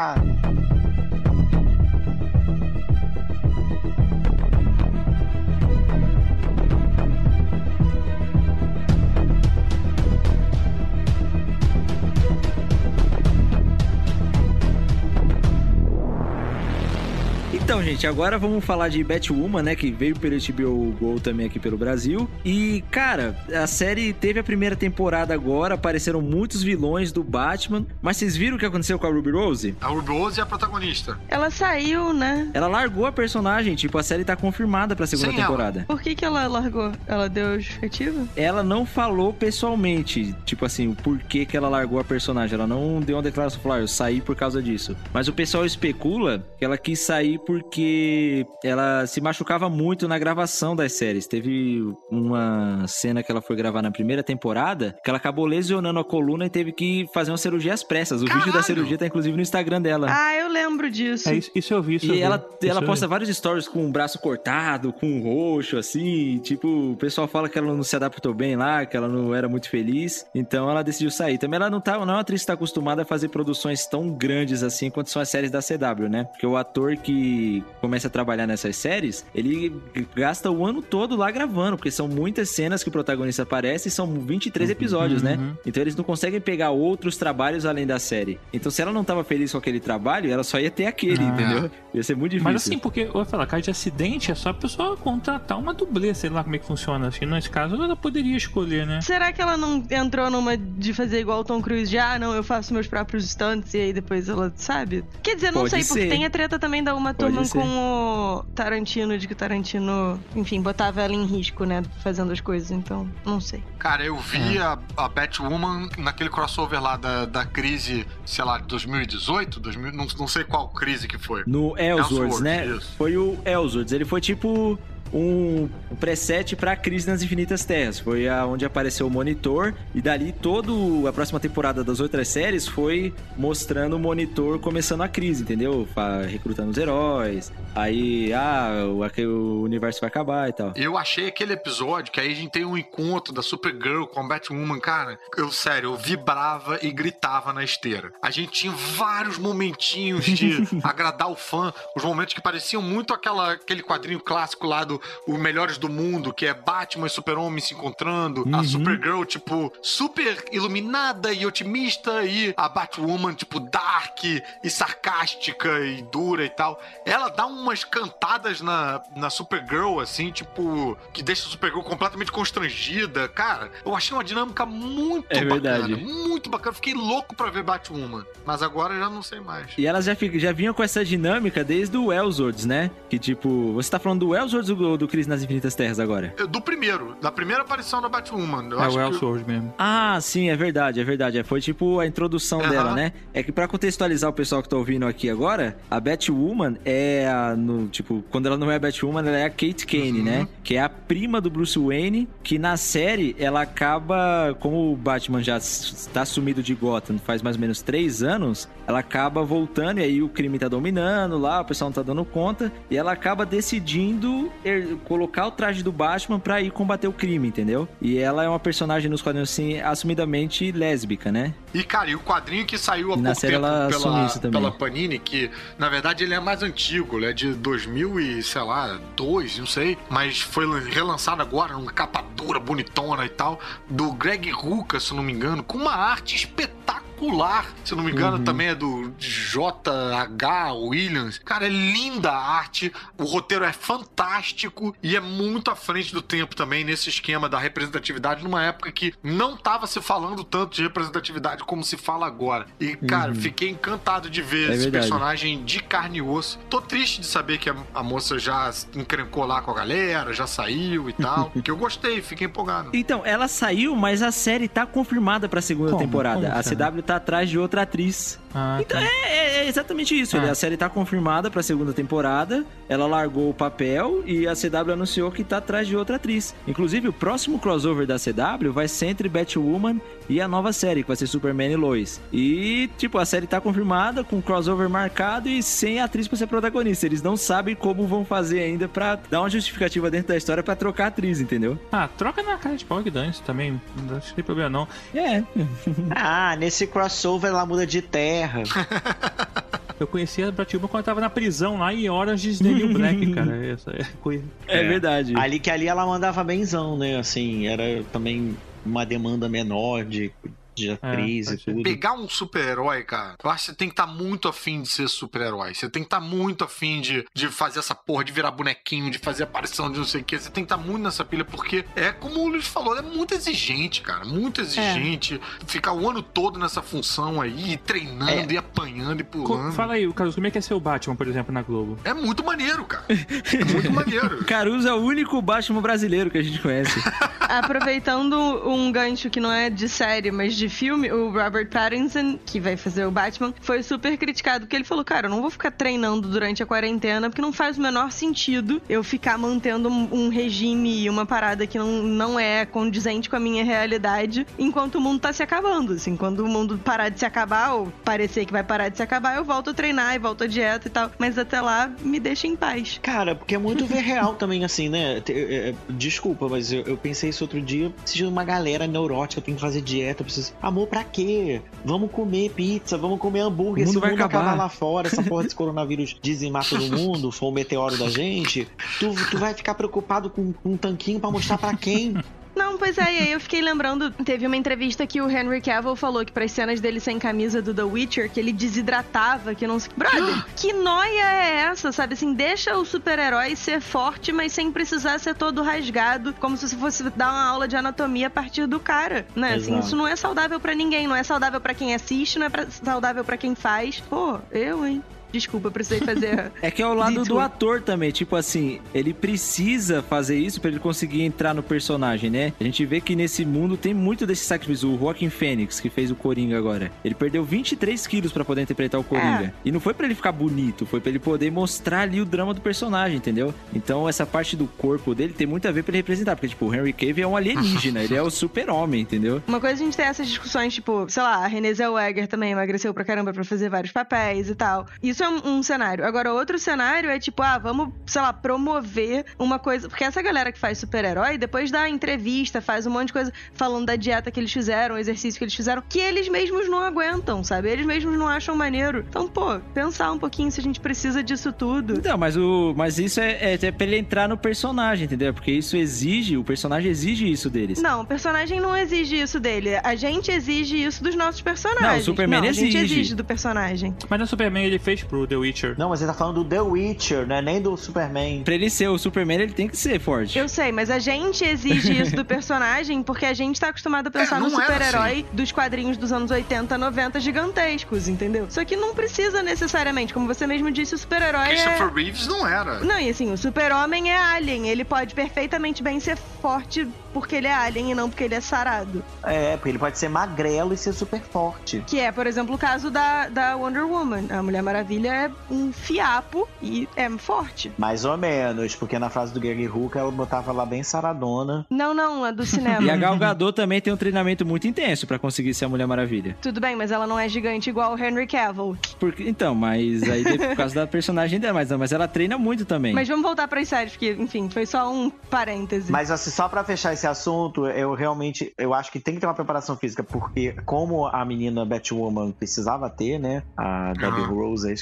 Então, gente, agora vamos falar de Batwoman, né? Que veio pelo HBO Go também aqui pelo Brasil. E, cara, a série teve a primeira temporada agora, apareceram muitos vilões do Batman. Mas vocês viram o que aconteceu com a Ruby Rose? A Ruby Rose é a protagonista. Ela saiu, né? Ela largou a personagem, tipo, a série tá confirmada pra segunda Sem ela. temporada. Por que ela largou? Ela deu justificativa? Ela não falou pessoalmente, tipo assim, o porquê que ela largou a personagem. Ela não deu uma declaração, falou, eu saí por causa disso. Mas o pessoal especula que ela quis sair porque ela se machucava muito na gravação das séries. Teve uma cena que ela foi gravar na primeira temporada que ela acabou lesionando a coluna e teve que fazer uma cirurgia às pressas. O vídeo da cirurgia tá inclusive no Instagram dela. Ah, eu lembro disso. Isso eu vi, isso eu E vi. ela Isso eu posta vi. vários stories com o braço cortado, com um roxo, assim. Tipo, o pessoal fala que ela não se adaptou bem lá, que ela não era muito feliz. Então ela decidiu sair. Também ela não é uma atriz que tá acostumada a fazer produções tão grandes assim quanto são as séries da CW, né? Porque o ator que começa a trabalhar nessas séries, ele gasta o ano todo lá gravando, porque são muitas cenas que o protagonista aparece e são 23 episódios, né? Então eles não conseguem pegar outros trabalhos além da série. Então se ela não tava feliz com aquele trabalho, ela só ia ter aquele, entendeu? Ia ser muito difícil. Mas assim, porque, eu vou falar, caso de acidente, é só a pessoa contratar uma dublê, sei lá como é que funciona. Assim, nesse caso, ela poderia escolher, né? Será que ela não entrou numa de fazer igual o Tom Cruise de, não, eu faço meus próprios stunts e aí depois ela, sabe? Quer dizer, não Pode sei, porque ser. tem a treta também da Uma Thurman ser. com o Tarantino, de que o Tarantino, enfim, botava ela em risco, né, fazendo as coisas, então, não sei. Cara, eu vi a Batwoman naquele crossover lá da crise, sei lá, de 2018, não sei qual crise que foi. No Elseworlds, né? Isso. Foi o Elseworlds. Ele foi tipo um preset pra Crise nas Infinitas Terras. Foi onde apareceu o Monitor. E dali a próxima temporada das outras séries foi mostrando o Monitor começando a crise, entendeu? Recrutando os heróis. Aí, o universo vai acabar e tal. Eu achei aquele episódio que aí a gente tem um encontro da Supergirl com a Batwoman, cara. Eu vibrava e gritava na esteira. A gente tinha vários momentinhos de agradar o fã. Os momentos que pareciam muito aquele quadrinho clássico lá do Os Melhores do Mundo, que é Batman e Super-Homem se encontrando. A Supergirl, tipo, super iluminada e otimista. E a Batwoman, tipo, dark e sarcástica e dura e tal. Ela dá umas cantadas na Supergirl, assim, tipo, que deixa a Supergirl completamente constrangida. Cara, eu achei uma dinâmica muito bacana. Verdade. Muito bacana. Fiquei louco pra ver Batwoman. Mas agora eu já não sei mais. E elas já vinham com essa dinâmica desde o Elseworlds, né? Que tipo, você tá falando do Elseworlds ou do Crise nas Infinitas Terras agora? Do primeiro, da primeira aparição da Batwoman. Eu É acho o que Elseworlds mesmo. Ah, sim, é verdade. Foi tipo a introdução dela, né? É que pra contextualizar o pessoal que tá ouvindo aqui agora, a Batwoman é quando ela não é a Batwoman, ela é a Kate Kane, né? Que é a prima do Bruce Wayne, que na série ela acaba, como o Batman já está sumido de Gotham faz mais ou menos 3 anos, ela acaba voltando e aí o crime tá dominando lá, o pessoal não tá dando conta, e ela acaba decidindo colocar o traje do Batman pra ir combater o crime, entendeu? E ela é uma personagem nos quadrinhos assim, assumidamente lésbica, né? E, cara, e o quadrinho que saiu há E na pouco série tempo ela assume isso também. pela Panini, que, na verdade, ele é mais antigo, ele é de 2002, não sei, mas foi relançado agora, numa capa dura, bonitona e tal, do Greg Rucka, se não me engano, com uma arte espetacular. Espetacular, se eu não me engano, também é do J.H. Williams. Cara, é linda a arte, o roteiro é fantástico e é muito à frente do tempo também nesse esquema da representatividade, numa época que não tava se falando tanto de representatividade como se fala agora. E, cara, fiquei encantado de ver esse personagem de carne e osso. Tô triste de saber que a moça já encrencou lá com a galera, já saiu e tal, que eu gostei, fiquei empolgado. Então, ela saiu, mas a série tá confirmada pra segunda temporada. A CW tá atrás de outra atriz. Então, é exatamente isso. A série tá confirmada pra segunda temporada, ela largou o papel e a CW anunciou que tá atrás de outra atriz. Inclusive, o próximo crossover da CW vai ser entre Batwoman e a nova série, que vai ser Superman e Lois. E, tipo, a série tá confirmada, com crossover marcado e sem atriz pra ser protagonista. Eles não sabem como vão fazer ainda pra dar uma justificativa dentro da história pra trocar a atriz, entendeu? Troca na cara de pau que dane também. Não acho que tem problema, não. Nesse crossover ela muda de terra. Eu conhecia a Batwoman quando eu tava na prisão lá em Orange is the New Black, cara. Essa é coisa. É verdade. Ali ela mandava benzão, né? Assim, era também uma demanda menor de atriz e tudo. Pegar um super-herói, cara, eu acho que você tem que estar muito afim de ser super-herói. Você tem que estar muito afim de fazer essa porra, de virar bonequinho, de fazer aparição de não sei o que. Você tem que estar muito nessa pilha, porque é como o Luiz falou, é muito exigente, cara. Muito exigente. Ficar o ano todo nessa função aí, treinando e apanhando e pulando. Fala aí, Caruso, como é que é ser o Batman, por exemplo, na Globo? É muito maneiro, cara. É muito maneiro. Caruso é o único Batman brasileiro que a gente conhece. Aproveitando um gancho que não é de série, mas de filme, o Robert Pattinson, que vai fazer o Batman, foi super criticado, porque ele falou, cara, eu não vou ficar treinando durante a quarentena, porque não faz o menor sentido eu ficar mantendo um regime e uma parada que não é condizente com a minha realidade, enquanto o mundo tá se acabando, assim, quando o mundo parar de se acabar, ou parecer que vai parar de se acabar, eu volto a treinar e volto a dieta e tal, mas até lá, me deixa em paz. Cara, porque é muito ver real também, assim, né? Desculpa, mas eu pensei isso outro dia, preciso de uma galera neurótica, tem que fazer dieta, preciso... Amor, pra quê? Vamos comer pizza, vamos comer hambúrguer, esse mundo vai acabar lá fora, essa porra desse coronavírus dizimar todo mundo, for o meteoro da gente, tu vai ficar preocupado com um tanquinho pra mostrar pra quem? Não, pois é, e aí eu fiquei lembrando, teve uma entrevista que o Henry Cavill falou que pras cenas dele sem camisa do The Witcher, que ele desidratava, que não sei... Brother, que noia é essa, sabe? Assim, deixa o super-herói ser forte, mas sem precisar ser todo rasgado, como se você fosse dar uma aula de anatomia a partir do cara, né? Assim, isso não é saudável pra ninguém, não é saudável pra quem assiste, não é saudável pra quem faz. Pô, hein? Desculpa, precisei fazer... É que é o lado do ator também, tipo assim, ele precisa fazer isso pra ele conseguir entrar no personagem, né? A gente vê que nesse mundo tem muito desse sacrifício. O Joaquin Phoenix, que fez o Coringa agora, ele perdeu 23 quilos pra poder interpretar o Coringa. E não foi pra ele ficar bonito, foi pra ele poder mostrar ali o drama do personagem, entendeu? Então essa parte do corpo dele tem muito a ver pra ele representar, porque tipo, o Henry Cavill é um alienígena, ele é o super-homem, entendeu? Uma coisa a gente tem essas discussões, tipo, sei lá, a Renée Zellweger também emagreceu pra caramba pra fazer vários papéis e tal. Isso é um cenário. Agora, outro cenário é tipo, vamos, sei lá, promover uma coisa... Porque essa galera que faz super-herói, depois dá entrevista, faz um monte de coisa falando da dieta que eles fizeram, o exercício que eles fizeram, que eles mesmos não aguentam, sabe? Eles mesmos não acham maneiro. Então, pô, pensar um pouquinho se a gente precisa disso tudo. Então, mas isso é pra ele entrar no personagem, entendeu? Porque isso exige, o personagem exige isso deles. Não, o personagem não exige isso dele. A gente exige isso dos nossos personagens. Não, o Superman exige. A gente exige do personagem. Mas no Superman ele fez pro The Witcher. Não, mas ele tá falando do The Witcher, né? Nem do Superman. Pra ele ser o Superman, ele tem que ser forte. Eu sei, mas a gente exige isso do personagem porque a gente tá acostumado a pensar no super-herói dos quadrinhos dos anos 80, 90 gigantescos, entendeu? Só que não precisa necessariamente. Como você mesmo disse, o super-herói Christopher Reeves não era. Não, e assim, o super-homem é alien. Ele pode perfeitamente bem ser forte porque ele é alien e não porque ele é sarado. Porque ele pode ser magrelo e ser super forte. Que é, por exemplo, o caso da Wonder Woman. A Mulher Maravilha é um fiapo e é forte. Mais ou menos, porque na frase do Greg Hooker ela botava lá bem saradona. Não, é do cinema. E a Gal Gadot também tem um treinamento muito intenso pra conseguir ser a Mulher Maravilha. Tudo bem, mas ela não é gigante igual o Henry Cavill. Então, mas aí por causa da personagem dela, mas ela treina muito também. Mas vamos voltar para as séries, porque, enfim, foi só um parêntese. Mas assim, só pra fechar esse assunto, eu acho que tem que ter uma preparação física, porque como a menina Batwoman precisava ter, né, a Debbie Rose,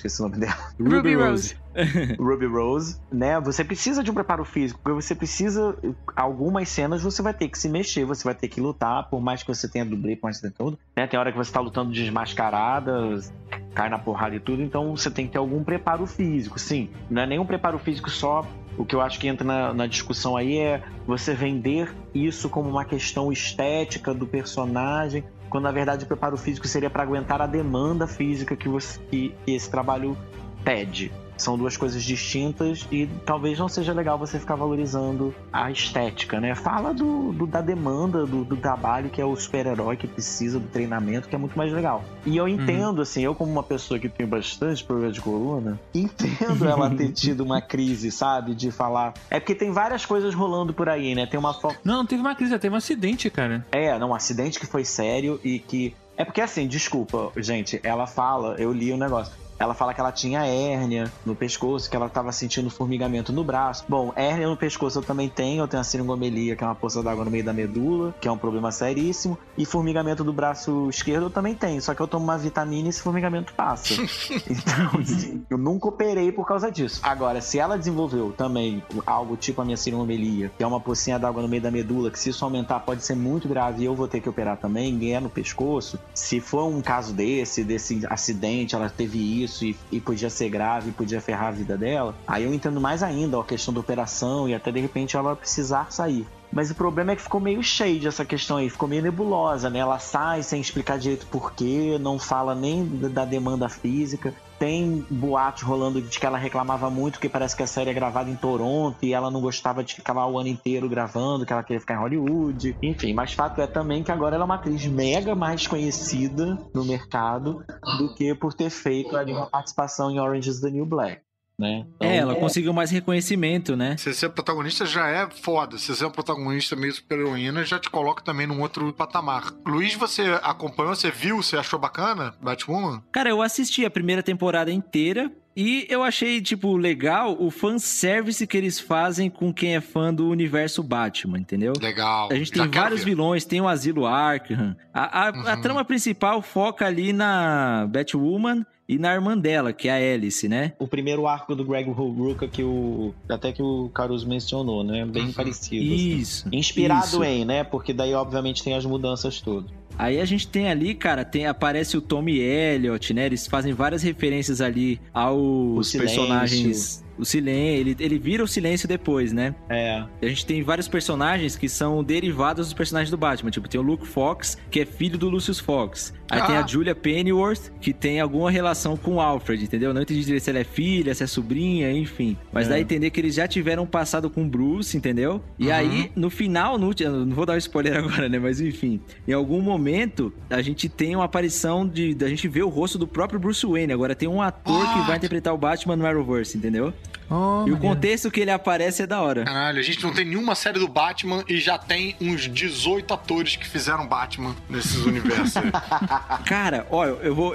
esqueci o nome dela. Ruby Rose. Ruby Rose, né? Você precisa de um preparo físico, porque você precisa... Algumas cenas você vai ter que se mexer, você vai ter que lutar, por mais que você tenha dublê, por mais que você tenha tudo, né? Tem hora que você tá lutando desmascarada, cai na porrada e tudo, então você tem que ter algum preparo físico, sim. Não é nenhum preparo físico só. O que eu acho que entra na discussão aí é você vender isso como uma questão estética do personagem, quando na verdade o preparo físico seria para aguentar a demanda física que esse trabalho pede. São duas coisas distintas e talvez não seja legal você ficar valorizando a estética, né? Fala da demanda do trabalho, que é o super-herói que precisa do treinamento, que é muito mais legal. E eu entendo, assim, eu como uma pessoa que tem bastante problema de coluna, entendo ela ter tido uma crise, sabe? De falar... É porque tem várias coisas rolando por aí, né? Tem uma... Não teve uma crise, teve um acidente, cara. Um acidente que foi sério e que... É porque assim, desculpa, gente, ela fala, eu li o negócio. Ela fala que ela tinha hérnia no pescoço, que ela tava sentindo formigamento no braço. Bom, hérnia no pescoço eu também tenho. Eu tenho a seringomelia, que é uma poça d'água no meio da medula, que é um problema seríssimo. E formigamento do braço esquerdo eu também tenho. Só que eu tomo uma vitamina e esse formigamento passa. Então, assim, eu nunca operei por causa disso. Agora, se ela desenvolveu também algo tipo a minha seringomelia, que é uma pocinha d'água no meio da medula, que se isso aumentar pode ser muito grave e eu vou ter que operar também, é no pescoço. Se for um caso desse acidente, ela teve isso e podia ser grave, podia ferrar a vida dela, aí eu entendo mais ainda a questão da operação e até de repente ela precisar sair. Mas o problema é que ficou meio shade essa questão aí, ficou meio nebulosa, né? Ela sai sem explicar direito porquê, não fala nem da demanda física. Tem boatos rolando de que ela reclamava muito, porque parece que a série é gravada em Toronto e ela não gostava de ficar lá o ano inteiro gravando, que ela queria ficar em Hollywood. Enfim, mas fato é também que agora ela é uma atriz mega mais conhecida no mercado do que por ter feito ali uma participação em Orange is the New Black. Né? Então, ela conseguiu mais reconhecimento, né? Se ser protagonista já é foda. Se ser um protagonista meio super-heroína, já te coloca também num outro patamar. Luiz, você acompanhou, você viu, você achou bacana Batwoman? Cara, eu assisti a primeira temporada inteira e eu achei, tipo, legal o fanservice que eles fazem com quem é fã do universo Batman, entendeu? Legal. A gente tem vários vilões, tem o Asilo Arkham. A trama principal foca ali na Batwoman e na irmã dela, que é a Alice, né? O primeiro arco do Greg Rucka que até que o Caruso mencionou, né? Bem parecido. Isso. Assim. Inspirado em, né? Porque daí, obviamente, tem as mudanças todas. Aí a gente tem ali, cara, aparece o Tommy Elliot, né? Eles fazem várias referências ali aos personagens... O silêncio, ele vira o silêncio depois, né? É. A gente tem vários personagens que são derivados dos personagens do Batman. Tipo, tem o Luke Fox, que é filho do Lucius Fox. Aí tem a Julia Pennyworth, que tem alguma relação com o Alfred, entendeu? Não entendi direito se ela é filha, se é sobrinha, enfim. Mas dá a entender que eles já tiveram um passado com o Bruce, entendeu? E aí, no final, não vou dar um spoiler agora, né? Mas enfim, em algum momento, a gente tem uma aparição da gente ver o rosto do próprio Bruce Wayne. Agora tem um ator que vai interpretar o Batman no Arrowverse, entendeu? E o contexto que ele aparece é da hora. Caralho, a gente não tem nenhuma série do Batman e já tem uns 18 atores que fizeram Batman nesses universos aí. Cara, ó,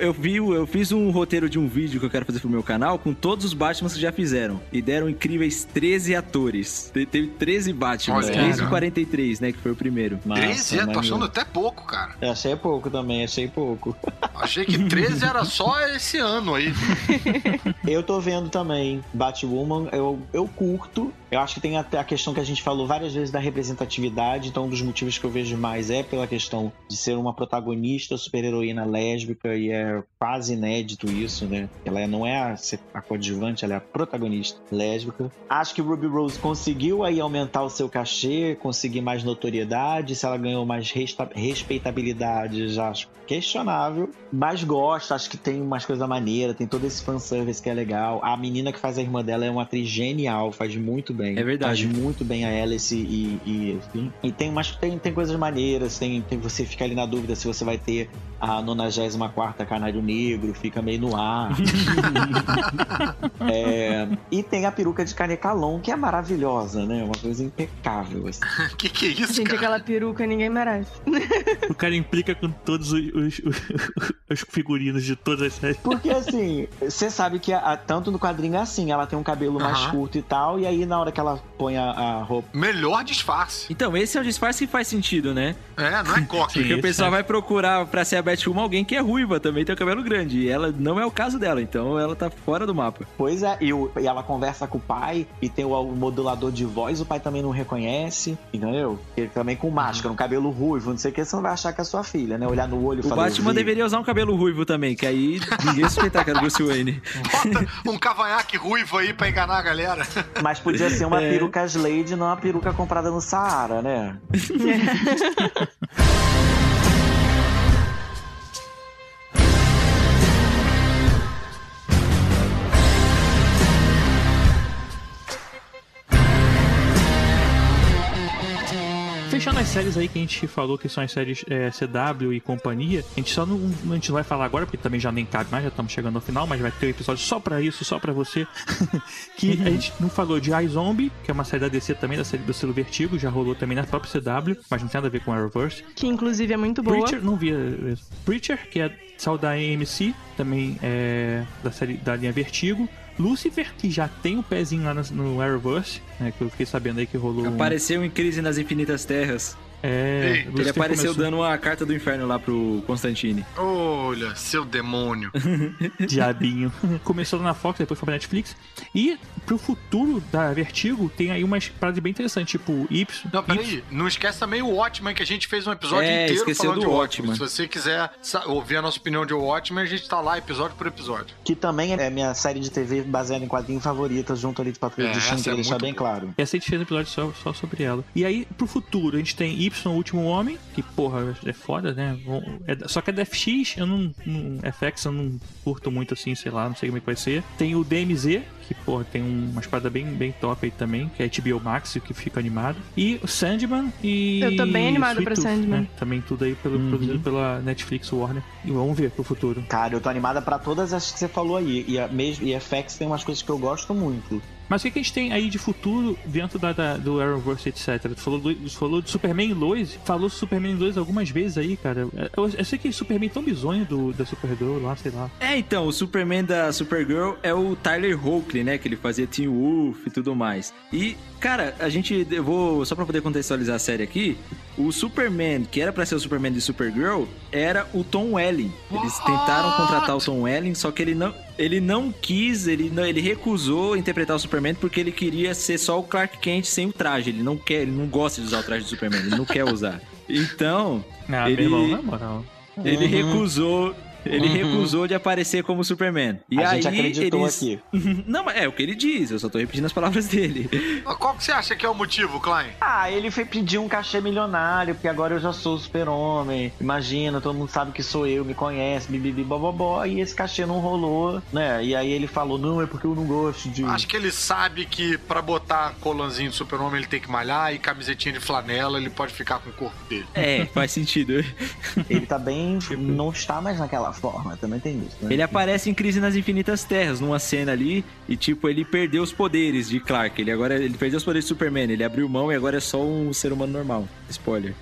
eu fiz um roteiro de um vídeo que eu quero fazer pro meu canal com todos os Batmans que já fizeram. E deram incríveis 13 atores. Teve 13 Batmans, desde o 43, né, que foi o primeiro. 13? Tô achando até pouco, cara. Eu achei pouco também, achei pouco. Achei que 13 era só esse ano aí. Eu tô vendo também Batwoman, eu curto. Eu acho que tem até a questão que a gente falou várias vezes da representatividade. Então, um dos motivos que eu vejo mais é pela questão de ser uma protagonista super-heroína lésbica, e é quase inédito isso, né? Ela não é a coadjuvante, ela é a protagonista lésbica. Acho que Ruby Rose conseguiu aí aumentar o seu cachê, conseguir mais notoriedade. Se ela ganhou mais respeitabilidade, já acho questionável. Mas gosto, acho que tem umas coisas maneiras, tem todo esse fanservice que é legal. A menina que faz a irmã dela é uma atriz genial, faz muito bem. É verdade. Faz muito bem a Alice enfim. E tem coisas maneiras, tem você fica ali na dúvida se você vai ter a 94ª Canário Negro, fica meio no ar. E tem a peruca de Canecalon, que é maravilhosa, né? Uma coisa impecável, assim. Que é isso, gente, cara? Aquela peruca ninguém merece. O cara implica com todos os figurinos de todas as séries. Porque, assim, você sabe que tanto no quadrinho é assim, ela tem um cabelo cabelo mais curto e tal, e aí na hora que ela põe a roupa... Melhor disfarce. Então, esse é um disfarce que faz sentido, né? Não é coque. Porque o pessoal vai procurar pra ser a Batwoman alguém que é ruiva, também tem o cabelo grande. E ela não é o caso dela, então ela tá fora do mapa. Pois é, e ela conversa com o pai e tem o modulador de voz, o pai também não reconhece, entendeu? Ele também com máscara, um cabelo ruivo, não sei o que, você não vai achar que é sua filha, né? Olhar no olho e falar... O Batman deveria usar um cabelo ruivo também, que aí ninguém suspeitar que era o Bruce Wayne. Bota um cavanhaque ruivo aí pra enganar a galera. Mas podia ser uma peruca Slade, não uma peruca comprada no Saara, né? Fechando as séries aí que a gente falou que são as séries CW e companhia, a gente a gente não vai falar agora, porque também já nem cabe mais, já estamos chegando ao final, mas vai ter um episódio só pra isso, só pra você. Que a gente não falou de iZombie, que é uma série da DC também, da série do selo Vertigo, já rolou também na própria CW, mas não tem nada a ver com Arrowverse. Que inclusive é muito boa. Preacher, não via isso. Preacher, que é saiu da AMC, também é da série da linha Vertigo. Lucifer, que já tem um pezinho lá no Arrowverse, né, que eu fiquei sabendo aí que rolou. Apareceu em Crise nas Infinitas Terras. Ele apareceu dando uma carta do inferno lá pro Constantine. Olha, seu demônio. Diabinho. Começou na Fox, depois foi pra Netflix. E pro futuro da Vertigo, tem aí umas paradas bem interessantes, tipo Y. Não, peraí, não esquece também o Watchmen, que a gente fez um episódio inteiro falando de Watchmen. Se você quiser ouvir a nossa opinião de Watchmen, a gente tá lá episódio por episódio. Que também é minha série de TV baseada em quadrinho favorita, junto ali de Patrulha de Chão, queria deixar bem claro. Essa a gente fez um episódio só sobre ela. E aí, pro futuro, a gente tem Y, o Último Homem, que porra, é foda, né? Só que é da FX, FX eu não curto muito assim, sei lá, não sei como é que vai ser. Tem o DMZ, que porra, tem umas paradas bem top aí também, que é HBO Max, que fica animado. E o Sandman e... Eu tô bem animado pra Sandman. Né? Também tudo aí produzido pela Netflix, Warner. E vamos ver pro futuro. Cara, eu tô animada pra todas as que você falou aí. E a FX tem umas coisas que eu gosto muito. Mas o que a gente tem aí de futuro dentro do Arrowverse, etc? Tu falou de Superman e Lois. Falou Superman e Lois algumas vezes aí, cara. Eu sei que Superman é tão bizonho da Supergirl lá, sei lá. Então, o Superman da Supergirl é o Tyler Hoechlin, né? Que ele fazia Teen Wolf e tudo mais. E, cara, eu vou... Só pra poder contextualizar a série aqui, o Superman, que era pra ser o Superman de Supergirl, era o Tom Welling. Eles tentaram contratar o Tom Welling, só que ele não quis, ele recusou interpretar o Superman porque ele queria ser só o Clark Kent sem o traje. Ele não gosta de usar o traje do Superman, ele não quer usar. Então, meu irmão, na moral. Ele recusou de aparecer como Superman. E a gente acreditou aqui. Não, mas é o que ele diz, eu só tô repetindo as palavras dele. Qual que você acha que é o motivo, Klein? Ele foi pedir um cachê milionário, porque agora eu já sou o Super-Homem. Imagina, todo mundo sabe que sou eu, me conhece, bibibi, bobobó, e esse cachê não rolou, né? E aí ele falou, não, é porque eu não gosto de... Acho que ele sabe que pra botar colanzinho do Super-Homem ele tem que malhar e camisetinha de flanela ele pode ficar com o corpo dele. Faz sentido. Ele tá bem... não está mais naquela forma, também tem isso, né? Ele aparece em Crise nas Infinitas Terras, numa cena ali, e tipo, ele perdeu os poderes de Clark. Ele perdeu os poderes de Superman, ele abriu mão e agora é só um ser humano normal. Spoiler.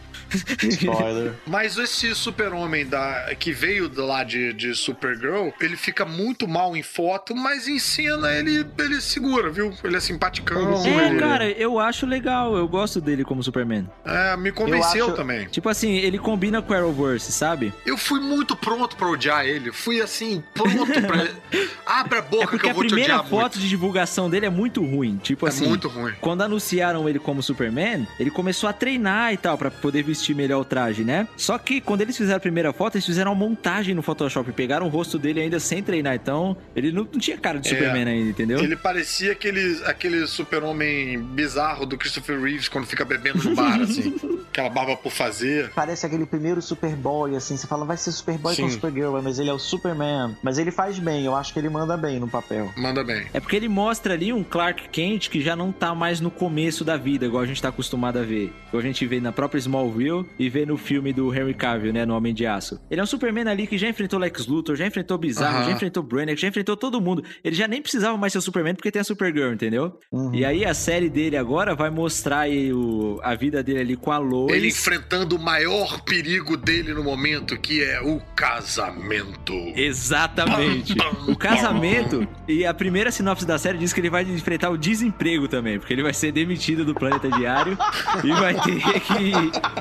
Mas esse Super-Homem que veio lá de Supergirl, ele fica muito mal em foto, mas em cena ele segura, viu? Ele é simpaticão. Cara, eu acho legal, eu gosto dele como Superman. Me convenceu também. Tipo assim, ele combina com o Arrowverse, sabe? Eu fui muito pronto pra odiar ele. Fui assim, pronto pra... Abre a boca que eu vou te odiar muito. Porque a primeira foto de divulgação dele é muito ruim. Tipo assim, muito ruim. Quando anunciaram ele como Superman, ele começou a treinar e tal, pra poder vestir melhor o traje, né? Só que quando eles fizeram a primeira foto, eles fizeram uma montagem no Photoshop, pegaram o rosto dele ainda sem treinar, então ele não tinha cara de Superman ainda, entendeu? Ele parecia aquele Super-Homem bizarro do Christopher Reeves quando fica bebendo no bar, assim. Aquela barba por fazer. Parece aquele primeiro Superboy, assim, você fala, vai ser Superboy com Supergirl, mas ele é o Superman. Mas ele faz bem, eu acho que ele manda bem no papel. Manda bem. É porque ele mostra ali um Clark Kent que já não tá mais no começo da vida, igual a gente tá acostumado a ver. Igual a gente vê na própria Smallville e vê no filme do Henry Cavill, né, no Homem de Aço. Ele é um Superman ali que já enfrentou Lex Luthor, já enfrentou Bizarro, já enfrentou Brainiac, já enfrentou todo mundo. Ele já nem precisava mais ser o Superman porque tem a Supergirl, entendeu? E aí a série dele agora vai mostrar aí a vida dele ali com a Lois. Ele enfrentando o maior perigo dele no momento, que é o casamento. casamento. Exatamente. O casamento, e a primeira sinopse da série diz que ele vai enfrentar o desemprego também, porque ele vai ser demitido do Planeta Diário e vai ter que...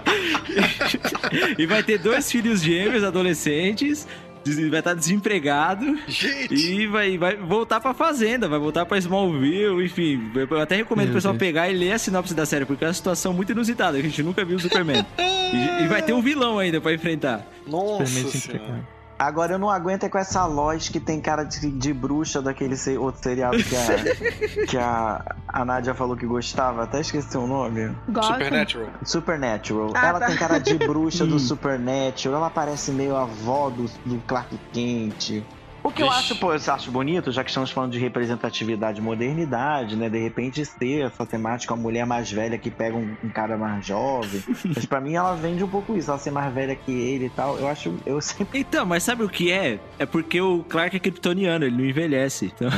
e vai ter 2 filhos gêmeos adolescentes, vai estar desempregado. Gente. E vai voltar pra fazenda, vai voltar pra Smallville, enfim. Eu até recomendo o pessoal pegar e ler a sinopse da série, porque é uma situação muito inusitada, a gente nunca viu o Superman. E vai ter um vilão ainda pra enfrentar. Nossa Senhora. Agora eu não aguento é com essa Lois que tem cara de bruxa daquele outro seriado que a Nádia falou que gostava. Até esqueci o nome. Supernatural. Ela tem cara de bruxa do Supernatural. Ela parece meio a avó do Clark Kent. O que eu acho bonito, já que estamos falando de representatividade e modernidade, né? De repente ter essa temática, uma mulher mais velha que pega um cara mais jovem. Mas pra mim ela vende um pouco isso, ela ser mais velha que ele e tal. Eu sempre... Então, mas sabe o que é? É porque o Clark é kryptoniano, ele não envelhece. Então...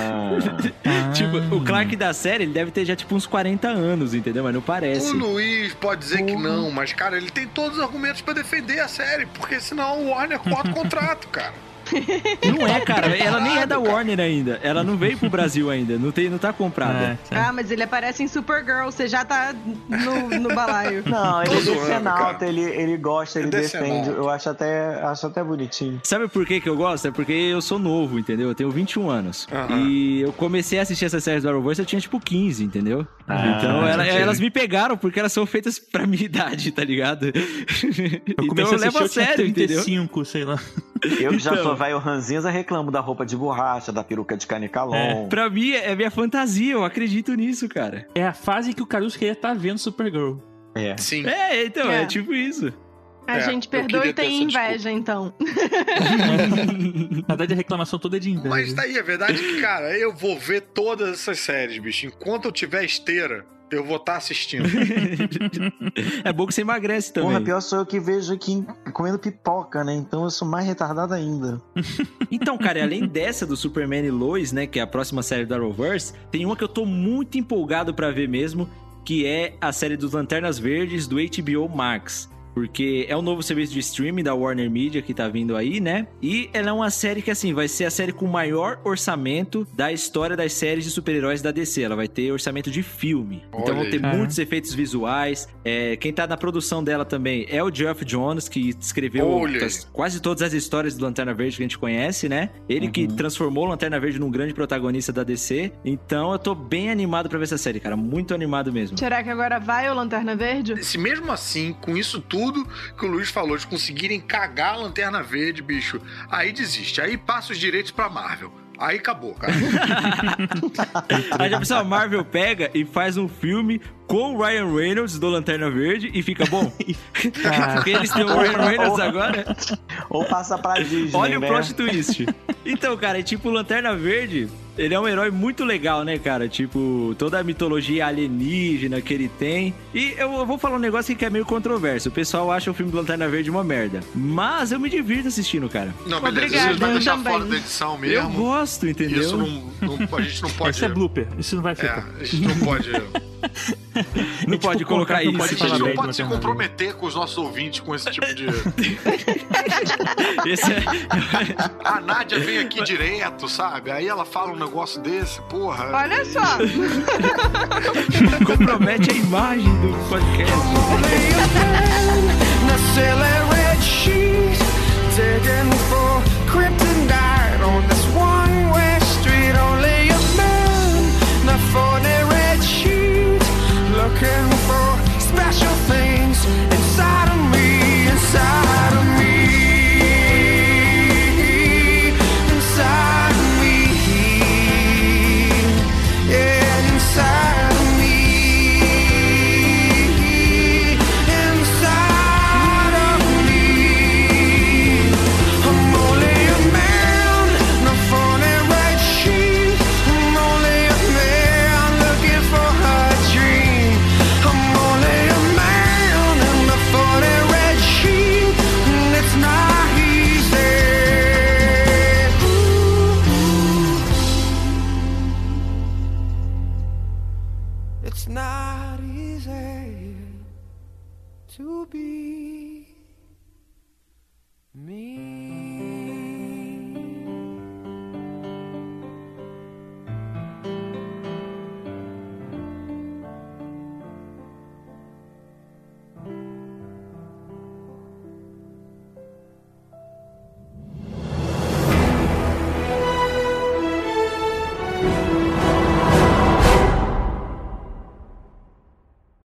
tipo, o Clark da série, ele deve ter já tipo uns 40 anos, entendeu? Mas não parece. O Luiz pode dizer que não, mas cara, ele tem todos os argumentos pra defender a série, porque senão o Warner corta o contrato, cara. Não é, cara. Ela nem é da Warner ainda. Ela não veio pro Brasil ainda. Não tá comprada. Mas ele aparece em Supergirl. Você já tá no balaio. Não, ele é decenalta. Ele gosta, ele defende. Eu acho até bonitinho. Sabe por que eu gosto? É porque eu sou novo, entendeu? Eu tenho 21 anos. E eu comecei a assistir essas séries do Arrowverse, eu tinha tipo 15, entendeu? Então elas me pegaram porque elas são feitas pra minha idade, tá ligado? Eu comecei a levo a sério, 35, entendeu? Sei lá. Eu que já sou velho ranzinza, reclamo da roupa de borracha, da peruca de Canicalon. Pra mim, é minha fantasia, eu acredito nisso, cara. É a fase que o Caruso queria estar vendo Supergirl. Sim. Então, é tipo isso. A gente perdoa e tem inveja, então. Na verdade, a reclamação toda é de inveja. Mas tá aí, a verdade é que, cara, eu vou ver todas essas séries, bicho. Enquanto eu tiver esteira, eu vou estar assistindo. É bom que você emagrece também. Porra, pior sou eu que vejo aqui comendo pipoca, né? Então eu sou mais retardado ainda. Então, cara, além dessa do Superman e Lois, né? Que é a próxima série do Arrowverse, tem uma que eu tô muito empolgado pra ver mesmo, que é a série dos Lanternas Verdes do HBO Max. Porque é um novo serviço de streaming da Warner Media que tá vindo aí, né? E ela é uma série que, assim, vai ser a série com o maior orçamento da história das séries de super-heróis da DC. Ela vai ter orçamento de filme. Então vão ter muitos efeitos visuais. Quem tá na produção dela também é o Geoff Johns, que escreveu quase todas as histórias do Lanterna Verde que a gente conhece, né? Ele que transformou o Lanterna Verde num grande protagonista da DC. Então eu tô bem animado pra ver essa série, cara. Muito animado mesmo. Será que agora vai o Lanterna Verde? Se mesmo assim, com isso tudo que o Luiz falou, de conseguirem cagar a Lanterna Verde, bicho, aí desiste. Aí passa os direitos pra Marvel. Aí acabou, cara. Aí já pensou, a Marvel pega e faz um filme com o Ryan Reynolds do Lanterna Verde e fica bom. Porque eles têm o Ryan Reynolds agora. Ou passa pra Disney, olha o plot twist. Então, cara, tipo, o Lanterna Verde, ele é um herói muito legal, né, cara? Tipo, toda a mitologia alienígena que ele tem. E eu vou falar um negócio que é meio controverso. O pessoal acha o filme do Lanterna Verde uma merda. Mas eu me divirto assistindo, cara. Não, beleza. Obrigada, Isso vai deixar também. fora da edição mesmo. Eu gosto, entendeu? Isso a gente não pode... Isso é blooper. Isso não vai ficar. A gente não pode... Não pode colocar isso. A gente não pode se comprometer com os nossos ouvintes com esse tipo de... A Nádia vem aqui direto, sabe? Aí ela fala um negócio desse, porra. Olha só. Compromete a imagem do podcast. Looking for special things inside of me, inside of me, inside of me, yeah, inside of me, inside of me. I'm only a man, not for the right sheet. I'm only a man looking for her dream. I'm only a man in the 40 red sheet, and it's not easy. It's not easy to be me.